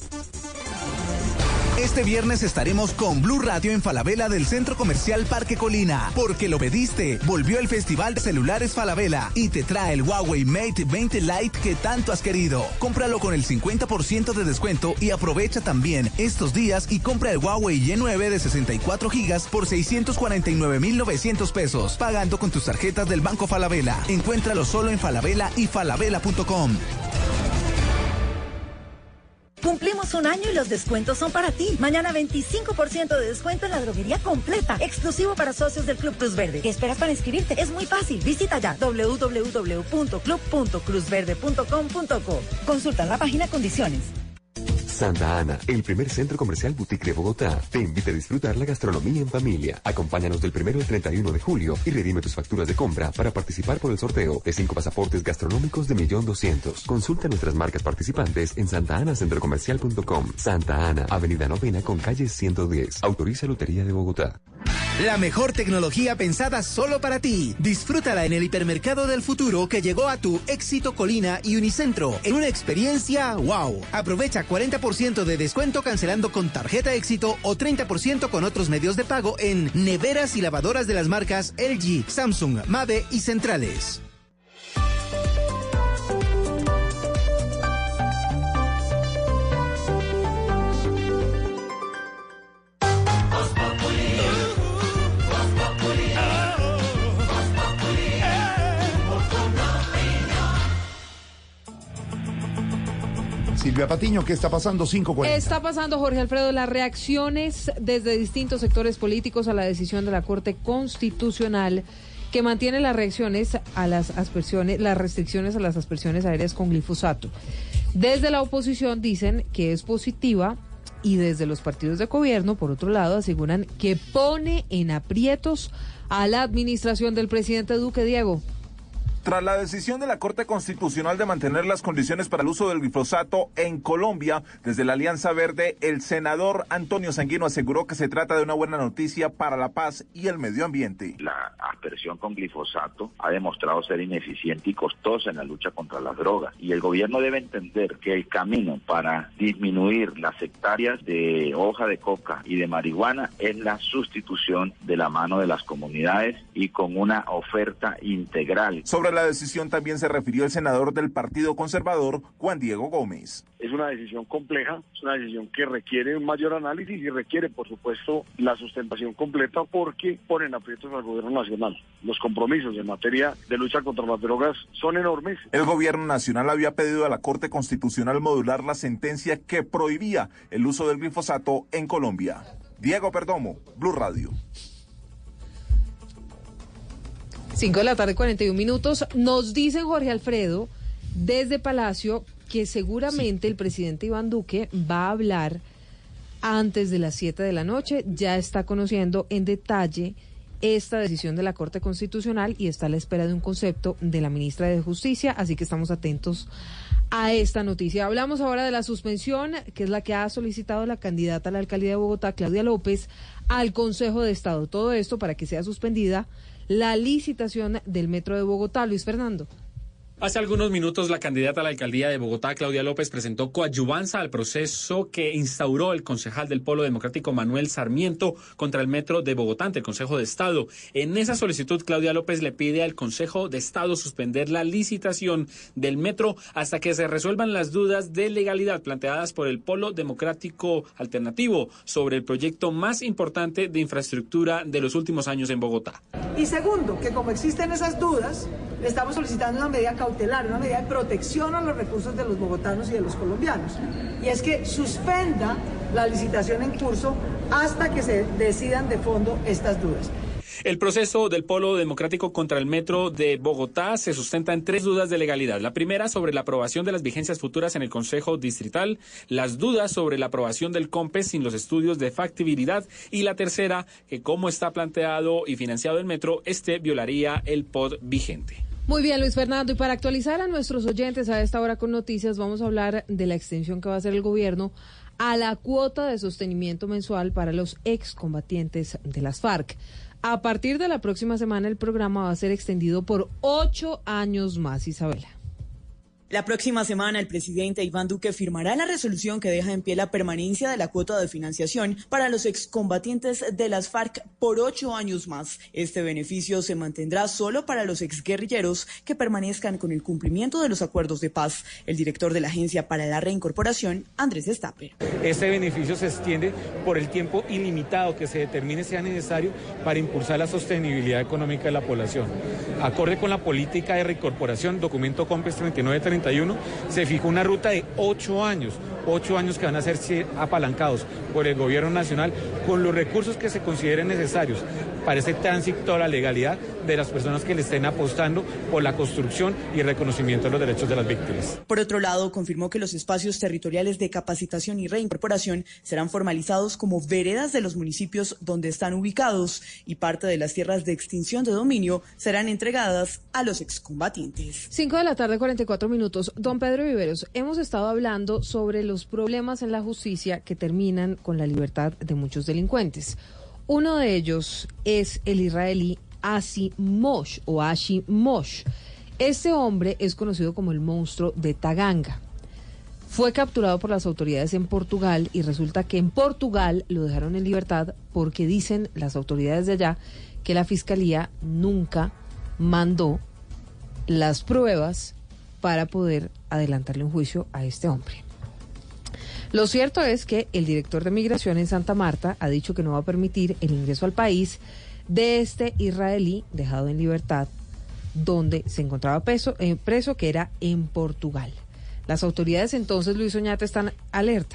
Este viernes estaremos con Blue Radio en Falabella del Centro Comercial Parque Colina. Porque lo pediste, volvió el Festival de Celulares Falabella y te trae el Huawei Mate 20 Lite que tanto has querido. Cómpralo con el 50% de descuento y aprovecha también estos días y compra el Huawei Y9 de 64 gigas por 649,900 pesos, pagando con tus tarjetas del Banco Falabella. Encuéntralo solo en Falabella y falabella.com. Cumplimos un año y los descuentos son para ti. Mañana 25% de descuento en la droguería completa, exclusivo para socios del Club Cruz Verde. ¿Qué esperas para inscribirte? Es muy fácil. Visita ya www.club.cruzverde.com.co. Consulta en la página condiciones. Santa Ana, el primer centro comercial boutique de Bogotá, te invita a disfrutar la gastronomía en familia. Acompáñanos del 1 al 31 de julio y redime tus facturas de compra para participar por el sorteo de 5 pasaportes gastronómicos de 1.200.000. Consulta nuestras marcas participantes en santaanacentrocomercial.com. Santa Ana, Avenida Novena con calle 110. Autoriza Lotería de Bogotá. La mejor tecnología pensada solo para ti. Disfrútala en el hipermercado del futuro que llegó a tu Éxito Colina y Unicentro en una experiencia wow. Aprovecha 40% de descuento cancelando con tarjeta Éxito o 30% con otros medios de pago en neveras y lavadoras de las marcas LG, Samsung, Mave y Centrales. Silvia Patiño, ¿qué está pasando? 5:40. Está pasando, Jorge Alfredo, las reacciones desde distintos sectores políticos a la decisión de la Corte Constitucional que mantiene las reacciones a las restricciones a las aspersiones aéreas con glifosato. Desde la oposición dicen que es positiva y desde los partidos de gobierno, por otro lado, aseguran que pone en aprietos a la administración del presidente Duque. Diego. Tras la decisión de la Corte Constitucional de mantener las condiciones para el uso del glifosato en Colombia, desde la Alianza Verde, el senador Antonio Sanguino aseguró que se trata de una buena noticia para la paz y el medio ambiente. La aspersión con glifosato ha demostrado ser ineficiente y costosa en la lucha contra las drogas, y el gobierno debe entender que el camino para disminuir las hectáreas de hoja de coca y de marihuana es la sustitución de la mano de las comunidades y con una oferta integral. Sobre la decisión también se refirió el senador del Partido Conservador, Juan Diego Gómez. Es una decisión compleja, es una decisión que requiere un mayor análisis y requiere, por supuesto, la sustentación completa porque ponen aprietos al gobierno nacional. Los compromisos en materia de lucha contra las drogas son enormes. El gobierno nacional había pedido a la Corte Constitucional modular la sentencia que prohibía el uso del glifosato en Colombia. Diego Perdomo, Blue Radio. 5:41 p.m. Nos dicen, Jorge Alfredo, desde Palacio, que seguramente el presidente Iván Duque va a hablar antes de las 7 de la noche. Ya está conociendo en detalle esta decisión de la Corte Constitucional y está a la espera de un concepto de la ministra de Justicia, así que estamos atentos a esta noticia. Hablamos ahora de la suspensión, que es la que ha solicitado la candidata a la alcaldía de Bogotá, Claudia López, al Consejo de Estado. Todo esto para que sea suspendida la licitación del Metro de Bogotá. Luis Fernando. Hace algunos minutos, la candidata a la alcaldía de Bogotá, Claudia López, presentó coadyuvanza al proceso que instauró el concejal del Polo Democrático Manuel Sarmiento contra el Metro de Bogotá ante el Consejo de Estado. En esa solicitud, Claudia López le pide al Consejo de Estado suspender la licitación del metro hasta que se resuelvan las dudas de legalidad planteadas por el Polo Democrático Alternativo sobre el proyecto más importante de infraestructura de los últimos años en Bogotá. Y segundo, que como existen esas dudas, le estamos solicitando una medida cautelar, una medida de protección a los recursos de los bogotanos y de los colombianos. Y es que suspenda la licitación en curso hasta que se decidan de fondo estas dudas. El proceso del Polo Democrático contra el Metro de Bogotá se sustenta en 3 dudas de legalidad. La primera, sobre la aprobación de las vigencias futuras en el Consejo Distrital. Las dudas sobre la aprobación del COMPES sin los estudios de factibilidad. Y la tercera, que como está planteado y financiado el metro, violaría el POD vigente. Muy bien, Luis Fernando. Y para actualizar a nuestros oyentes a esta hora con noticias, vamos a hablar de la extensión que va a hacer el gobierno a la cuota de sostenimiento mensual para los excombatientes de las FARC. A partir de la próxima semana, el programa va a ser extendido por 8 años más, Isabela. La próxima semana el presidente Iván Duque firmará la resolución que deja en pie la permanencia de la cuota de financiación para los excombatientes de las FARC por 8 años más. Este beneficio se mantendrá solo para los exguerrilleros que permanezcan con el cumplimiento de los acuerdos de paz. El director de la Agencia para la Reincorporación, Andrés Estaper. Este beneficio se extiende por el tiempo ilimitado que se determine sea necesario para impulsar la sostenibilidad económica de la población. Acorde con la política de reincorporación, documento COMPES 3931, se fijó una ruta de 8 años que van a ser apalancados por el gobierno nacional con los recursos que se consideren necesarios para ese tránsito a la legalidad de las personas que le estén apostando por la construcción y reconocimiento de los derechos de las víctimas. Por otro lado, confirmó que los espacios territoriales de capacitación y reincorporación serán formalizados como veredas de los municipios donde están ubicados y parte de las tierras de extinción de dominio serán entregadas a los excombatientes. 5:44 p.m. Don Pedro Viveros, hemos estado hablando sobre los problemas en la justicia que terminan con la libertad de muchos delincuentes. Uno de ellos es el israelí Ashi Mosh. Este hombre es conocido como el monstruo de Taganga. Fue capturado por las autoridades en Portugal y resulta que en Portugal lo dejaron en libertad porque dicen las autoridades de allá que la fiscalía nunca mandó las pruebas para poder adelantarle un juicio a este hombre. Lo cierto es que el director de Migración en Santa Marta ha dicho que no va a permitir el ingreso al país de este israelí dejado en libertad, donde se encontraba preso, que era en Portugal. Las autoridades entonces, Luis Oñate, están alerta.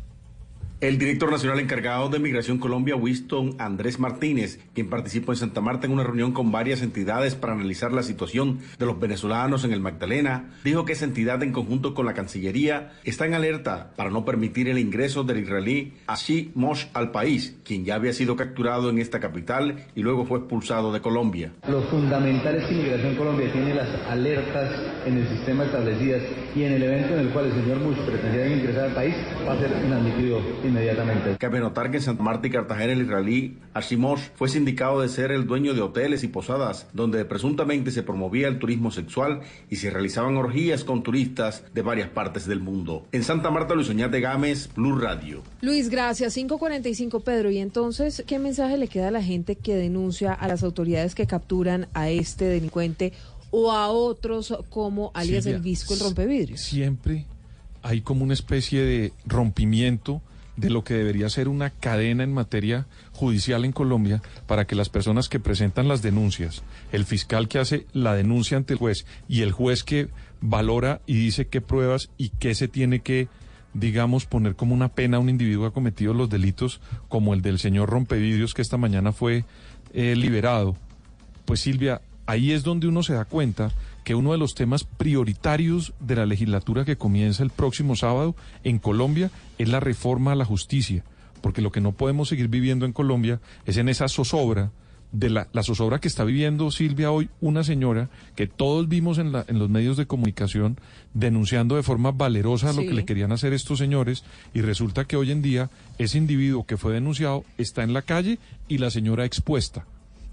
El director nacional encargado de Migración Colombia, Winston Andrés Martínez, quien participó en Santa Marta en una reunión con varias entidades para analizar la situación de los venezolanos en el Magdalena, dijo que esa entidad en conjunto con la Cancillería está en alerta para no permitir el ingreso del israelí Ashi Mosh al país, quien ya había sido capturado en esta capital y luego fue expulsado de Colombia. Lo fundamental es que Migración Colombia tiene las alertas en el sistema establecidas y en el evento en el cual el señor Mosh pretendía ingresar al país va a ser inadmitido inmediatamente. Cabe notar que en Santa Marta y Cartagena el israelí Ashi Mosh fue sindicado de ser el dueño de hoteles y posadas donde presuntamente se promovía el turismo sexual y se realizaban orgías con turistas de varias partes del mundo. En Santa Marta, Luis Oñate Gámez, Blue Radio. Luis, gracias. 5:45, Pedro. Y entonces, ¿qué mensaje le queda a la gente que denuncia a las autoridades que capturan a este delincuente o a otros como alias Silvia, el Visco, el rompevidrios? Siempre hay como una especie de rompimiento de lo que debería ser una cadena en materia judicial en Colombia para que las personas que presentan las denuncias, el fiscal que hace la denuncia ante el juez y el juez que valora y dice qué pruebas y qué se tiene que, digamos, poner como una pena a un individuo que ha cometido los delitos como el del señor Rompevidrios que esta mañana fue liberado. Pues Silvia, ahí es donde uno se da cuenta que uno de los temas prioritarios de la legislatura que comienza el próximo sábado en Colombia es la reforma a la justicia, porque lo que no podemos seguir viviendo en Colombia es en esa zozobra, de la zozobra que está viviendo Silvia hoy, una señora que todos vimos en los medios de comunicación denunciando de forma valerosa lo que le querían hacer estos señores, y resulta que hoy en día ese individuo que fue denunciado está en la calle y la señora expuesta.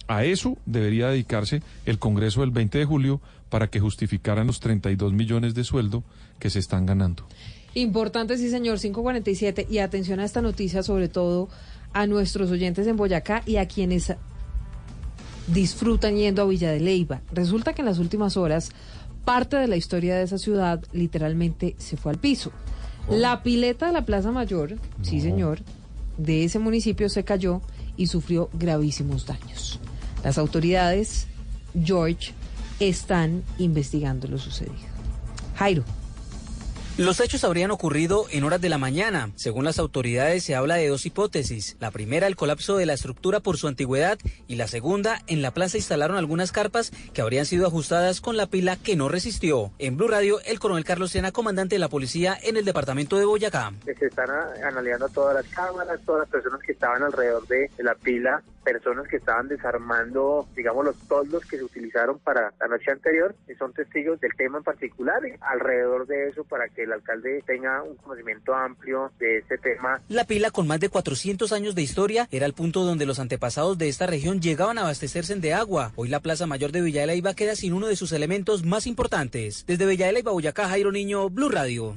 A eso debería dedicarse el Congreso del 20 de julio para que justificaran los 32 millones de sueldo que se están ganando. Importante, sí señor, 5:47. Y atención a esta noticia, sobre todo a nuestros oyentes en Boyacá y a quienes disfrutan yendo a Villa de Leyva. Resulta que en las últimas horas parte de la historia de esa ciudad literalmente se fue al piso. La pileta de la Plaza Mayor, sí señor, de ese municipio se cayó y sufrió gravísimos daños. Las autoridades, George, están investigando lo sucedido. Jairo. Los hechos habrían ocurrido en horas de la mañana. Según las autoridades, se habla de dos hipótesis. La primera, el colapso de la estructura por su antigüedad, y la segunda, en la plaza instalaron algunas carpas que habrían sido ajustadas con la pila que no resistió. En Blue Radio, el coronel Carlos Sena, comandante de la policía en el departamento de Boyacá. Se están analizando todas las cámaras, todas las personas que estaban alrededor de la pila, personas que estaban desarmando, digamos, los toldos que se utilizaron para la noche anterior, y son testigos del tema en particular, alrededor de eso, para que el alcalde tenga un conocimiento amplio de este tema. La pila, con más de 400 años de historia, era el punto donde los antepasados de esta región llegaban a abastecerse de agua. Hoy la Plaza Mayor de Villa de Leyva queda sin uno de sus elementos más importantes. Desde Villa de Leyva, Boyacá, Jairo Niño, Blue Radio.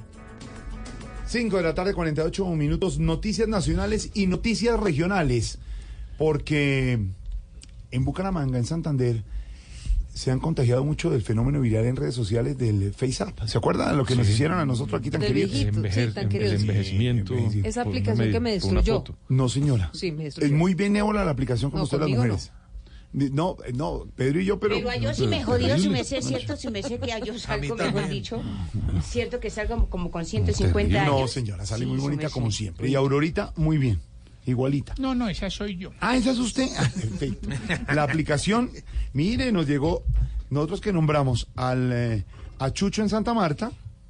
5 de la tarde, 48 minutos, noticias nacionales y noticias regionales, porque en Bucaramanga, en Santander, se han contagiado mucho del fenómeno viral en redes sociales del FaceApp. ¿Se acuerdan de lo que nos hicieron a nosotros aquí tan queridos? El envejecimiento. Esa aplicación que me destruyó. No, señora. Sí, me destruyó. Es muy benévola la aplicación con ustedes las mujeres. No, Pedro y yo, pero a yo sí me jodió, si me sé cierto, si me sé que yo salgo, mejor dicho, cierto que salgo como con 150 años. No, señora, sale muy bonita como siempre. Y Aurorita, muy bien. Igualita. No, esa soy yo. Ah, esa es usted. Ah, perfecto. La aplicación, mire, nos llegó, nosotros que nombramos a Chucho en Santa Marta,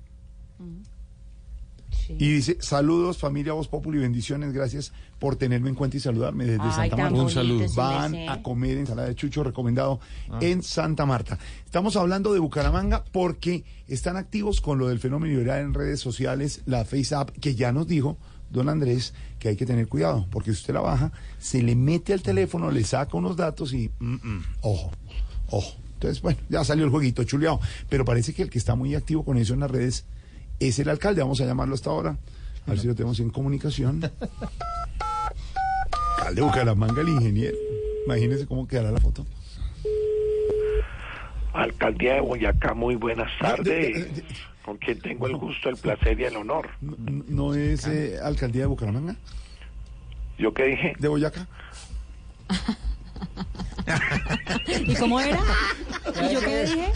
sí. Y dice, saludos familia Voz Populi, bendiciones, gracias por tenerme en cuenta y saludarme desde Santa Marta. Un saludo. Van a comer ensalada de Chucho, recomendado en Santa Marta. Estamos hablando de Bucaramanga porque están activos con lo del fenómeno viral en redes sociales, la FaceApp, que ya nos dijo don Andrés que hay que tener cuidado, porque si usted la baja, se le mete al teléfono, le saca unos datos y ojo. Entonces, bueno, ya salió el jueguito chuleado, pero parece que el que está muy activo con eso en las redes es el alcalde. Vamos a llamarlo hasta ahora, a ver si lo tenemos en comunicación. Alcalde de Bucaramanga, el ingeniero. Imagínese cómo quedará la foto. Alcaldía de Boyacá, muy buenas tardes. ¿Con quien tengo el gusto, el placer y el honor? ¿No es alcaldía de Bucaramanga? ¿Yo qué dije? ¿De Boyacá? ¿Y cómo era? ¿Y yo qué dije?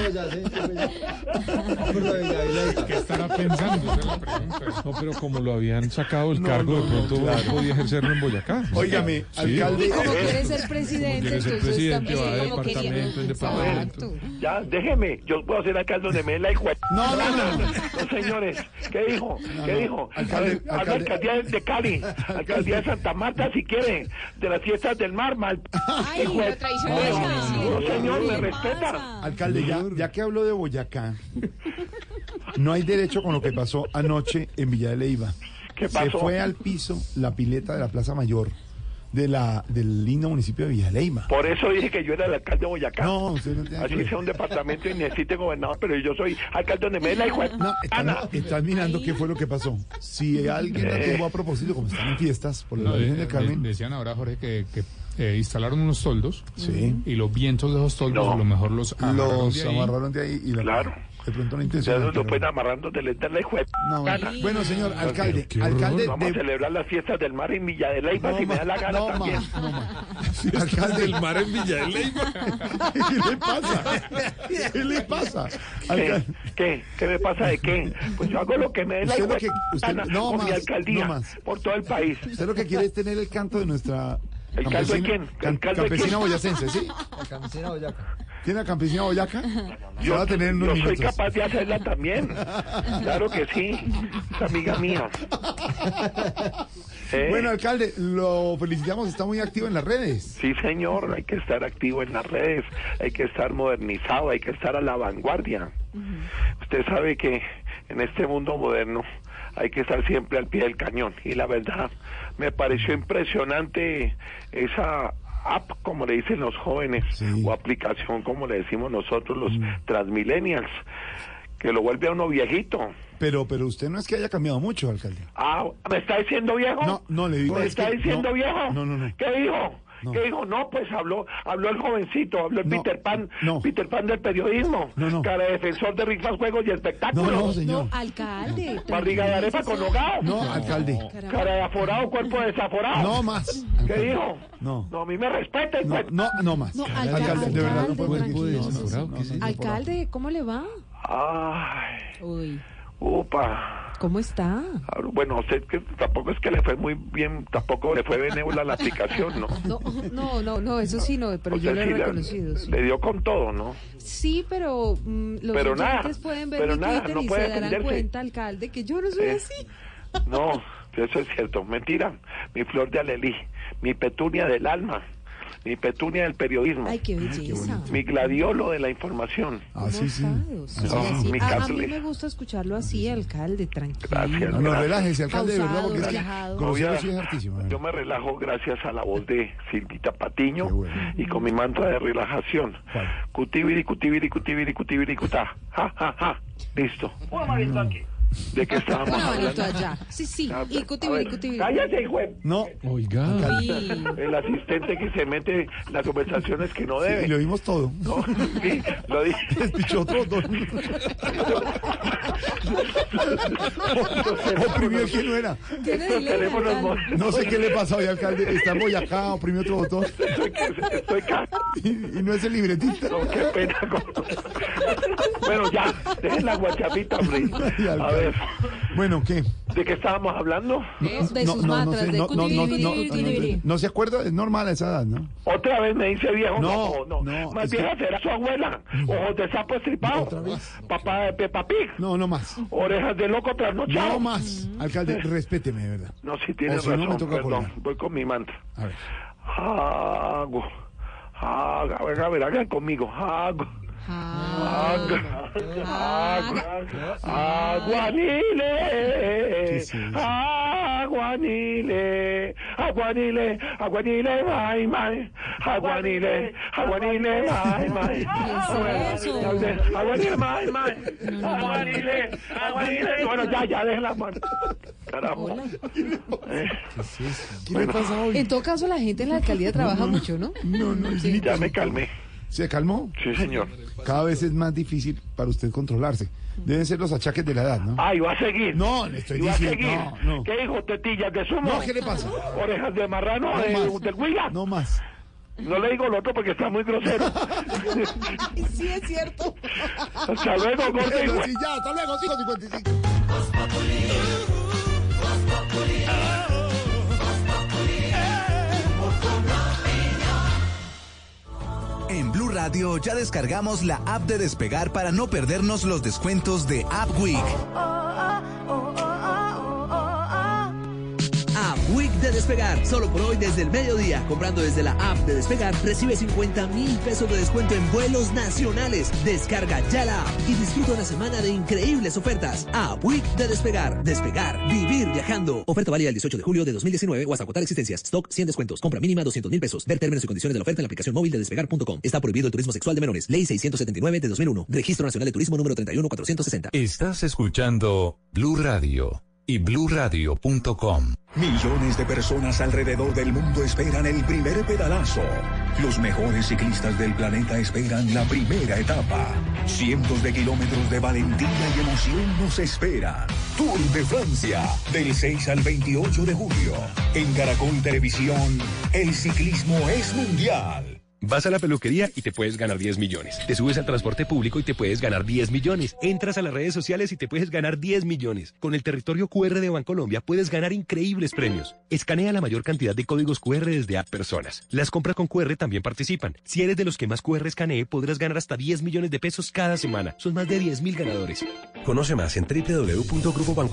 ¿Qué estará pensando? No, pero como lo habían sacado el cargo, de pronto podía ejercerlo en Boyacá. Óigame, alcalde. Y como quiere ser presidente, entonces también va de como departamento en departamento. Ya, déjeme, yo puedo ser alcalde donde me dé la hijo. No, señores, ¿qué dijo? Alcalde, alcaldía de Cali, alcaldía de Santa Marta, si quieren, de las fiestas del mar, mal. Ay, lo traicionó. No, señor, me respeta. Alcalde, ya que hablo de Boyacá, no hay derecho con lo que pasó anoche en Villa de Leyva. ¿Qué pasó? Se fue al piso la pileta de la Plaza Mayor del lindo municipio de Villa de Leyva. Por eso dije que yo era el alcalde de Boyacá. No, usted no tiene así sea un departamento y necesite gobernador, pero yo soy alcalde donde me dé la hijo. No, están mirando qué fue lo que pasó. Si alguien la tuvo a propósito, como están en fiestas por la Virgen del Carmen. Decían ahora, Jorge, que instalaron unos toldos, sí, y los vientos de esos toldos a lo mejor los amarraron de ahí y claro. De pronto no intencional. Ustedes lo pueden amarrando de la hijo. No, bueno, señor alcalde, vamos a celebrar las fiestas del mar en Villa de Leyva, si me da la gana también. Alcalde del mar en Villa de Leyva. ¿Qué le pasa? ¿Qué me pasa de qué? Pues yo hago lo que me dé la hijo con mi alcaldía por todo el país. Usted lo que quiere es tener el canto de nuestra ¿El caldo de quién? Campesina boyacense, ¿sí? La campesina boyaca. ¿Tiene la campesina boyaca? Yo soy capaz de hacerla también. Claro que sí. Es amiga mía. Bueno, alcalde, lo felicitamos, está muy activo en las redes. Sí, señor, hay que estar activo en las redes, hay que estar modernizado, hay que estar a la vanguardia. Usted sabe que en este mundo moderno hay que estar siempre al pie del cañón, y la verdad me pareció impresionante esa app, como le dicen los jóvenes, o aplicación, como le decimos nosotros los transmillennials, que lo vuelve a uno viejito. Pero usted no es que haya cambiado mucho, alcalde. Ah, ¿me está diciendo viejo? No le digo. ¿Me está diciendo viejo? No. ¿Qué dijo? No. ¿Qué dijo? No, pues habló el jovencito, habló el Peter Pan del periodismo, cara defensor de rifas, juegos y espectáculos. No, señor. No, alcalde. Barriga de arepa con hogao. No, alcalde. Cara de aforado, cuerpo desaforado. No más. ¿Qué dijo? No, a mí me respeten. No más. No, alcalde, de verdad no puedo Alcalde, ¿cómo le va? Ay. Uy. Upa. ¿Cómo está? Bueno, usted que tampoco es que le fue muy bien, tampoco le fue benévola la aplicación, ¿no? No, eso sí no, pero yo lo he reconocido. Sí. Le dio con todo, ¿no? Sí, pero los oyentes pueden ver mi Twitter y se darán cuenta, alcalde, que yo no soy así. No, eso es cierto, mentira. Mi flor de alelí, mi petunia del alma, mi petunia del periodismo. Ay, qué belleza. Mi gladiolo de la información. Sí. Mi a mí me gusta escucharlo así, alcalde, tranquilo. Gracias. No, relájese, alcalde, de verdad, porque relajado. es que es hartísimo. Yo me relajo gracias a la voz de Silvita Patiño y con mi mantra de relajación. Cutibiri, cutibiri, cutibiri, cutibiri, cutá. Ja, ja, ja. Listo. ¿De qué estábamos hablando? Allá. Sí. Y cutibiri. Cállate, güey. No. Oiga. El asistente que se mete en las conversaciones que no debe. Y lo vimos todo. No, sí, lo dije. Despichó todo. Oprimió el que no era. No sé qué le pasa hoy, alcalde. Está en Boyacá, oprimió otro botón. Estoy y no es el libretista. No, qué pena. Bueno, ya, dejen la guachapita, hombre. A ver. Bueno, ¿qué? ¿De qué estábamos hablando? De sus mantras, no se acuerda, es normal a esa edad, ¿no? Otra vez me dice viejo. No. Más vieja será su abuela. Ojos de sapo estripado. ¿Otra vez? Papá de Peppa Pig. No más. Orejas de loco trasnochado. No más. Alcalde, respéteme, de verdad. No, si tiene razón, no me toca perdón. Voy con mi mantra. A ver. A ver, hagan conmigo. Aguanile, mai, mai. Aguanile, mai. Aguanile, mai. Aguanile. Bueno, ya, dejen la mano. Carajo. ¿Qué le pasa hoy? En todo caso, la gente en la alcaldía trabaja mucho, ¿no? No, sí, ya me calmé. ¿Se calmó? Sí, señor. Cada vez es más difícil para usted controlarse. Deben ser los achaques de la edad, ¿no? ¿Y va a seguir? No, le estoy diciendo. No. ¿Qué dijo, tetilla que sumo? No, ¿qué le pasa? ¿Orejas de marrano del Huila? No más. No le digo lo otro porque está muy grosero. Sí, es cierto. Hasta luego, gordo. Sí, ya, hasta luego, 5:55. En Blue Radio ya descargamos la app de Despegar para no perdernos los descuentos de App Week. App Week de Despegar, solo por hoy desde el mediodía. Comprando desde la app de Despegar, recibe 50,000 pesos de descuento en vuelos nacionales. Descarga ya la app y disfruta una semana de increíbles ofertas. App Week de Despegar. Despegar, vivir viajando. Oferta válida el 18 de julio de 2019 o hasta agotar existencias. Stock 100 descuentos. Compra mínima 200,000 pesos. Ver términos y condiciones de la oferta en la aplicación móvil de Despegar.com. Está prohibido el turismo sexual de menores. Ley 679 de 2001. Registro Nacional de Turismo número 31460. Estás escuchando Blue Radio y BlueRadio.com. Millones de personas alrededor del mundo esperan el primer pedalazo. Los mejores ciclistas del planeta esperan la primera etapa. Cientos de kilómetros de valentía y emoción nos esperan. Tour de Francia, del 6 al 28 de julio. En Caracol Televisión, el ciclismo es mundial. Vas a la peluquería y te puedes ganar 10 millones. Te subes al transporte público y te puedes ganar 10 millones. Entras a las redes sociales y te puedes ganar 10 millones. Con el territorio QR de Bancolombia puedes ganar increíbles premios. Escanea la mayor cantidad de códigos QR desde App Personas. Las compras con QR también participan. Si eres de los que más QR escanee, podrás ganar hasta 10 millones de pesos cada semana. Son más de 10.000 ganadores. Conoce más en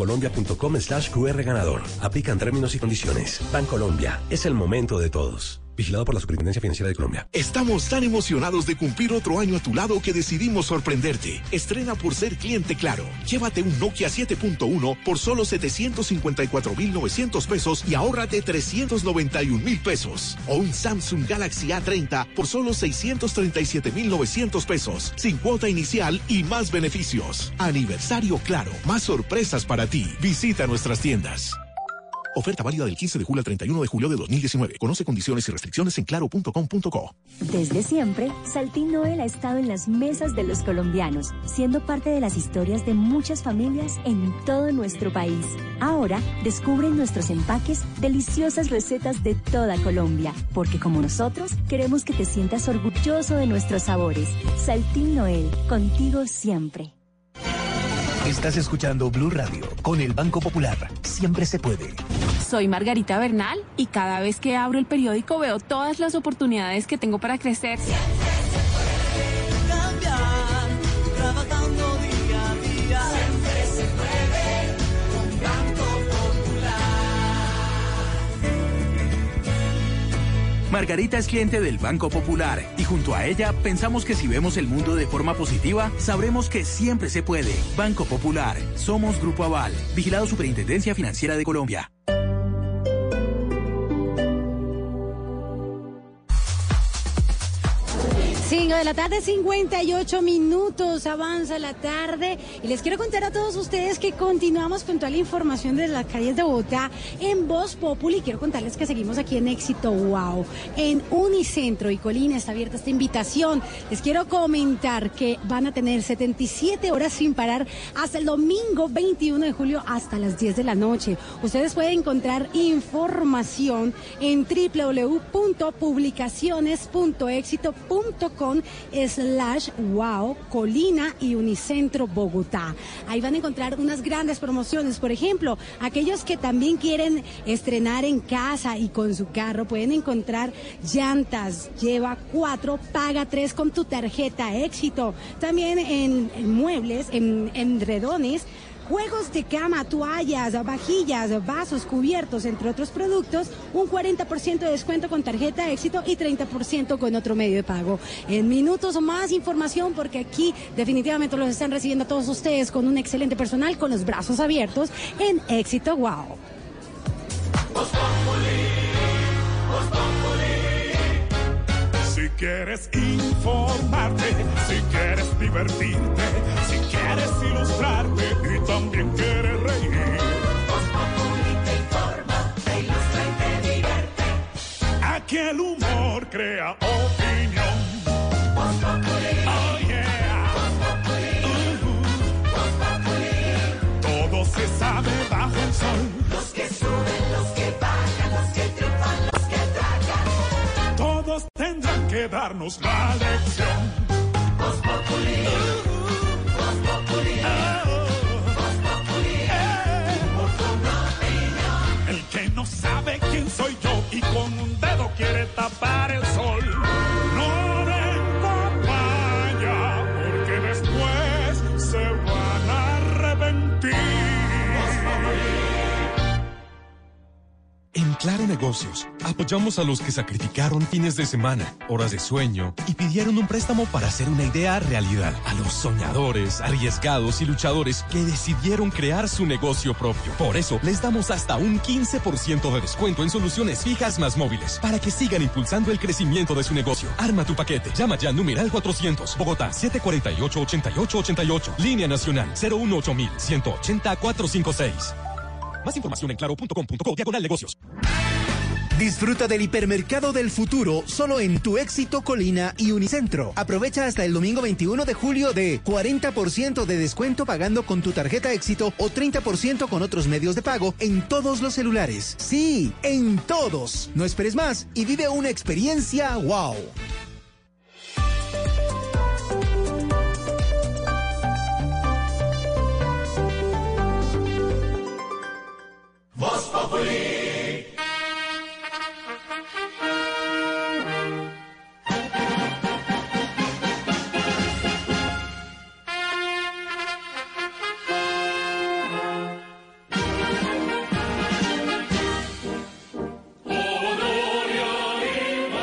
www.grupobancolombia.com/QR ganador. Aplican términos y condiciones. Bancolombia, es el momento de todos. Vigilado por la Superintendencia Financiera de Colombia. Estamos tan emocionados de cumplir otro año a tu lado que decidimos sorprenderte. Estrena por ser cliente Claro. Llévate un Nokia 7.1 por solo 754.900 pesos y ahórrate 391.000 pesos. O un Samsung Galaxy A30 por solo 637.900 pesos. Sin cuota inicial y más beneficios. Aniversario Claro. Más sorpresas para ti. Visita nuestras tiendas. Oferta válida del 15 de julio al 31 de julio de 2019. Conoce condiciones y restricciones en claro.com.co. Desde siempre, Saltín Noel ha estado en las mesas de los colombianos, siendo parte de las historias de muchas familias en todo nuestro país. Ahora, descubre en nuestros empaques deliciosas recetas de toda Colombia, porque como nosotros, queremos que te sientas orgulloso de nuestros sabores. Saltín Noel, contigo siempre. Estás escuchando Blue Radio con el Banco Popular. Siempre se puede. Soy Margarita Bernal y cada vez que abro el periódico veo todas las oportunidades que tengo para crecer. Cambiar, trabajando día a día. Siempre se puede con Banco Popular. Margarita es cliente del Banco Popular y junto a ella pensamos que si vemos el mundo de forma positiva, sabremos que siempre se puede. Banco Popular. Somos Grupo Aval. Vigilado Superintendencia Financiera de Colombia. 5 de la tarde, 58 minutos, avanza la tarde y les quiero contar a todos ustedes que continuamos con toda la información de las calles de Bogotá en Voz Populi. Quiero contarles que seguimos aquí en Éxito Wow, en Unicentro y Colina está abierta esta invitación. Les quiero comentar que van a tener 77 horas sin parar hasta el domingo 21 de julio hasta las 10 de la noche. Ustedes pueden encontrar información en www.publicaciones.exito.com/wow Colina y Unicentro Bogotá. Ahí van a encontrar unas grandes promociones. Por ejemplo, aquellos que también quieren estrenar en casa y con su carro pueden encontrar llantas, lleva 4, paga 3 con tu tarjeta Éxito. También en muebles, en edredones, juegos de cama, toallas, vajillas, vasos, cubiertos, entre otros productos, un 40% de descuento con tarjeta Éxito y 30% con otro medio de pago. En minutos más información porque aquí definitivamente los están recibiendo a todos ustedes con un excelente personal, con los brazos abiertos en Éxito Wow. Si quieres informarte, si quieres divertirte, si quieres ilustrarte y también quieres reír. Voz Populi te informa, te ilustra y te divierte. Aquí el humor crea opinión. Voz Populi. Oh yeah. Voz Populi. Voz Populi. Todo se sabe bajo el sol. Los que suben, los que bajan, los que triunfan, los que tragan. Todos tendrán que darnos la lección. Voz Populi. Voz Populi. Voz Populi. Humor con opinión. El que no sabe quién soy yo y con un dedo quiere tapar el sol. No den papaya porque después se van a arrepentir. Voz Populi. En Claro Negocios, apoyamos a los que sacrificaron fines de semana, horas de sueño y pidieron un préstamo para hacer una idea realidad. A los soñadores, arriesgados y luchadores que decidieron crear su negocio propio. Por eso, les damos hasta un 15% de descuento en soluciones fijas más móviles para que sigan impulsando el crecimiento de su negocio. Arma tu paquete. Llama ya numeral 400, Bogotá 748-8888. Línea nacional 018-180-456. Más información en claro.com.co/negocios. Disfruta del hipermercado del futuro solo en Tu Éxito Colina y Unicentro. Aprovecha hasta el domingo 21 de julio de 40% de descuento pagando con tu tarjeta Éxito o 30% con otros medios de pago en todos los celulares. Sí, en todos. No esperes más y vive una experiencia wow. Voz Populi. Gloria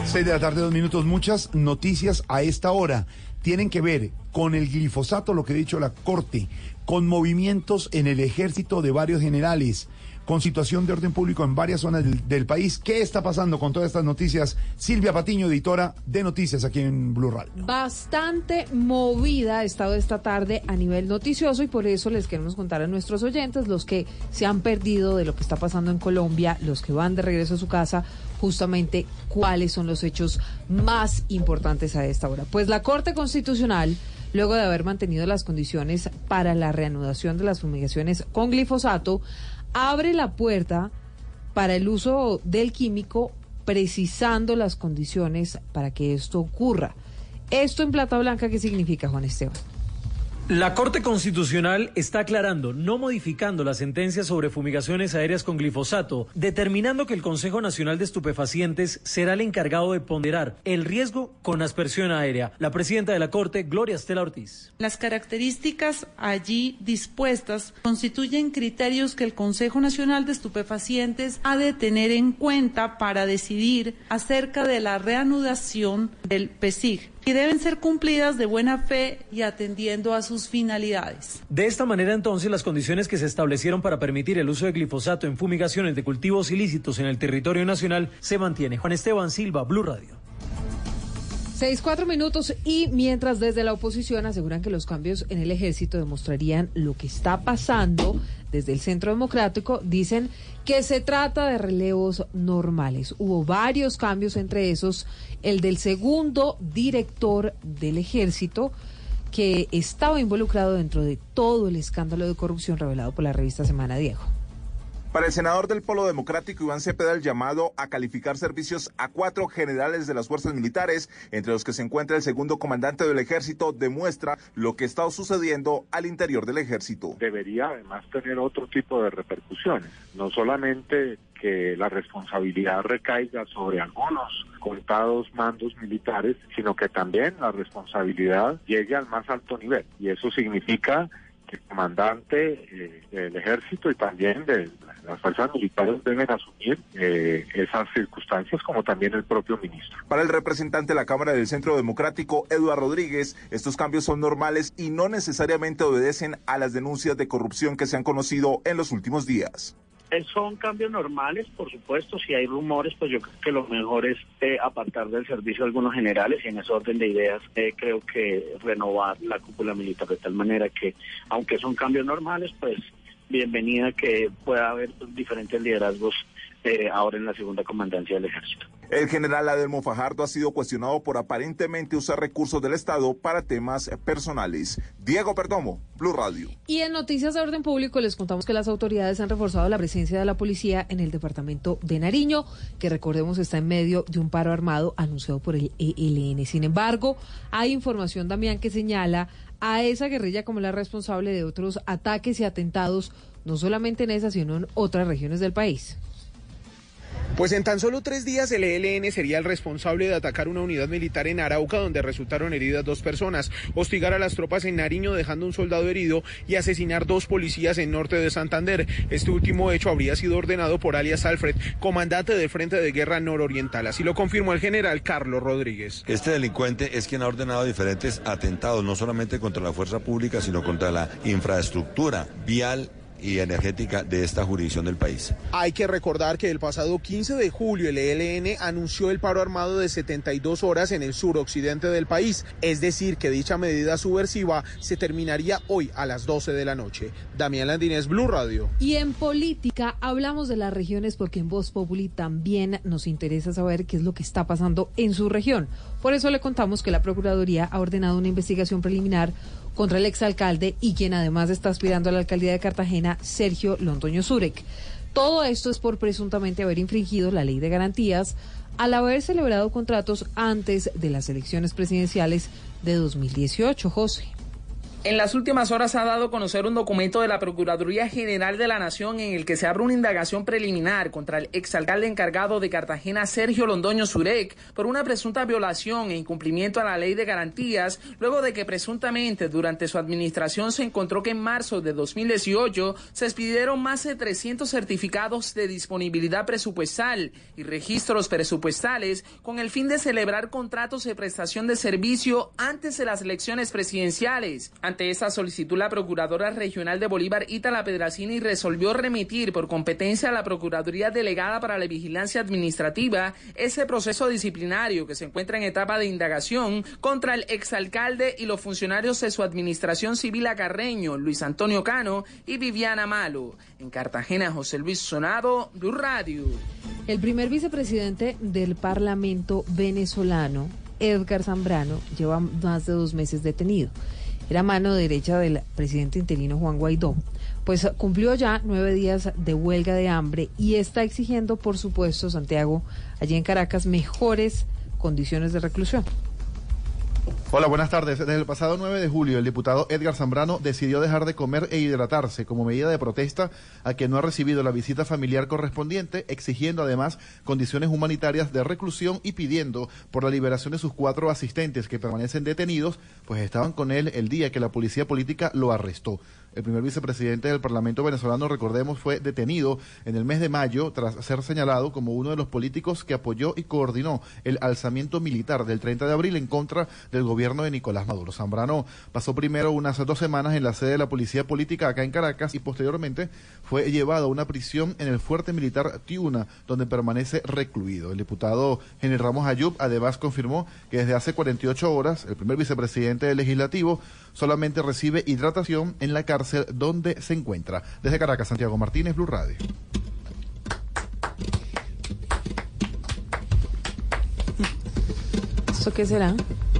6:02 p.m. Muchas noticias a esta hora tienen que ver con el glifosato, lo que ha dicho la Corte, con movimientos en el ejército de varios generales, con situación de orden público en varias zonas del país. ¿Qué está pasando con todas estas noticias? Silvia Patiño, editora de noticias aquí en Blue Radio. Bastante movida ha estado esta tarde a nivel noticioso y por eso les queremos contar a nuestros oyentes, los que se han perdido de lo que está pasando en Colombia, los que van de regreso a su casa, justamente cuáles son los hechos más importantes a esta hora. Pues la Corte Constitucional, luego de haber mantenido las condiciones para la reanudación de las fumigaciones con glifosato, abre la puerta para el uso del químico, precisando las condiciones para que esto ocurra. Esto en plata blanca, ¿qué significa, Juan Esteban? La Corte Constitucional está aclarando, no modificando la sentencia sobre fumigaciones aéreas con glifosato, determinando que el Consejo Nacional de Estupefacientes será el encargado de ponderar el riesgo con aspersión aérea. La presidenta de la Corte, Gloria Estela Ortiz. Las características allí dispuestas constituyen criterios que el Consejo Nacional de Estupefacientes ha de tener en cuenta para decidir acerca de la reanudación del PESIG, y deben ser cumplidas de buena fe y atendiendo a sus finalidades. De esta manera, entonces, las condiciones que se establecieron para permitir el uso de glifosato en fumigaciones de cultivos ilícitos en el territorio nacional se mantiene. Juan Esteban Silva, Blue Radio. 6:04 y mientras desde la oposición aseguran que los cambios en el ejército demostrarían lo que está pasando, desde el Centro Democrático dicen que se trata de relevos normales. Hubo varios cambios, entre esos el del segundo director del ejército, que estaba involucrado dentro de todo el escándalo de corrupción revelado por la revista Semana. Diego. Para el senador del Polo Democrático, Iván Cepeda, el llamado a calificar servicios a 4 generales de las fuerzas militares, entre los que se encuentra el segundo comandante del ejército, demuestra lo que está sucediendo al interior del ejército. Debería además tener otro tipo de repercusiones, no solamente que la responsabilidad recaiga sobre algunos contados mandos militares, sino que también la responsabilidad llegue al más alto nivel. Y eso significa que el comandante del ejército y también de las fuerzas militares deben asumir esas circunstancias, como también el propio ministro. Para el representante de la Cámara del Centro Democrático, Eduardo Rodríguez, estos cambios son normales y no necesariamente obedecen a las denuncias de corrupción que se han conocido en los últimos días. Son cambios normales, por supuesto. Si hay rumores, pues yo creo que lo mejor es apartar del servicio a algunos generales, y en ese orden de ideas creo que renovar la cúpula militar de tal manera que, aunque son cambios normales, pues bienvenida que pueda haber diferentes liderazgos ahora en la segunda comandancia del ejército. El general Adelmo Fajardo ha sido cuestionado por aparentemente usar recursos del Estado para temas personales. Diego Perdomo, Blue Radio. Y en noticias de orden público les contamos que las autoridades han reforzado la presencia de la policía en el departamento de Nariño, que recordemos está en medio de un paro armado anunciado por el ELN. Sin embargo, hay información, Damián, que señala a esa guerrilla como la responsable de otros ataques y atentados, no solamente en esa, sino en otras regiones del país. Pues en tan solo 3 días el ELN sería el responsable de atacar una unidad militar en Arauca, donde resultaron heridas 2 personas, hostigar a las tropas en Nariño dejando un soldado herido y asesinar 2 policías en norte de Santander. Este último hecho habría sido ordenado por alias Alfred, comandante del Frente de Guerra Nororiental. Así lo confirmó el general Carlos Rodríguez. Este delincuente es quien ha ordenado diferentes atentados, no solamente contra la fuerza pública, sino contra la infraestructura vial y energética de esta jurisdicción del país. Hay que recordar que el pasado 15 de julio el ELN anunció el paro armado de 72 horas en el suroccidente del país, es decir, que dicha medida subversiva se terminaría hoy a las 12 de la noche. Damián Landines, Blue Radio. Y en política hablamos de las regiones porque en Voz Populi también nos interesa saber qué es lo que está pasando en su región. Por eso le contamos que la Procuraduría ha ordenado una investigación preliminar contra el exalcalde y quien además está aspirando a la alcaldía de Cartagena, Sergio Londoño Zurek. Todo esto es por presuntamente haber infringido la ley de garantías al haber celebrado contratos antes de las elecciones presidenciales de 2018, José. En las últimas horas ha dado a conocer un documento de la Procuraduría General de la Nación en el que se abre una indagación preliminar contra el exalcalde encargado de Cartagena, Sergio Londoño Zurek, por una presunta violación e incumplimiento a la ley de garantías, luego de que presuntamente durante su administración se encontró que en marzo de 2018 se expidieron más de 300 certificados de disponibilidad presupuestal y registros presupuestales con el fin de celebrar contratos de prestación de servicio antes de las elecciones presidenciales. Ante esta solicitud, la Procuradora Regional de Bolívar, Ítala Pedrazzini, resolvió remitir por competencia a la Procuraduría Delegada para la Vigilancia Administrativa ese proceso disciplinario que se encuentra en etapa de indagación contra el exalcalde y los funcionarios de su administración civil a Carreño, Luis Antonio Cano y Viviana Malo. En Cartagena, José Luis Sonado, Blue Radio. El primer vicepresidente del Parlamento venezolano, Edgar Zambrano, lleva más de 2 meses detenido. Era mano derecha del presidente interino Juan Guaidó. Pues cumplió ya 9 días de huelga de hambre y está exigiendo, por supuesto, Santiago, allí en Caracas, mejores condiciones de reclusión. Hola, buenas tardes. Desde el pasado 9 de julio, el diputado Edgar Zambrano decidió dejar de comer e hidratarse como medida de protesta a que no ha recibido la visita familiar correspondiente, exigiendo además condiciones humanitarias de reclusión y pidiendo por la liberación de sus 4 asistentes que permanecen detenidos, pues estaban con él el día que la policía política lo arrestó. El primer vicepresidente del Parlamento venezolano, recordemos, fue detenido en el mes de mayo tras ser señalado como uno de los políticos que apoyó y coordinó el alzamiento militar del 30 de abril en contra del gobierno de Nicolás Maduro. Zambrano pasó primero unas 2 semanas en la sede de la policía política acá en Caracas y posteriormente fue llevado a una prisión en el fuerte militar Tiuna, donde permanece recluido. El diputado Henry Ramos Ayub además confirmó que desde hace 48 horas el primer vicepresidente del Legislativo solamente recibe hidratación en la cárcel donde se encuentra. Desde Caracas, Santiago Martínez, Blue Radio. ¿Eso qué será?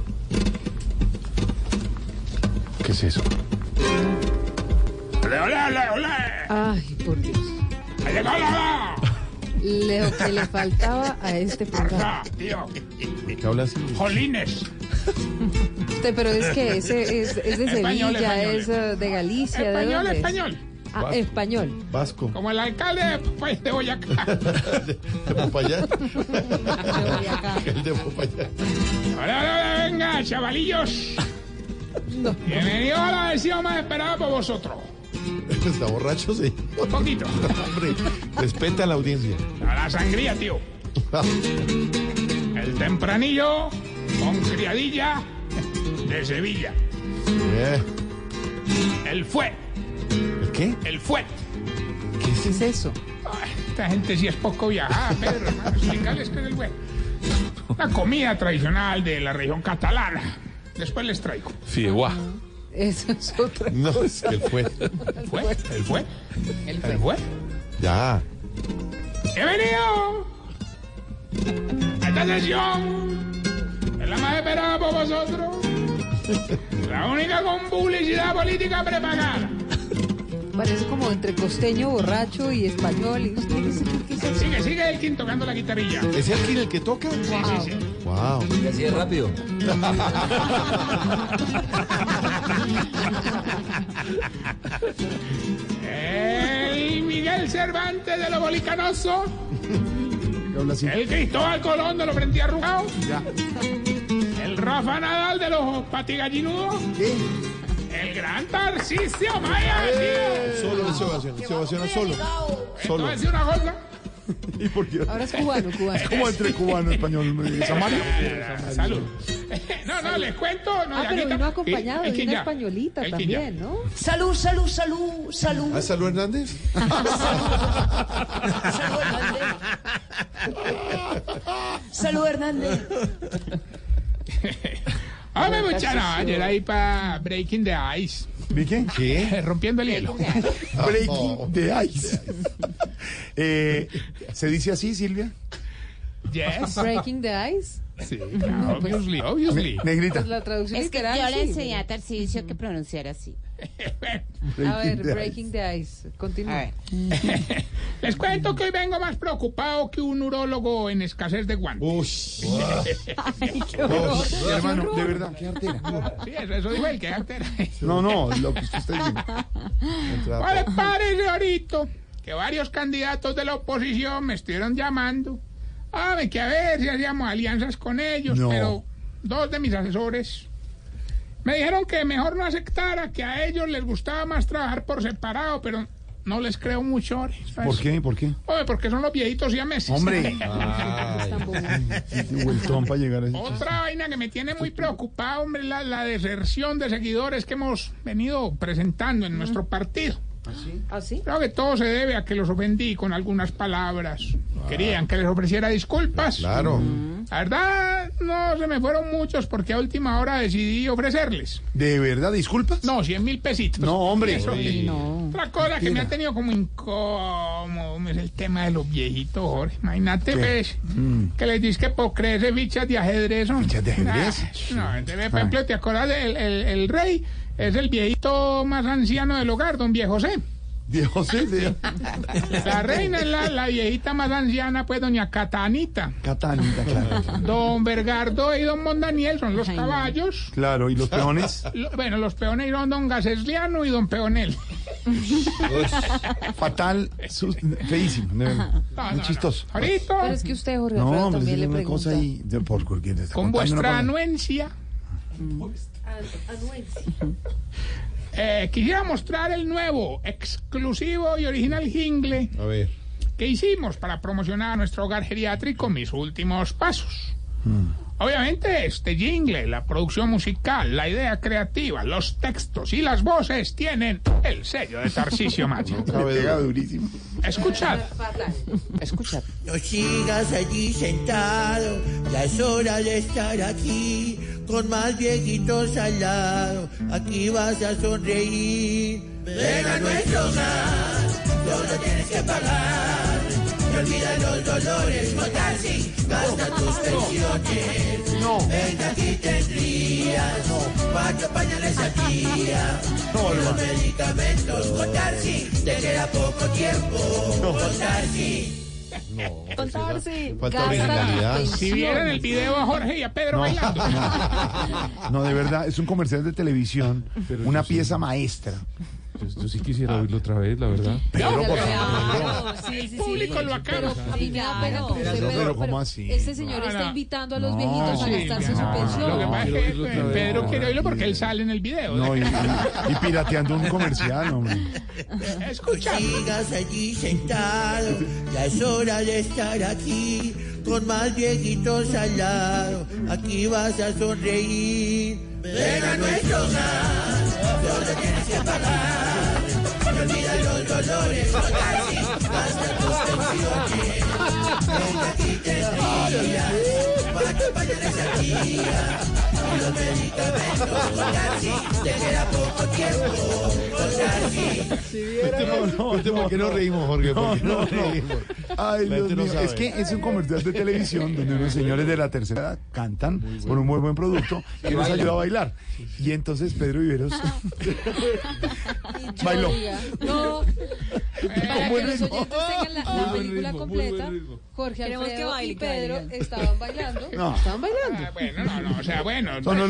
¿Qué es eso? ¡Ole, ole, ole, ole! Ay, por Dios. ¡Ole, ole, ole! Lo que le faltaba a este programa. Tío. ¿Qué habla así? ¡Jolines! Pero es que ese es de Español, Sevilla, español. es de Galicia, ¿de Español, dónde es? español. Ah, español. Vasco. Como el alcalde pues, de Boyacá. ¿De Popayán? El de Popayán. Hola, venga, chavalillos. No. Bienvenidos a la versión más esperada por vosotros. ¿Está borracho, sí? Un poquito. Hombre, respeta a la audiencia. A la sangría, tío. El tempranillo con criadilla de Sevilla. El fue. ¿El qué? El fue. ¿Qué es eso? Ay, esta gente sí es poco viajada, Pedro, hermano. Explicarles qué es el fue. Una comida tradicional de la región catalana. Después les traigo. Fideuá. Eso es otra No, cosa. es que el fue. ¿El fue? ¿El fue? El fue. ¿El fue? Ya. ¡Bienvenido a esta sesión! Es la más esperada por vosotros. La única con publicidad política prepagada. Parece como entre costeño, borracho y español. ¿Y usted qué es eso? Sigue Elkin tocando la guitarrilla. ¿Es Elkin el que toca? Sí. Wow. Y así es rápido. El Miguel Cervantes de los Bolicanosos. El Cristóbal Colón de los Frente Arrugados. Ya. El Rafa Nadal de los Patigallinudos. ¿Qué? El gran Tarcisio Maya, tío. Solo se ovaciona solo. Esto es una cosa. ¿Y por qué? Ahora es cubano. Es como entre cubano y español. ¿Samario? Salud. No, les cuento. No, Pero aquí vino acompañado de una ya. españolita El también, ¿no? Salud. ¿Ah, Salud Hernández? Salud Hernández. Hombre, mucha no, ayer ahí para Breaking the Ice. ¿Qué? ¿Qué? Rompiendo el hielo. Breaking the Ice. ¿Se dice así, Silvia? Yes. Breaking the Ice. Sí, claro, obviously. Negrita. Pues la traducción Es que literal, yo le sí, enseñé a Tarcisio que pronunciara así. A ver, Breaking the Ice. Continúa. Les cuento que hoy vengo más preocupado que un urólogo en escasez de guantes. Ay, qué horror. Hermano, de verdad, qué artera. Sí, eso dijo el que artera. No, lo que usted está diciendo. Vale, parece ahorita que varios candidatos de la oposición me estuvieron llamando. Que a ver si hacíamos alianzas con ellos, pero 2 de mis asesores me dijeron que mejor no aceptara, que a ellos les gustaba más trabajar por separado, pero no les creo mucho. ¿Sabes? ¿Por qué? Oye, porque son los viejitos siameses. Hombre. Vueltón para llegar a ese Otra vaina que me tiene muy preocupado, hombre, la deserción de seguidores que hemos venido presentando en nuestro partido. ¿Así? Creo que todo se debe a que los ofendí con algunas palabras. Querían que les ofreciera disculpas. Claro. La verdad, no se me fueron muchos porque a última hora decidí ofrecerles. ¿De verdad disculpas? No, 100.000 pesitos. No, hombre. Eso, otra cosa que me ha tenido como incómodo es el tema de los viejitos, Jorge. Imagínate, pues, que les dices que por creerse fichas de ajedrez. ¿Fichas de ajedrez? No, por ejemplo, ¿te acuerdas del rey? Es el viejito más anciano del hogar, don Viejo José. ¿Viejo José? La reina es la viejita más anciana, pues, doña Catanita. Catanita, claro. Don Bergardo y don Mondaniel son los caballos. Claro, ¿y los peones? Bueno, los peones son don Gasesliano y don Peonel. Fatal, feísimo, muy chistoso. Ahorita. Pero es que usted, Jorge Alfredo, también le pregunta. Cosa ahí, con vuestra anuencia. Quisiera mostrar el nuevo, exclusivo y original jingle que hicimos para promocionar nuestro hogar geriátrico, Mis Últimos Pasos. Obviamente este jingle, la producción musical, la idea creativa, los textos y las voces tienen el sello de Tarcisio Maya. Durísimo. Escuchad. Escuchad. No sigas allí sentado, ya es hora de estar aquí, con más viejitos al lado, aquí vas a sonreír. Ven a nuestro hogar, solo tienes que pagar. No olvides los dolores, con Tarsi, gasta tus pensiones. Venga, aquí tendrías 4 pañales al día. Los medicamentos, con Tarsi, te queda poco tiempo. Con Tarsi. Contarse. Falta originalidad. Si vieran el video a Jorge y a Pedro bailando. No, de verdad, es un comercial de televisión, una pieza maestra. Yo sí quisiera oírlo otra vez, la verdad. Pero, por favor. Sí, El público lo acaba. Pero ¿cómo así? Este señor está invitando a los viejitos a gastarse su pensión. Lo que pasa es que Pedro quiere oírlo porque él sale en el video. No, y pirateando un comercial, hombre. Escucha. Sigas allí sentado, ya es hora de estar aquí, con más viejitos al lado, aquí vas a sonreír. Ven a nuestro hogar, solo tienes que pagar. No olvides los dolores, con Tarsi, gasta tus pensiones. Ven aquí tendrías 4 pañales al día. Y los medicamentos, con Tarsi, te queda poco tiempo. Con Tarsi. ¿Por qué no reímos, Jorge? ¿Por qué no reímos? Ay, Dios mío. Es que es un comercial de televisión donde unos señores de la tercera edad cantan con un muy buen producto que nos ayuda a bailar. Y entonces Pedro Viveros bailó. No. Para que los oyentes tengan la película completa, Jorge Alfredo y Pedro estaban bailando. No. Estaban bailando. Bueno, no, o sea, bueno. No,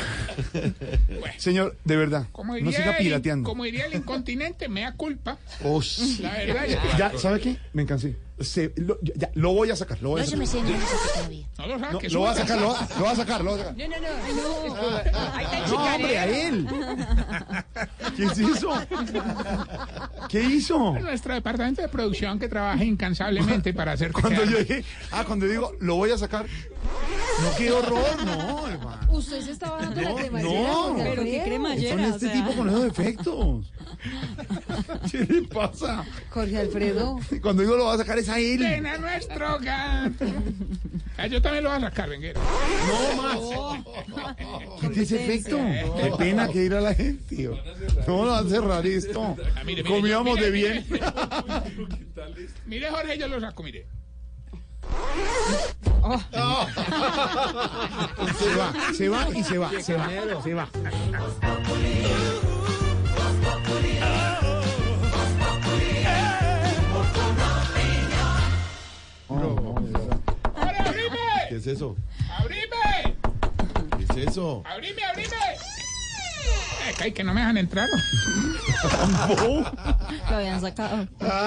Señor, de verdad, no siga pirateando. Como diría el incontinente, mea culpa. La verdad es que... Ya, ¿sabe qué? Me cansé. Lo voy a sacar. No se me siente todavía. No lo saques. Lo va a sacar. No. No, hombre, a él. ¿Qué es eso? ¿Qué hizo? Nuestro departamento de producción que trabaja incansablemente para hacer... Cuando digo, lo voy a sacar... No, qué horror, no, hermano. Usted se está bajando la cremallera. No, pero qué cremallera. Son tipo con esos efectos. ¿Qué le pasa? Jorge Alfredo. Cuando digo lo va a sacar es a él. Ven a nuestro hogar. Yo también lo voy a sacar, venguero. No más. ¿Qué es ese efecto? Qué pena que ir a la gente, tío. No, no van a cerrar esto. Comíamos de bien. Mire, Jorge, yo lo saco, mire. Se va. ¿Qué es eso? ¡Abrime! ¿Qué es eso? ¡Abrime! Que no me dejan entrar. Lo habían sacado.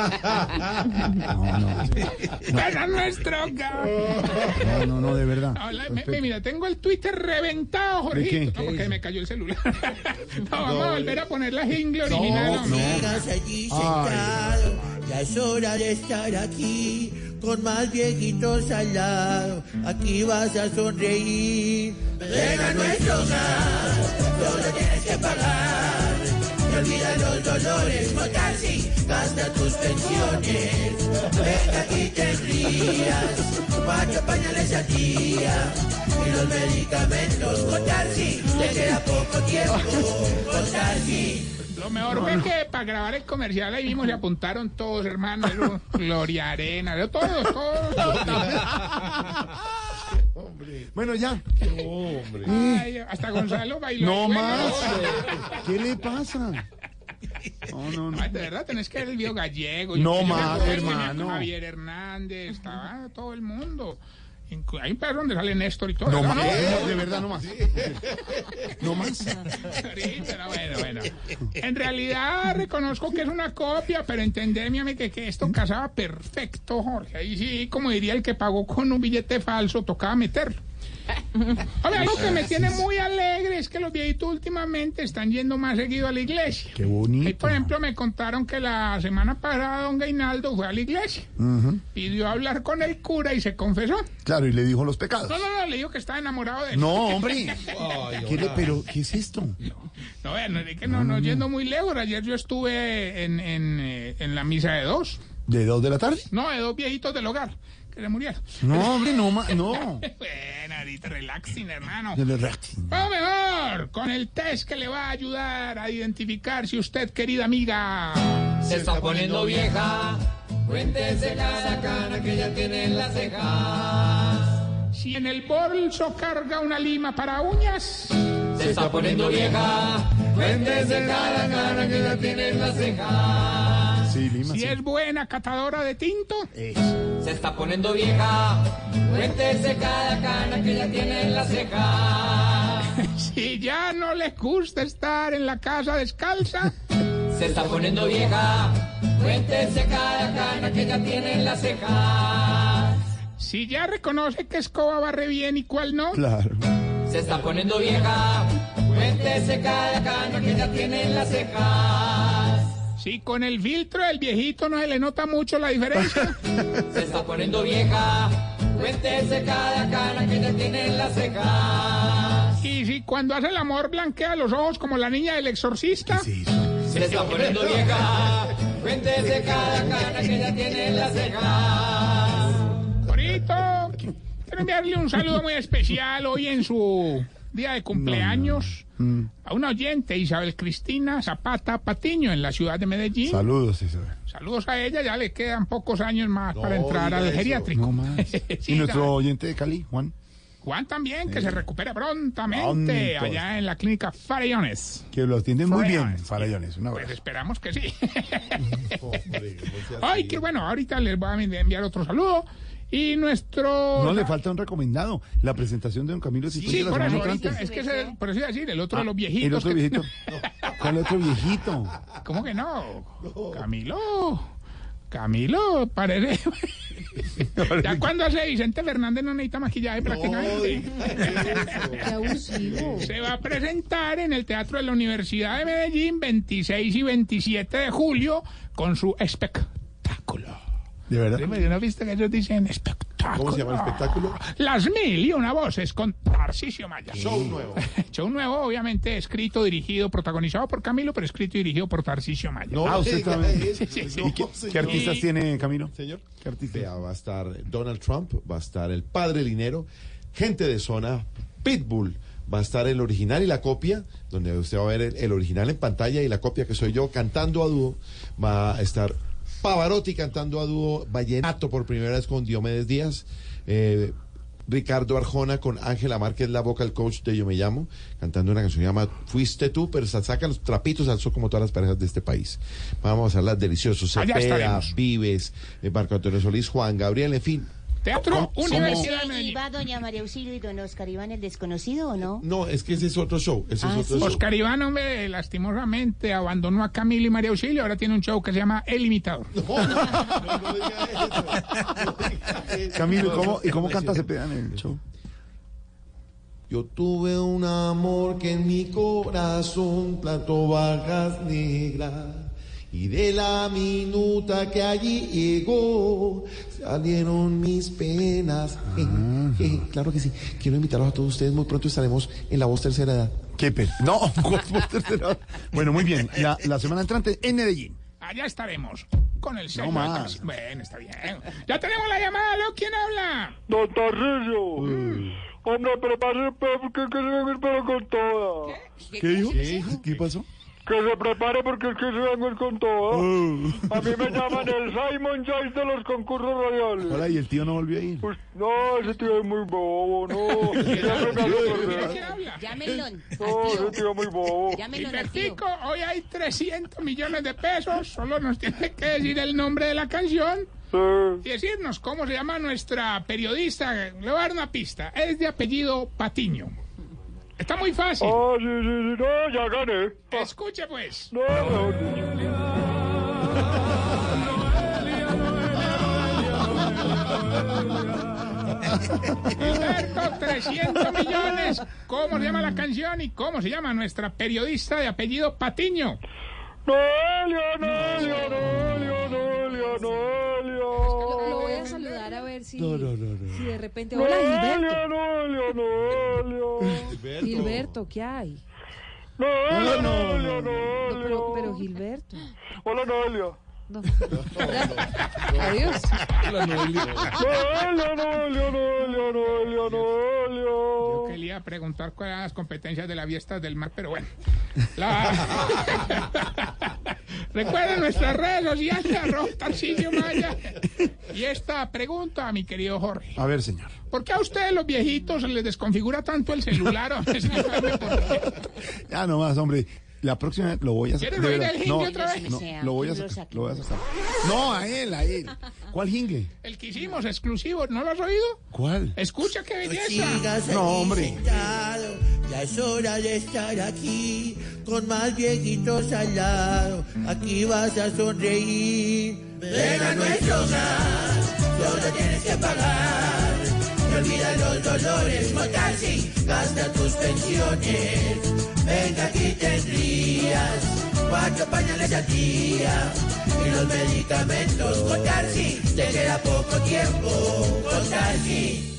Pero no es droga. No, de verdad. Mira, tengo el Twitter reventado, Jorgito. ¿De qué? No, porque me cayó el celular. Vamos a volver a poner la jingle original. Sigas allí sentado, ya es hora de estar aquí, con más viejitos al lado, aquí vas a sonreír. Ven a nuestro hogar, solo tienes que pagar, y olvida los dolores, Motarsi, gasta tus pensiones. Ven aquí te rías, 4 pañales al día, y los medicamentos, Motarsi, te queda poco tiempo, Motarsi. Lo mejor fue que para grabar el comercial ahí mismo se apuntaron todos, hermano. Gloria Arena, todos. Bueno, ya. Hombre. Ay, hasta Gonzalo bailó. No bueno. más. ¿Qué le pasa? No. Ay, de verdad, tenés que ver el video gallego. No Yo más, me hermano. Javier Hernández, estaba todo el mundo. Hay un perro donde sale Néstor y todo. No ¿no? más, de verdad, no más. No más. Ahorita, bueno. En realidad reconozco que es una copia, pero entendeme que esto casaba perfecto, Jorge. Ahí sí, como diría el que pagó con un billete falso, tocaba meterlo. Oye, algo que me tiene muy alegre es que los viejitos últimamente están yendo más seguido a la iglesia. Qué bonito. Ahí, por ejemplo, me contaron que la semana pasada don Gainaldo fue a la iglesia, pidió hablar con el cura y se confesó. Claro, y le dijo los pecados. No, le dijo que estaba enamorado de él. No, hombre. Pero, ¿qué es esto? No, es que no yendo muy lejos. Ayer yo estuve en la misa de 2. ¿De 2 de la tarde? No, de 2 viejitos del hogar que se murieron. No, hombre, no. Bueno, ahorita relaxing, hermano. Relaxing. Vamos mejor con el test que le va a ayudar a identificar si usted, querida amiga, se está poniendo vieja. Cuéntese cada cana que ya tiene en las cejas. Si en el bolso carga una lima para uñas, se está poniendo vieja. Cuéntese cada cana que ya tiene en las cejas. Sí, lima, si sí. es buena catadora de tinto, se está poniendo vieja. Cuéntese cada cana que ya tiene en las cejas. Si ya no le gusta estar en la casa descalza, se está poniendo vieja. Cuéntese cada cana que ya tiene en las cejas. Si ya reconoce que escoba barre bien y cuál no, claro, se está poniendo vieja. Cuéntese cada cana que ya tiene en las cejas. Si con el filtro del viejito no se le nota mucho la diferencia, se está poniendo vieja. Cuéntese cada cana que ya tiene en las cejas. Y si cuando hace el amor blanquea los ojos como la niña del exorcista, se está poniendo vieja. Cuéntese cada cana que ya tiene en las cejas. Bonito. Quiero enviarle un saludo muy especial hoy en su día de cumpleaños a una oyente, Isabel Cristina Zapata Patiño, en la ciudad de Medellín. Saludos, Isabel. Saludos a ella, ya le quedan pocos años más para entrar al geriátrico. No más. Sí, y nuestro oyente de Cali, Juan. Juan también, que se recupera prontamente allá en la clínica Farellones. Que lo atienden muy bien, Farellones. Una pues esperamos que sí. Ay, qué bueno, ahorita les voy a enviar otro saludo. Y nuestro... No le falta un recomendado. La presentación de don Camilo sí, por eso, ahorita, es que por eso iba a decir, el otro de los viejitos. El otro viejito. ¿Cuál otro viejito? ¿Cómo que no? Camilo, parece. Ya cuando hace Vicente Fernández no necesita maquillaje prácticamente. Qué abusivo. Se va a presentar en el Teatro de la Universidad de Medellín 26 y 27 de julio con su espectáculo. ¿De verdad? ¿No has visto que ellos dicen espectáculo? ¿Cómo se llama el espectáculo? Las 1001 voces con Tarcisio Maya. Show nuevo. Show nuevo, obviamente, escrito, dirigido, protagonizado por Camilo, pero escrito y dirigido por Tarcisio Maya. Usted también. Sí. ¿Qué artistas tiene Camilo? Señor. ¿Qué artistas? Va a estar Donald Trump, va a estar el Padre Linero, Gente de Zona, Pitbull. Va a estar el original y la copia, donde usted va a ver el original en pantalla y la copia que soy yo cantando a dúo. Va a estar Pavarotti cantando a dúo, Vallenato por primera vez con Diomedes Díaz, Ricardo Arjona con Ángela Márquez, la vocal coach de Yo Me Llamo, cantando una canción llamada Fuiste Tú, pero sacan los trapitos al sol como todas las parejas de este país. Vamos a hablar deliciosos, Cepeda, Vives, Marco Antonio Solís, Juan Gabriel, en fin, Teatro Universidad de ¿Y Medellín. va doña María Auxilio y don Oscar Iván, el desconocido, o no? No, es que ese es otro show. Ese es otro show. Oscar Iván, hombre, lastimosamente abandonó a Camilo y María Auxilio. Ahora tiene un show que se llama El Imitador. Camilo, ¿y cómo canta Cepeda en el show? Yo tuve un amor que en mi corazón plantó vagas negras, y de la minuta que allí llegó salieron mis penas. Claro que sí. Quiero invitarlos a todos ustedes. Muy pronto estaremos en La Voz Tercera Edad. ¿Qué pe? No, Voz Tercera Edad. Bueno, muy bien. La semana entrante en Medellín. Allá estaremos con el sello. No más. Bueno, está bien. Ya tenemos la llamada. ¿Aló? ¿Quién habla? Don Tarrillo. Hombre, prepare porque se venir pero con toda. ¿Qué dijo? ¿Qué pasó? Que se prepare porque es que se venir con toda. A mí me llaman el Simon Chase de los concursos radiales. Hola, ¿y el tío no volvió a ir? Pues, no, ese tío es muy bobo, no. Siempre me hace perder. Llámenlo. No, ese tío es muy bobo. Gilbertico, hoy hay 300 millones de pesos. Solo nos tiene que decir el nombre de la canción. Y decirnos cómo se llama nuestra periodista. Le voy a dar una pista. Es de apellido Patiño. Está muy fácil. Sí, no, ya gané. Escuche, pues. No. Gilberto, 300 millones. ¿Cómo se llama la canción y cómo se llama nuestra periodista de apellido Patiño? Noelia. Lo voy a saludar a ver si, si de repente... Hola, Gilberto. Gilberto, ¿qué hay? No. Pero Gilberto. Hola, Noelia. No. Adiós. Hola, Noelia. Yo quería preguntar cuáles eran las competencias de la Fiestas del Mar, pero bueno. Recuerden nuestras redes sociales, @Tarcisio Maya. Y esta pregunta a mi querido Jorge. A ver, señor. ¿Por qué a ustedes los viejitos se les desconfigura tanto el celular? Ya nomás, hombre. La próxima lo voy a sacar. ¿Quieres oír el jingle otra vez? No, lo voy a sacar. No, a él. ¿Cuál jingle? El que hicimos exclusivo, ¿no lo has oído? ¿Cuál? Escucha qué belleza. No, hombre. Ya es hora de estar aquí, con más viejitos al lado. Aquí vas a sonreír. Ven a nuestro hogar, solo tienes que pagar. No olvides los dolores, Motarsi, gasta tus pensiones. Venga, aquí tendrías 4 pañales al día y los medicamentos con Tarsi. Te queda poco tiempo con Tarsi.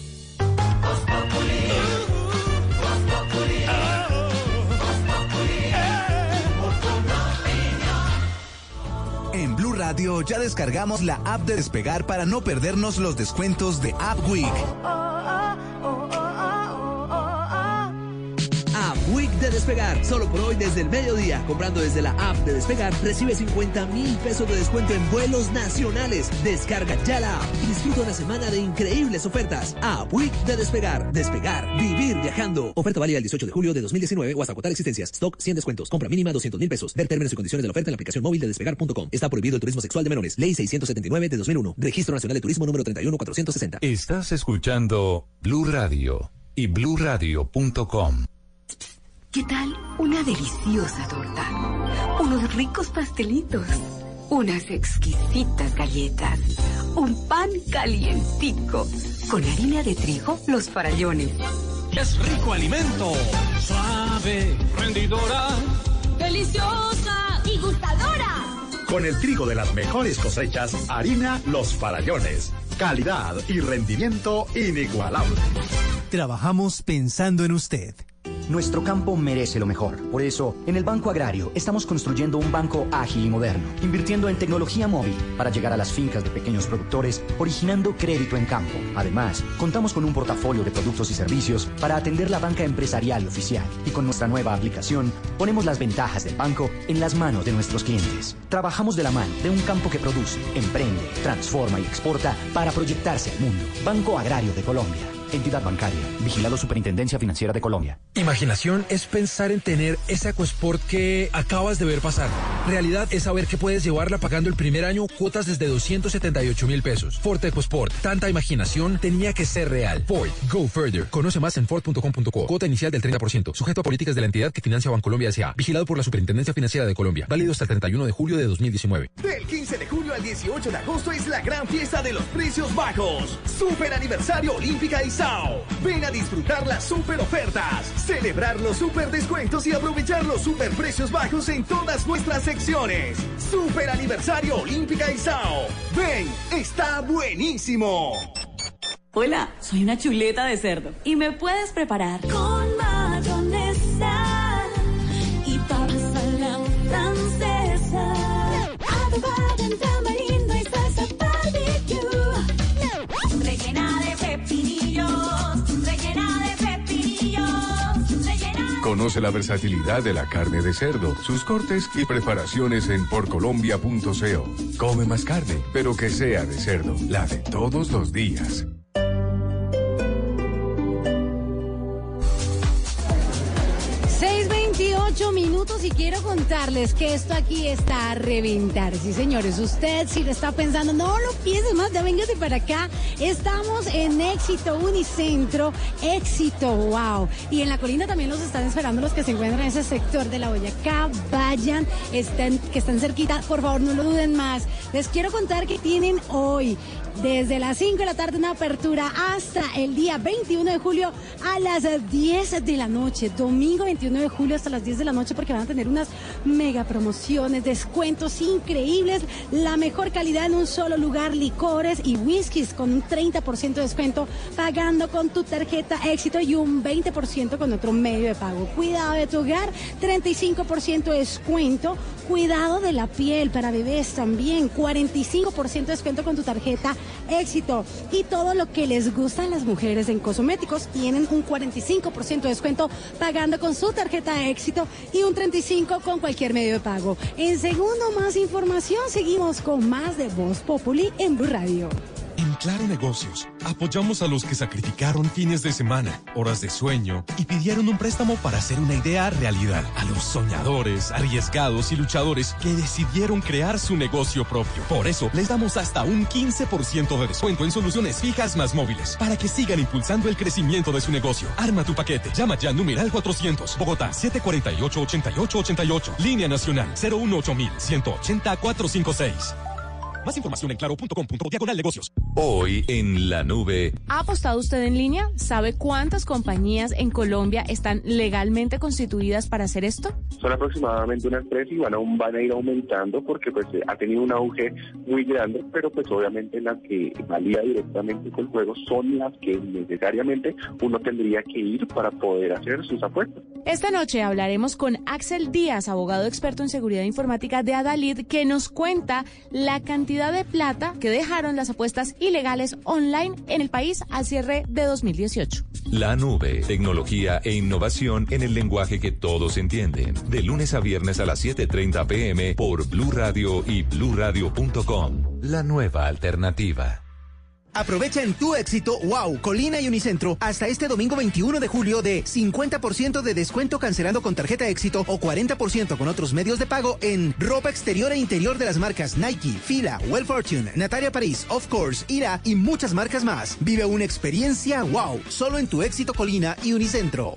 En Blue Radio ya descargamos la app de Despegar para no perdernos los descuentos de App Week. Week de Despegar, solo por hoy desde el mediodía. Comprando desde la app de Despegar, recibe 50,000 pesos de descuento en vuelos nacionales. Descarga ya la app y disfruta una semana de increíbles ofertas. Week de Despegar. Despegar, vivir viajando. Oferta válida el 18 de julio de 2019 o hasta agotar existencias. Stock 100 descuentos. Compra mínima 200,000 pesos. Ver términos y condiciones de la oferta en la aplicación móvil de Despegar.com. Está prohibido el turismo sexual de menores. Ley 679 de 2001. Registro Nacional de Turismo número 31460. Estás escuchando Blue Radio y BlueRadio.com. ¿Qué tal una deliciosa torta? Unos ricos pastelitos, unas exquisitas galletas, un pan calientico, con harina de trigo, Los Farallones. Es rico alimento, suave, rendidora, deliciosa y gustadora. Con el trigo de las mejores cosechas, harina Los Farallones. Calidad y rendimiento inigualable. Trabajamos pensando en usted. Nuestro campo merece lo mejor. Por eso, en el Banco Agrario estamos construyendo un banco ágil y moderno, invirtiendo en tecnología móvil para llegar a las fincas de pequeños productores, originando crédito en campo. Además, contamos con un portafolio de productos y servicios para atender la banca empresarial y oficial. Y con nuestra nueva aplicación, ponemos las ventajas del banco en las manos de nuestros clientes. Trabajamos de la mano de un campo que produce, emprende, transforma y exporta para proyectarse al mundo. Banco Agrario de Colombia. Entidad bancaria. Vigilado Superintendencia Financiera de Colombia. Imaginación es pensar en tener ese EcoSport que acabas de ver pasar. Realidad es saber que puedes llevarla pagando el primer año cuotas desde 278,000 pesos. Ford EcoSport. Tanta imaginación tenía que ser real. Ford. Go further. Conoce más en Ford.com.co. Cuota inicial del 30%. Sujeto a políticas de la entidad que financia Bancolombia S.A. Vigilado por la Superintendencia Financiera de Colombia. Válido hasta el 31 de julio de 2019. Del 15 de julio al 18 de agosto es la gran fiesta de los precios bajos. Super aniversario Olímpica Izao. Ven a disfrutar las super ofertas, celebrar los super descuentos y aprovechar los super precios bajos en todas nuestras secciones. Super aniversario Olímpica Izao. Ven, está buenísimo. Hola, soy una chuleta de cerdo y me puedes preparar con mayonesa y papas a la francesa, adobada en tamarindo y salsa barbecue, rellena de pepinillos, rellena de pepinillos, rellena. Conoce la versatilidad de la carne de cerdo, sus cortes y preparaciones en porcolombia.co. Come más carne, pero que sea de cerdo, la de todos los días. 6:28 minutos y quiero contarles que esto aquí está a reventar. Sí, señores, usted si lo está pensando, no lo piense más, ya véngase para acá. Estamos en Éxito Unicentro, Éxito, wow. Y en la colina también los están esperando los que se encuentran en ese sector de la Boyacá. Vayan, que están cerquita, por favor, no lo duden más. Les quiero contar que tienen hoy, desde las 5 de la tarde, una apertura hasta el día 21 de julio a las 10 de la noche. Domingo 21 de julio hasta las 10 de la noche, porque van a tener unas mega promociones, descuentos increíbles, la mejor calidad en un solo lugar, licores y whiskies con un 30% de descuento pagando con tu tarjeta Éxito y un 20% con otro medio de pago. Cuidado de tu hogar, 35% de descuento. Cuidado de la piel para bebés también, 45% de descuento con tu tarjeta Éxito. Y todo lo que les gusta a las mujeres en cosméticos tienen un 45% de descuento pagando con su tarjeta Éxito y un 35% con cualquier medio de pago. En segundo, más información, seguimos con más de Voz Populi en Blue Radio. En Claro Negocios, apoyamos a los que sacrificaron fines de semana, horas de sueño y pidieron un préstamo para hacer una idea realidad. A los soñadores, arriesgados y luchadores que decidieron crear su negocio propio. Por eso, les damos hasta un 15% de descuento en soluciones fijas más móviles para que sigan impulsando el crecimiento de su negocio. Arma tu paquete. Llama ya numeral 400. Bogotá, 748-8888. Línea Nacional, 018-180-456. Más información en claro.com.co/negocios. Hoy en la nube. ¿Ha apostado usted en línea? ¿Sabe cuántas compañías en Colombia están legalmente constituidas para hacer esto? Son aproximadamente unas 3 y van a ir aumentando porque pues ha tenido un auge muy grande, pero pues obviamente las que valía directamente con juegos son las que necesariamente uno tendría que ir para poder hacer sus apuestas. Esta noche hablaremos con Axel Díaz, abogado experto en seguridad informática de Adalid, que nos cuenta la cantidad de plata que dejaron las apuestas ilegales online en el país al cierre de 2018. La nube, tecnología e innovación en el lenguaje que todos entienden. De lunes a viernes a las 7:30 p.m. por Blue Radio y bluradio.com. La nueva alternativa. Aprovecha en tu Éxito, wow, Colina y Unicentro, hasta este domingo 21 de julio de 50% de descuento cancelando con tarjeta Éxito o 40% con otros medios de pago en ropa exterior e interior de las marcas Nike, Fila, Well Fortune, Natalia París, Of Course, Ira y muchas marcas más. Vive una experiencia wow, solo en tu Éxito, Colina y Unicentro.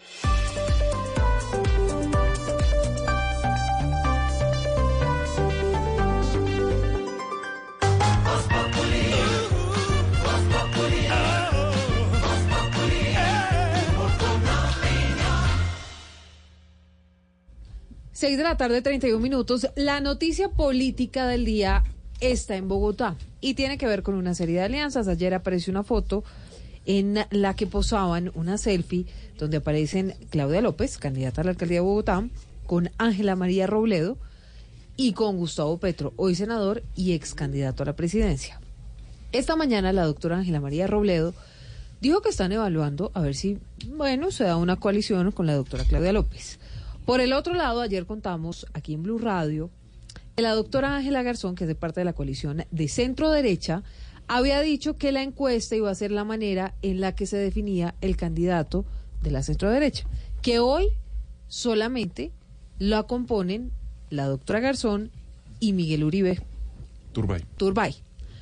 Seis de la tarde, 31 minutos. La noticia política del día está en Bogotá y tiene que ver con una serie de alianzas. Ayer apareció una foto en la que posaban una selfie donde aparecen Claudia López, candidata a la alcaldía de Bogotá, con Ángela María Robledo y con Gustavo Petro, hoy senador y ex candidato a la presidencia. Esta mañana la doctora Ángela María Robledo dijo que están evaluando a ver si, se da una coalición con la doctora Claudia López. Por el otro lado, ayer contamos aquí en Blue Radio que la doctora Ángela Garzón, que es de parte de la coalición de centro derecha, había dicho que la encuesta iba a ser la manera en la que se definía el candidato de la centroderecha, que hoy solamente la componen la doctora Garzón y Miguel Uribe Turbay.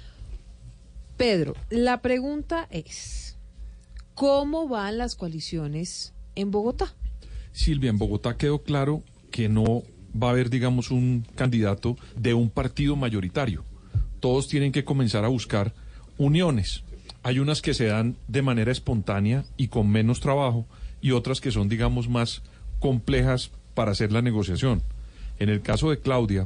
Pedro, la pregunta es, ¿cómo van las coaliciones en Bogotá? Silvia, en Bogotá quedó claro que no va a haber, digamos, un candidato de un partido mayoritario. Todos tienen que comenzar a buscar uniones. Hay unas que se dan de manera espontánea y con menos trabajo, y otras que son, digamos, más complejas para hacer la negociación. En el caso de Claudia,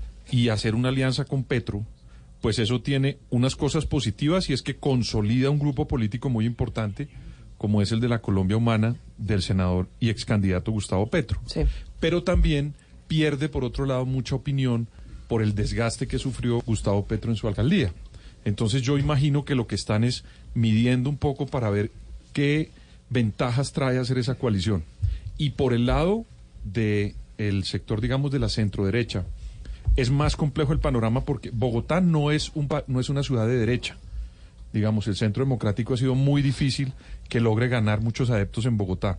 y hacer una alianza con Petro, pues eso tiene unas cosas positivas, y es que consolida un grupo político muy importante, como es el de la Colombia Humana, del senador y ex candidato Gustavo Petro. Sí. Pero también pierde, por otro lado, mucha opinión por el desgaste que sufrió Gustavo Petro en su alcaldía. Entonces yo imagino que lo que están es midiendo un poco para ver qué ventajas trae hacer esa coalición. Y por el lado del sector, digamos, de la centroderecha, es más complejo el panorama porque Bogotá no es una ciudad de derecha. Digamos, el Centro Democrático ha sido muy difícil que logre ganar muchos adeptos en Bogotá.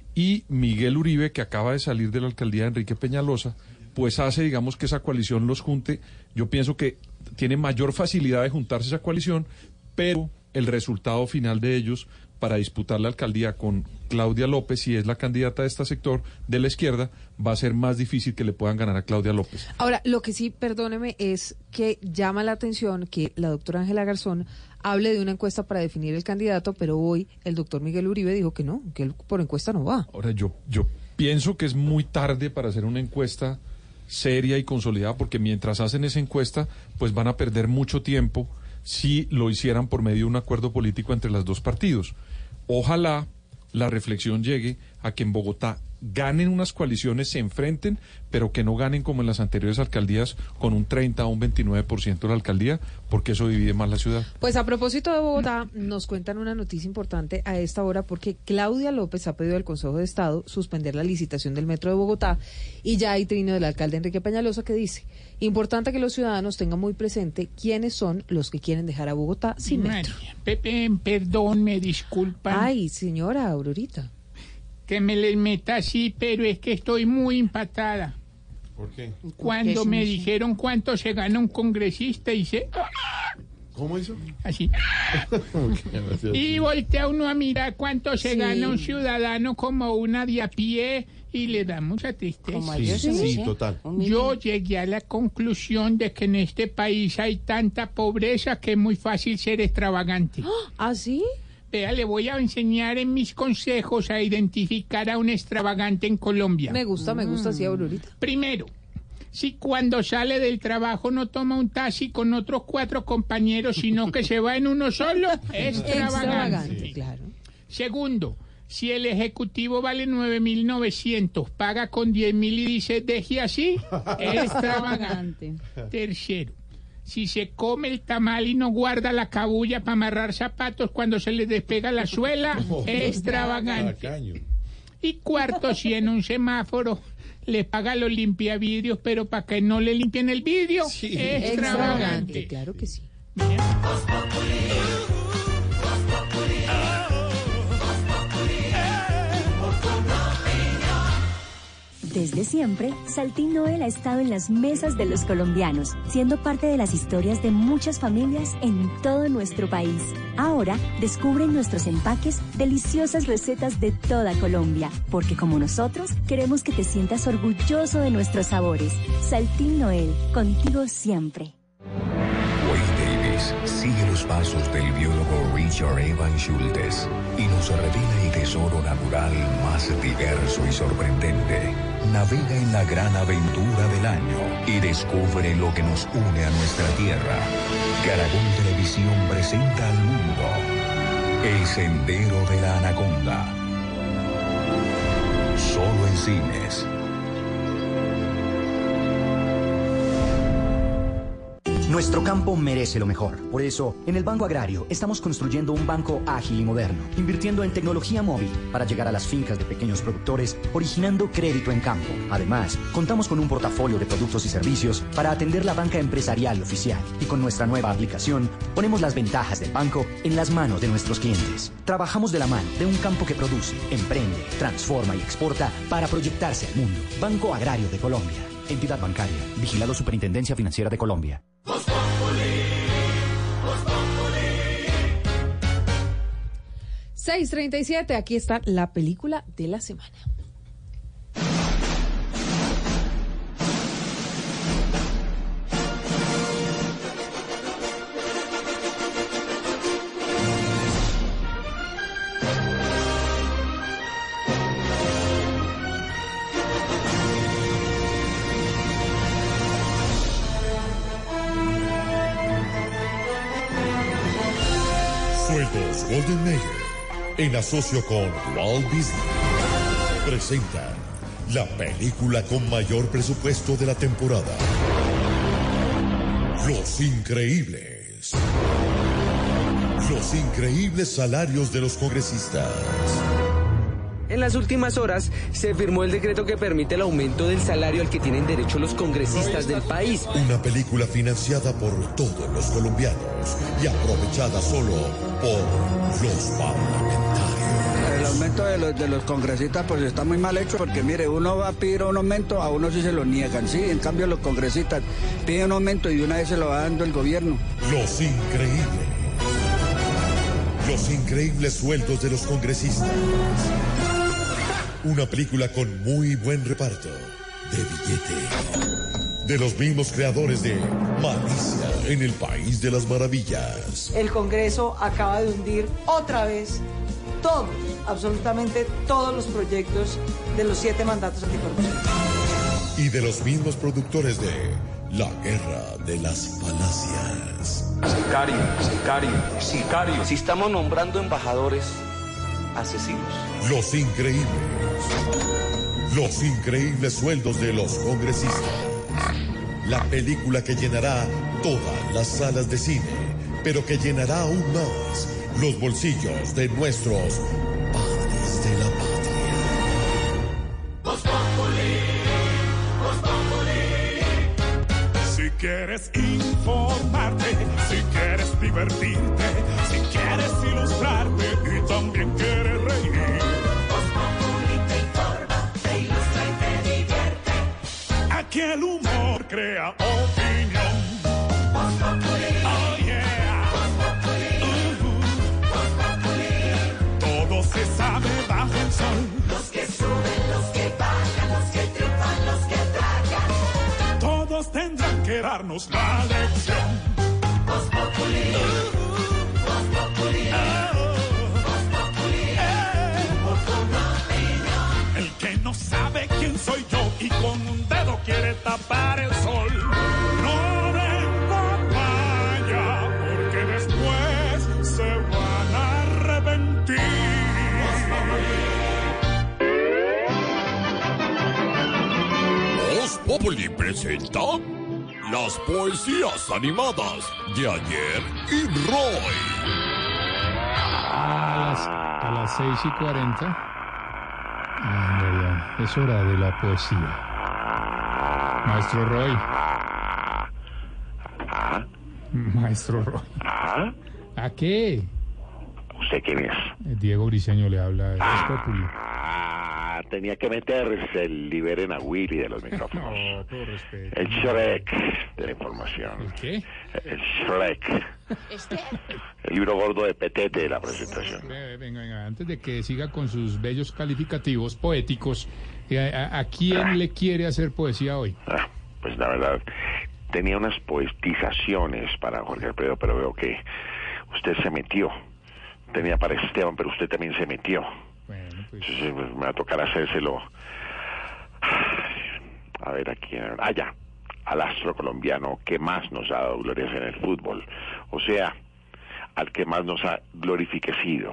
Y Miguel Uribe, que acaba de salir de la alcaldía de Enrique Peñalosa, pues hace, digamos, que esa coalición los junte. Yo pienso que tiene mayor facilidad de juntarse esa coalición, pero el resultado final de ellos para disputar la alcaldía con Claudia López, si es la candidata de este sector de la izquierda, va a ser más difícil que le puedan ganar a Claudia López. Ahora, lo que sí, perdóneme, es que llama la atención que la doctora Ángela Garzón hable de una encuesta para definir el candidato, pero hoy el doctor Miguel Uribe dijo que no, que él por encuesta no va. Ahora, yo pienso que es muy tarde para hacer una encuesta seria y consolidada, porque mientras hacen esa encuesta, pues van a perder mucho tiempo si lo hicieran por medio de un acuerdo político entre los dos partidos. Ojalá la reflexión llegue a que en Bogotá ganen unas coaliciones, se enfrenten, pero que no ganen como en las anteriores alcaldías con un 30 o un 29% de la alcaldía, porque eso divide más la ciudad. Pues a propósito de Bogotá, nos cuentan una noticia importante a esta hora, porque Claudia López ha pedido al Consejo de Estado suspender la licitación del metro de Bogotá, y ya hay trino del alcalde Enrique Peñalosa que dice, importante que los ciudadanos tengan muy presente quiénes son los que quieren dejar a Bogotá sin metro. Pepe, perdón, me disculpan. Ay, señora Aurorita. Que me les meta así, pero es que estoy muy impactada. ¿Por qué? Cuando me dijeron cuánto se gana un congresista, hice... ¿Cómo hizo? Así. Y voltea uno a mirar cuánto se gana un ciudadano como una de a pie y le da mucha tristeza. Sí, total. Yo llegué a la conclusión de que en este país hay tanta pobreza que es muy fácil ser extravagante. ¿Ah, sí? Vea, le voy a enseñar en mis consejos a identificar a un extravagante en Colombia. Me gusta, sí, Aurorita. Primero, si cuando sale del trabajo no toma un taxi con otros 4 compañeros, sino que se va en uno solo, extravagante. Claro. Segundo, si el ejecutivo vale 9.900, paga con 10.000 y dice, deje así, extravagante. Tercero, si se come el tamal y no guarda la cabulla para amarrar zapatos cuando se le despega la suela, extravagante. Y cuarto, si en un semáforo le paga los limpiavidrios, pero para que no le limpien el vidrio, extravagante. Claro que sí. Desde siempre, Saltín Noel ha estado en las mesas de los colombianos, siendo parte de las historias de muchas familias en todo nuestro país. Ahora, descubre en nuestros empaques deliciosas recetas de toda Colombia, porque como nosotros, queremos que te sientas orgulloso de nuestros sabores. Saltín Noel, contigo siempre. Wade Davis sigue los pasos del biólogo Richard Evan Schultes y nos revela el tesoro natural más diverso y sorprendente. Navega en la gran aventura del año y descubre lo que nos une a nuestra tierra. Caracol Televisión presenta al mundo El Sendero de la Anaconda. Solo en cines. Nuestro campo merece lo mejor. Por eso, en el Banco Agrario estamos construyendo un banco ágil y moderno, invirtiendo en tecnología móvil para llegar a las fincas de pequeños productores, originando crédito en campo. Además, contamos con un portafolio de productos y servicios para atender la banca empresarial y oficial. Y con nuestra nueva aplicación, ponemos las ventajas del banco en las manos de nuestros clientes. Trabajamos de la mano de un campo que produce, emprende, transforma y exporta para proyectarse al mundo. Banco Agrario de Colombia. Entidad bancaria. Vigilado Superintendencia Financiera de Colombia. 6:37, aquí está la película de la semana. Sueldos Golden Mayer, en asocio con Walt Disney, presenta la película con mayor presupuesto de la temporada. Los Increíbles. Los increíbles salarios de los congresistas. En las últimas horas se firmó el decreto que permite el aumento del salario al que tienen derecho los congresistas del país. Una película financiada por todos los colombianos y aprovechada solo por los parlamentarios. El aumento de los congresistas pues está muy mal hecho porque mire, uno va a pedir un aumento, a uno sí se lo niegan, sí, en cambio los congresistas piden un aumento y de una vez se lo va dando el gobierno. Los Increíbles. Los increíbles sueldos de los congresistas. Una película con muy buen reparto de billete. De los mismos creadores de Malicia en el País de las Maravillas. El Congreso acaba de hundir otra vez todos, absolutamente todos los proyectos de los 7 mandatos anticorrupción. Y de los mismos productores de La Guerra de las Falacias. Sicario. Si estamos nombrando embajadores asesinos. Los Increíbles. Los increíbles sueldos de los congresistas. La película que llenará todas las salas de cine, pero que llenará aún más los bolsillos de nuestros padres de la patria. Si quieres informarte, si quieres divertirte, si quieres ilustrarte y también quieres reír. Te informa, te ilustra y te divierte. Aquí el humor crea opinión. Oh yeah. Todo se sabe bajo el sol. Los que suben, los que bajan, los que triunfan, los que tragan. Todos tendrán que darnos la lección. Voz Populi. Voz Populi. Voz Populi. El que no sabe quién soy yo y con un dedo quiere tapar el sol. No den papaya porque después se van a arrepentir. Voz Populi presenta las poesías animadas de ayer y Roy. A las 6:40. Ya, es hora de la poesía. Maestro Roy. Maestro Roy. ¿A qué? ¿Usted quién es? Diego Briceño le habla de Voz Populi. Tenía que meterse el liberen a Willy de los micrófonos. No, todo respeto. El Shrek de la información. ¿El qué? El Shrek. El libro gordo de Petete de la presentación. Venga, antes de que siga con sus bellos calificativos poéticos, ¿a quién le quiere hacer poesía hoy? Pues la verdad, tenía unas poetizaciones para Jorge Alfredo, pero veo que usted se metió. Tenía para Esteban, pero usted también se metió. Bueno, pues... Entonces me va a tocar hacérselo. A ver, aquí. Ya. Al astro colombiano que más nos ha dado glorias en el fútbol. O sea, al que más nos ha glorifiquecido.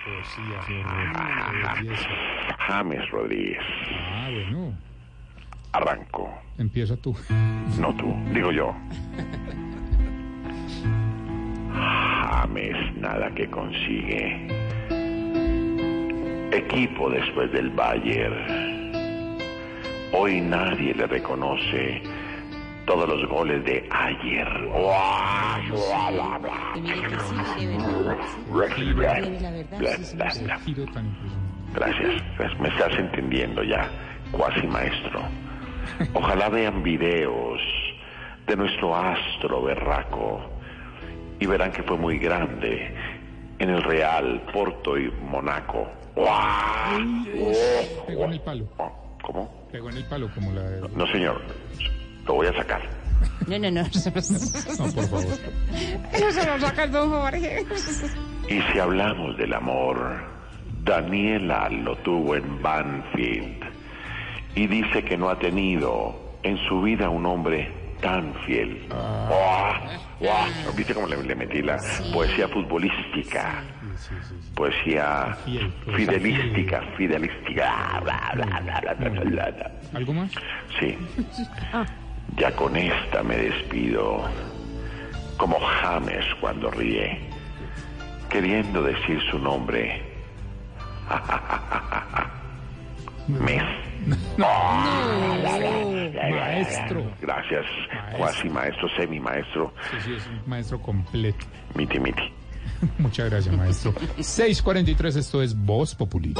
¡Qué poesía! James Rodríguez. Bueno. Arranco. Empieza tú. No tú, digo yo. James nada que consigue. Equipo después del Bayern. Hoy nadie le reconoce todos los goles de ayer. Gracias. Me estás entendiendo ya, cuasi maestro. Ojalá vean videos de nuestro astro berraco y verán que fue muy grande en el Real, Porto y Monaco. Pegó en el palo. ¿Cómo? Pegó en el palo como la de... No, señor. Lo voy a sacar. No. No, por favor. Eso se lo saca el don Jorge. Y si hablamos del amor, Daniela lo tuvo en Banfield y dice que no ha tenido en su vida un hombre tan fiel. ¿Viste cómo le metí la poesía futbolística? Poesía fidelística. ¿Algo más? Sí. Ya con esta me despido, como James cuando ríe, queriendo decir su nombre. Mes. Maestro. Gracias, cuasi maestro, semi maestro. Sí, es un maestro completo. Miti. Muchas gracias, maestro. 6:43, esto es Voz Populi.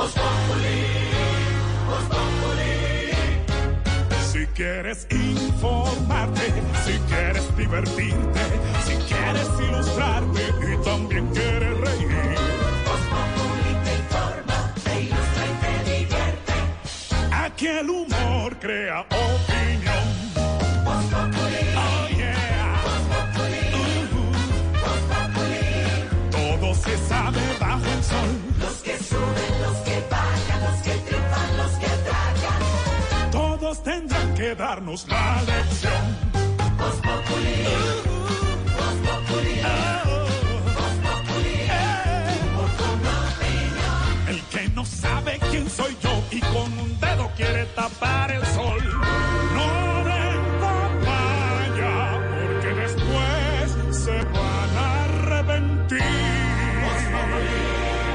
Si quieres informarte, si quieres divertirte, si quieres ilustrarte y también quieres reír. Voz Populi te informa, te ilustra y te divierte. Aquí el humor crea opinión. Voz Populi. Oh yeah. Voz Populi. Voz Populi. Todo se sabe bajo el sol. Los que suben, los que bajan, los que triunfan, los que tragan. Todos tendrán que darnos la lección. Voz Populi. Voz Populi. Voz Populi. Humor con opinión. El que no sabe quién soy yo y con un dedo quiere tapar el sol. No den papaya, porque después se van a arrepentir. Voz Populi.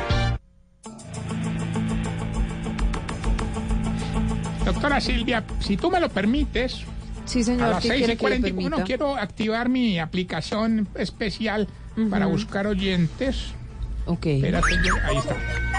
Doctora Silvia, si tú me lo permites, sí, señor, a las ¿qué quiere que le 6:41 permita? quiero activar mi aplicación especial para buscar oyentes. Ok. Espérate, ahí está.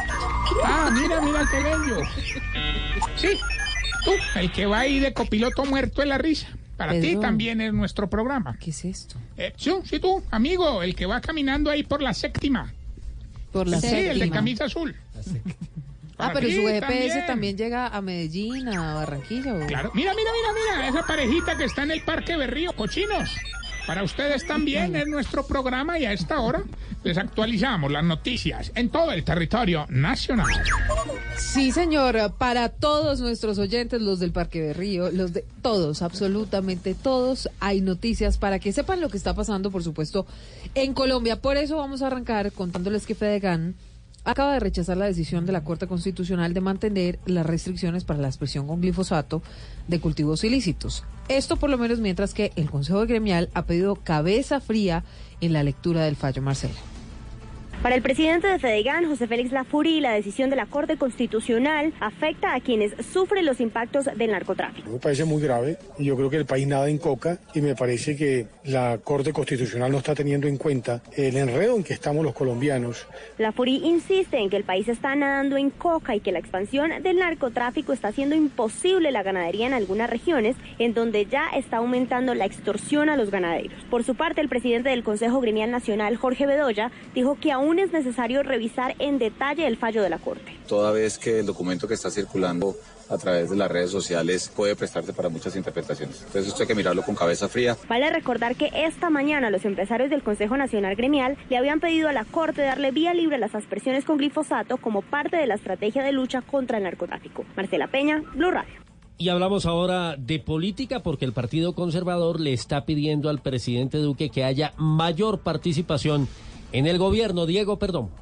Mira qué bello. Sí, tú, el que va ahí de copiloto muerto de la risa. Para ti Pedro. también es nuestro programa. ¿Qué es esto? Sí, tú, amigo, el que va caminando ahí por la séptima. Por la Sí, séptima. el de camisa azul. Pero ti su GPS también llega a Medellín, a Barranquilla. ¿O? Claro, mira, esa parejita que está en el Parque Berrío, cochinos. Para ustedes también es nuestro programa y a esta hora les actualizamos las noticias en todo el territorio nacional. Sí, señor, para todos nuestros oyentes, los del Parque Berrío, los de todos, absolutamente todos, hay noticias para que sepan lo que está pasando, por supuesto, en Colombia. Por eso vamos a arrancar contándoles que Fedegan acaba de rechazar la decisión de la Corte Constitucional de mantener las restricciones para la expresión con glifosato de cultivos ilícitos. Esto por lo menos mientras que el Consejo Gremial ha pedido cabeza fría en la lectura del fallo. Marcela. Para el presidente de Fedegan, José Félix Lafurí, la decisión de la Corte Constitucional afecta a quienes sufren los impactos del narcotráfico. Me parece muy grave y yo creo que el país nada en coca y me parece que la Corte Constitucional no está teniendo en cuenta el enredo en que estamos los colombianos. Lafurí insiste en que el país está nadando en coca y que la expansión del narcotráfico está haciendo imposible la ganadería en algunas regiones, en donde ya está aumentando la extorsión a los ganaderos. Por su parte, el presidente del Consejo Gremial Nacional, Jorge Bedoya, dijo que aún es necesario revisar en detalle el fallo de la Corte. Toda vez que el documento que está circulando a través de las redes sociales puede prestarse para muchas interpretaciones. Entonces esto hay que mirarlo con cabeza fría. Vale recordar que esta mañana los empresarios del Consejo Nacional Gremial le habían pedido a la Corte darle vía libre a las aspersiones con glifosato como parte de la estrategia de lucha contra el narcotráfico. Marcela Peña, Blue Radio. Y hablamos ahora de política porque el Partido Conservador le está pidiendo al presidente Duque que haya mayor participación en el gobierno. Diego, perdón.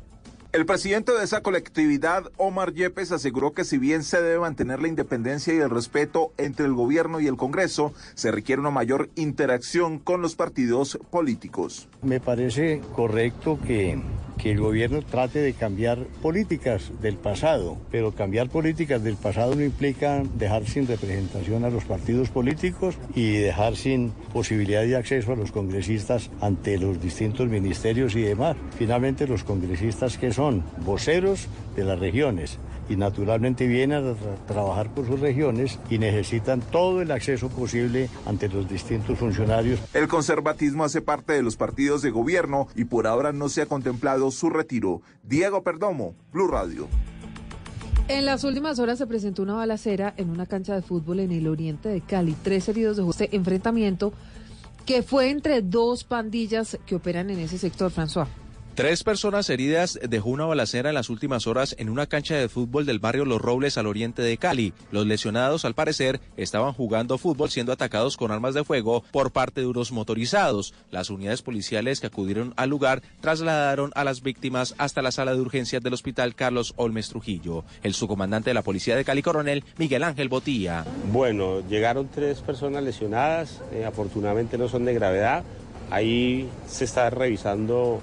El presidente de esa colectividad, Omar Yepes, aseguró que si bien se debe mantener la independencia y el respeto entre el gobierno y el Congreso, se requiere una mayor interacción con los partidos políticos. Me parece correcto que el gobierno trate de cambiar políticas del pasado, pero cambiar políticas del pasado no implica dejar sin representación a los partidos políticos y dejar sin posibilidad de acceso a los congresistas ante los distintos ministerios y demás. Finalmente, los congresistas que son voceros de las regiones y naturalmente vienen a trabajar por sus regiones y necesitan todo el acceso posible ante los distintos funcionarios. El conservatismo hace parte de los partidos de gobierno y por ahora no se ha contemplado su retiro. Diego Perdomo, Blue Radio. En las últimas horas se presentó una balacera en una cancha de fútbol en el oriente de Cali. 3 heridos dejó este enfrentamiento que fue entre 2 pandillas que operan en ese sector, François. 3 personas heridas dejó una balacera en las últimas horas en una cancha de fútbol del barrio Los Robles al oriente de Cali. Los lesionados, al parecer, estaban jugando fútbol siendo atacados con armas de fuego por parte de unos motorizados. Las unidades policiales que acudieron al lugar trasladaron a las víctimas hasta la sala de urgencias del hospital Carlos Olmes Trujillo. El subcomandante de la policía de Cali, coronel Miguel Ángel Botía. Bueno, llegaron 3 personas lesionadas, afortunadamente no son de gravedad. Ahí se está revisando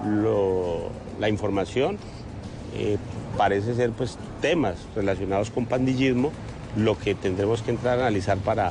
la información, parece ser pues temas relacionados con pandillismo, lo que tendremos que entrar a analizar para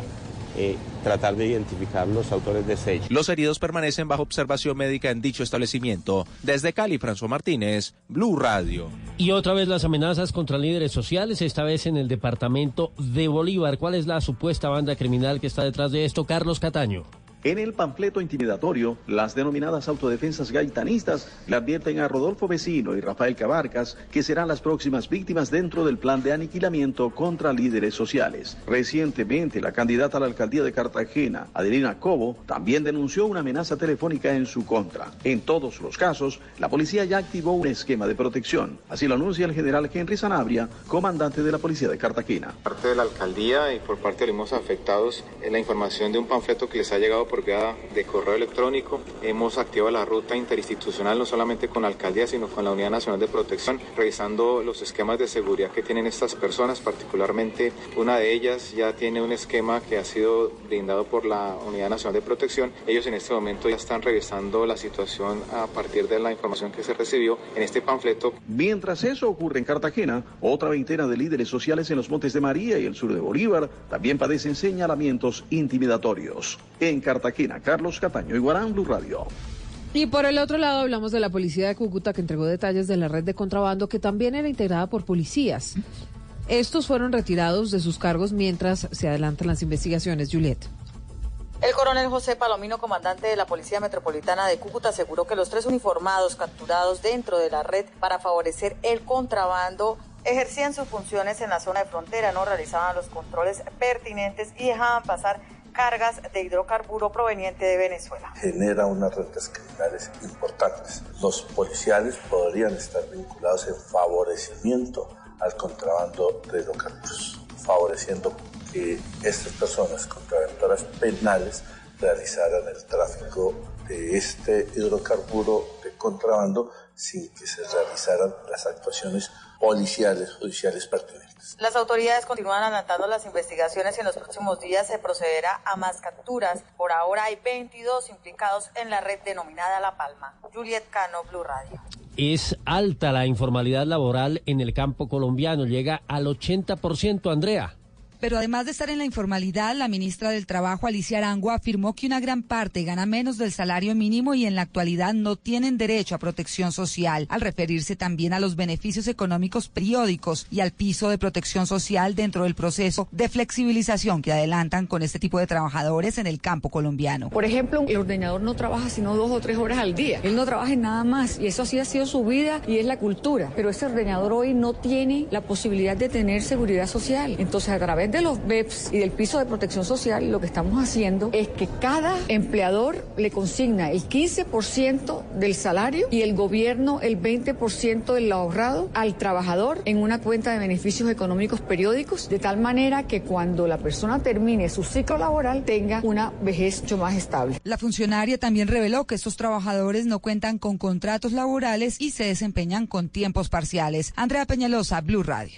tratar de identificar los autores de este hecho. Los heridos permanecen bajo observación médica en dicho establecimiento. Desde Cali, François Martínez, Blue Radio. Y otra vez las amenazas contra líderes sociales, esta vez en el departamento de Bolívar. ¿Cuál es la supuesta banda criminal que está detrás de esto? Carlos Cataño. En el panfleto intimidatorio, las denominadas autodefensas gaitanistas le advierten a Rodolfo Vecino y Rafael Cabarcas que serán las próximas víctimas dentro del plan de aniquilamiento contra líderes sociales. Recientemente, la candidata a la alcaldía de Cartagena, Adelina Cobo, también denunció una amenaza telefónica en su contra. En todos los casos, la policía ya activó un esquema de protección. Así lo anuncia el general Henry Sanabria, comandante de la policía de Cartagena. Por parte de la alcaldía y por parte de los afectados, la información de un panfleto que les ha llegado por vía de correo electrónico. Hemos activado la ruta interinstitucional no solamente con la alcaldía sino con la Unidad Nacional de Protección, revisando los esquemas de seguridad que tienen estas personas, particularmente una de ellas ya tiene un esquema que ha sido brindado por la Unidad Nacional de Protección. Ellos en este momento ya están revisando la situación a partir de la información que se recibió en este panfleto. Mientras eso ocurre en Cartagena, otra veintena de líderes sociales en los Montes de María y el sur de Bolívar también padecen señalamientos intimidatorios. En Cartagena, Carlos Cataño, Iguarán, Blue Radio. Y por el otro lado hablamos de la policía de Cúcuta, que entregó detalles de la red de contrabando que también era integrada por policías. Estos fueron retirados de sus cargos mientras se adelantan las investigaciones. Juliet. El coronel José Palomino, comandante de la Policía Metropolitana de Cúcuta, aseguró que los 3 uniformados capturados dentro de la red para favorecer el contrabando ejercían sus funciones en la zona de frontera, no realizaban los controles pertinentes y dejaban pasar cargas de hidrocarburo proveniente de Venezuela. Genera unas rentas criminales importantes. Los policiales podrían estar vinculados en favorecimiento al contrabando de hidrocarburos, favoreciendo que estas personas contraventoras penales realizaran el tráfico de este hidrocarburo de contrabando sin que se realizaran las actuaciones policiales, judiciales pertinentes. Las autoridades continúan adelantando las investigaciones y en los próximos días se procederá a más capturas. Por ahora hay 22 implicados en la red denominada La Palma. Juliet Cano, Blue Radio. Es alta la informalidad laboral en el campo colombiano, llega al 80%, Andrea. Pero además de estar en la informalidad, la ministra del Trabajo, Alicia Arango, afirmó que una gran parte gana menos del salario mínimo y en la actualidad no tienen derecho a protección social, al referirse también a los beneficios económicos periódicos y al piso de protección social dentro del proceso de flexibilización que adelantan con este tipo de trabajadores en el campo colombiano. Por ejemplo, el ordeñador no trabaja sino 2 o 3 horas al día. Él no trabaja en nada más y eso así ha sido su vida y es la cultura. Pero ese ordeñador hoy no tiene la posibilidad de tener seguridad social. Entonces, a través través de los BEPS y del piso de protección social, lo que estamos haciendo es que cada empleador le consigna el 15% del salario y el gobierno el 20% del ahorrado al trabajador en una cuenta de beneficios económicos periódicos, de tal manera que cuando la persona termine su ciclo laboral tenga una vejez mucho más estable. La funcionaria también reveló que estos trabajadores no cuentan con contratos laborales y se desempeñan con tiempos parciales. Andrea Peñalosa, Blue Radio.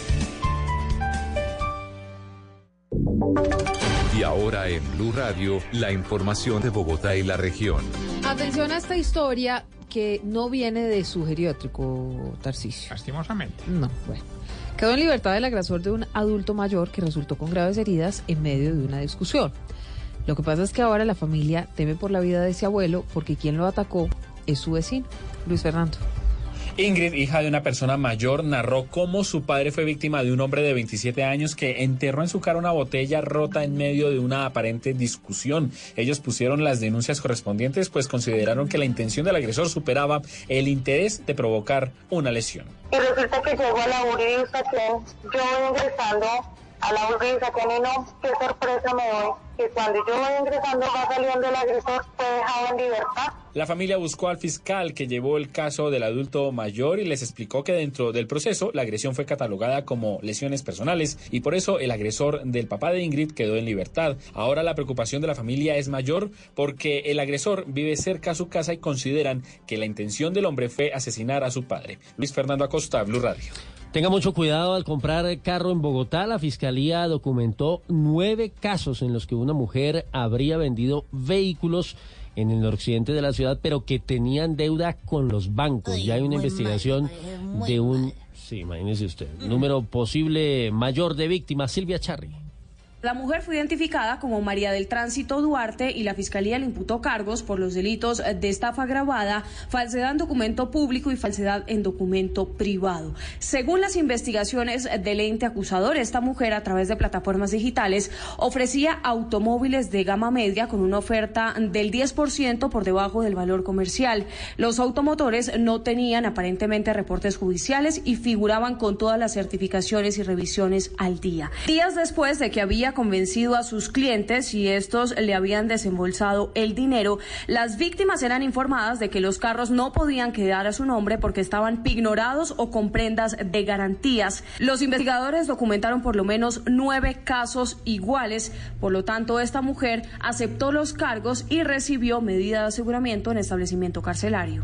Y ahora en Blue Radio, la información de Bogotá y la región. Atención a esta historia que no viene de su geriátrico, Tarcisio. Lastimosamente. No, bueno. Quedó en libertad el agresor de un adulto mayor que resultó con graves heridas en medio de una discusión. Lo que pasa es que ahora la familia teme por la vida de ese abuelo porque quien lo atacó es su vecino, Luis Fernando. Ingrid, hija de una persona mayor, narró cómo su padre fue víctima de un hombre de 27 años que enterró en su cara una botella rota en medio de una aparente discusión. Ellos pusieron las denuncias correspondientes, pues consideraron que la intención del agresor superaba el interés de provocar una lesión. Y resulta que llego a la urbanización, yo voy ingresando a la urbanización y no, qué sorpresa me doy, que cuando yo voy ingresando va saliendo el agresor, fue dejado en libertad. La familia buscó al fiscal que llevó el caso del adulto mayor y les explicó que dentro del proceso la agresión fue catalogada como lesiones personales y por eso el agresor del papá de Ingrid quedó en libertad. Ahora la preocupación de la familia es mayor porque el agresor vive cerca a su casa y consideran que la intención del hombre fue asesinar a su padre. Luis Fernando Acosta, Blue Radio. Tenga mucho cuidado al comprar carro en Bogotá. La Fiscalía documentó 9 casos en los que una mujer habría vendido vehículos en el noroccidente de la ciudad, pero que tenían deuda con los bancos. Ya hay una investigación de un... Sí, imagínese usted. Número posible mayor de víctimas. Silvia Charri. La mujer fue identificada como María del Tránsito Duarte y la Fiscalía le imputó cargos por los delitos de estafa agravada, falsedad en documento público y falsedad en documento privado. Según las investigaciones del ente acusador, esta mujer a través de plataformas digitales ofrecía automóviles de gama media con una oferta del 10% por debajo del valor comercial. Los automotores no tenían aparentemente reportes judiciales y figuraban con todas las certificaciones y revisiones al día. Días después de que había convencido a sus clientes y estos le habían desembolsado el dinero, las víctimas eran informadas de que los carros no podían quedar a su nombre porque estaban pignorados o con prendas de garantías. Los investigadores documentaron por lo menos 9 casos iguales, por lo tanto esta mujer aceptó los cargos y recibió medida de aseguramiento en establecimiento carcelario.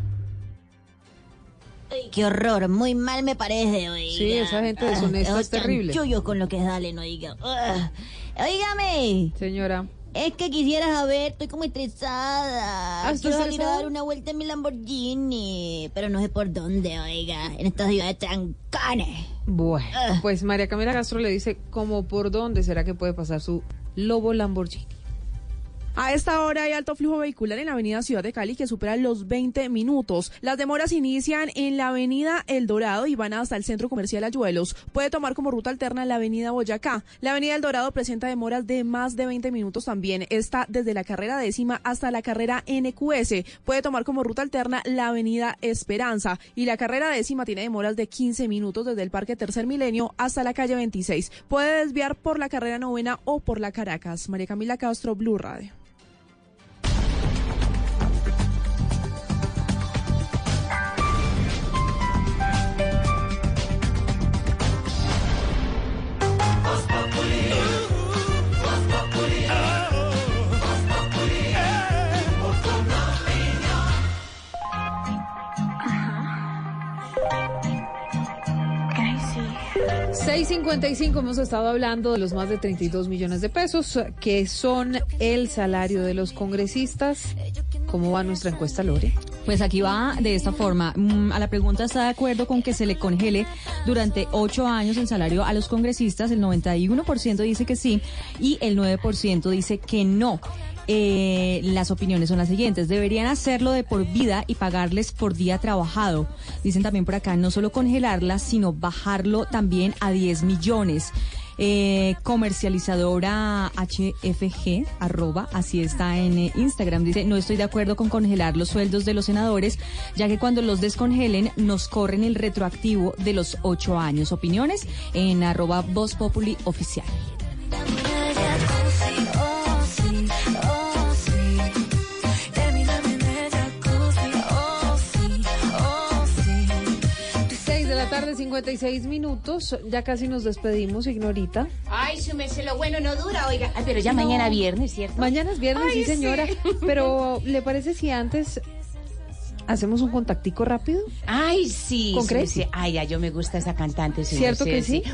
Ay, qué horror, muy mal me parece, oiga. Sí, esa gente deshonesta es terrible. Yo con lo que salen, oiga. Óigame. Señora. Es que quisiera saber, estoy como estresada. Quiero salir a dar una vuelta en mi Lamborghini, pero no sé por dónde, oiga, en esta ciudad de trancones. Bueno, pues María Camila Castro le dice como por dónde será que puede pasar su lobo Lamborghini. A esta hora hay alto flujo vehicular en la avenida Ciudad de Cali que supera los 20 minutos. Las demoras inician en la avenida El Dorado y van hasta el centro comercial Ayuelos. Puede tomar como ruta alterna la avenida Boyacá. La avenida El Dorado presenta demoras de más de 20 minutos también. Está desde la carrera 10ª hasta la carrera NQS. Puede tomar como ruta alterna la avenida Esperanza. Y la carrera 10ª tiene demoras de 15 minutos desde el Parque Tercer Milenio hasta la calle 26. Puede desviar por la carrera 9ª o por la Caracas. María Camila Castro, Blue Radio. Seis 6:55, hemos estado hablando de los más de 32 millones de pesos que son el salario de los congresistas. ¿Cómo va nuestra encuesta, Lore? Pues aquí va de esta forma. A la pregunta, ¿está de acuerdo con que se le congele durante 8 años el salario a los congresistas? El 91% dice que sí y el 9% dice que no. Las opiniones son las siguientes: deberían hacerlo de por vida y pagarles por día trabajado. Dicen también por acá, no solo congelarla, sino bajarlo también a 10 millones. comercializadora HFG, así está en Instagram. Dice, no estoy de acuerdo con congelar los sueldos de los senadores, ya que cuando los descongelen nos corren el retroactivo de los 8 años. Opiniones en @Voz Populi Oficial. 56 minutos, ya casi nos despedimos, Ignorita. Ay, su merced, lo bueno no dura, oiga. Ay, pero ya mañana viernes, ¿cierto? Mañana es viernes, Ay, sí, señora. sí. Pero, ¿le parece si antes hacemos un contactico rápido? Ay, sí. ¿Con Crazy? Ay, ya, yo me gusta esa cantante. Su ¿Cierto merced, que sí?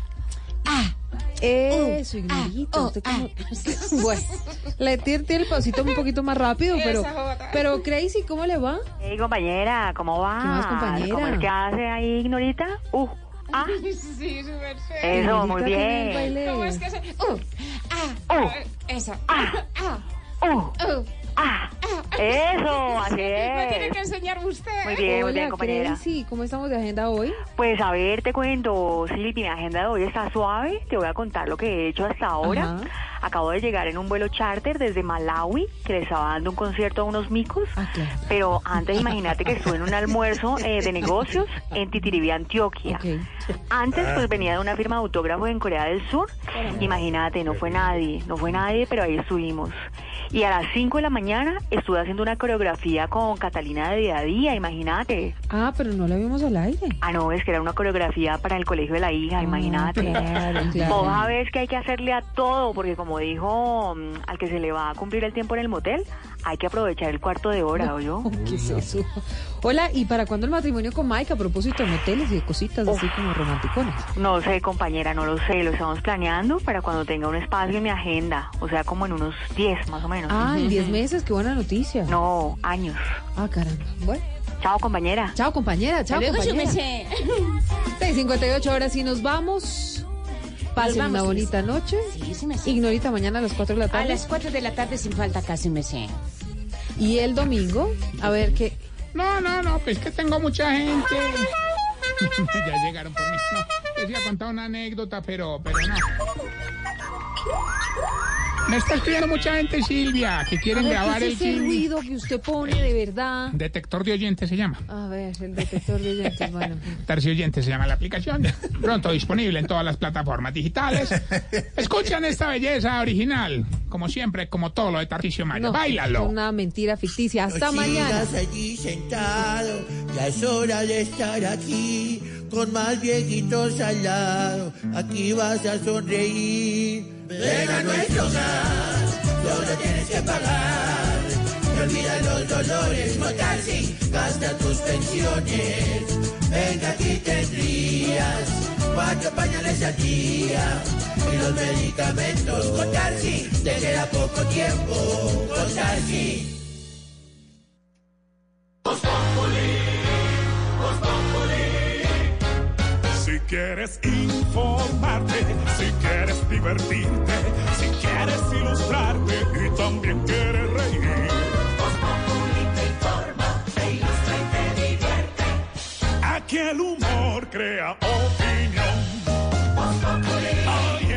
Eso, Ignorita. Usted como... Bueno, le tiene el pasito un poquito más rápido, pero Crazy, ¿cómo le va? Hey, compañera, ¿cómo va? ¿Qué más, compañera? ¿Cómo es que hace ahí, Ignorita? Sí, su merced. Eso, muy bien. ¿Cómo es que hace? Eso. Eso, así es. Me tiene que enseñar usted. Muy bien, Hola, compañera. Crazy, ¿cómo estamos de agenda hoy? Pues a ver, te cuento, Silvi, mi agenda de hoy está suave. Te voy a contar lo que he hecho hasta ahora. Ajá. Acabo de llegar en un vuelo charter desde Malawi, que le estaba dando un concierto a unos micos. Claro. Pero antes, imagínate que estuve en un almuerzo de negocios en Titiribí, Antioquia. Antes, pues venía de una firma de autógrafos en Corea del Sur. Imagínate, no fue nadie, pero ahí estuvimos. Y a las 5 de la mañana estuve haciendo una coreografía con Catalina de Día a Día, imagínate. Ah, pero no la vimos al aire. Ah, no, es que era una coreografía para el colegio de la hija, imagínate. Claro. Vos sabés que hay que hacerle a todo, porque como dijo al que se le va a cumplir el tiempo en el motel, hay que aprovechar el cuarto de hora, ¿o yo? ¿Qué es eso? Hola, ¿y para cuándo el matrimonio con Mike a propósito de moteles y de cositas así como romanticones? No sé, compañera, no lo sé, lo estamos planeando para cuando tenga un espacio en mi agenda, o sea, como en unos 10 más o menos. Ah, en 10 meses, qué buena noticia. No, años. Ah, caramba. Bueno. Chao, compañera. Chao, compañera. Chao, Luego, compañera. 6:58 horas y nos vamos. Pasen una bonita noche. Sí, me sé. Ignorita mañana a las 4 de la tarde. A las 4 de la tarde sin falta casi me sé. Y el domingo, a ver qué. No, pues que tengo mucha gente. Ya llegaron por mí. No, les iba a contar una anécdota, pero no. Me está escribiendo mucha gente, Silvia, que quieren grabar ¿qué es ese ruido que usted pone de verdad? Detector de oyentes se llama. A ver, el detector de oyentes, bueno. Tarsi Oyentes se llama la aplicación. Pronto disponible en todas las plataformas digitales. Escuchan esta belleza original. Como siempre, como todo lo de Tarcisio Maya. No, ¡Báilalo! Es una mentira ficticia. Hasta No mañana. sigas allí sentado, ya es hora de estar aquí, con más viejitos al lado, aquí vas a sonreír. Ven a nuestro hogar, solo tienes que pagar, te olvida los dolores, Motarsi, gasta tus pensiones. Venga, aquí tendrías 4 pañales al día y los medicamentos, Motarsi, te queda poco tiempo, Motarsi. Si quieres informarte, si quieres divertirte, si quieres ilustrarte y también quieres reír. Voz Populi te informa, te ilustra y te divierte. Aquí el humor crea opinión. Voz Populi.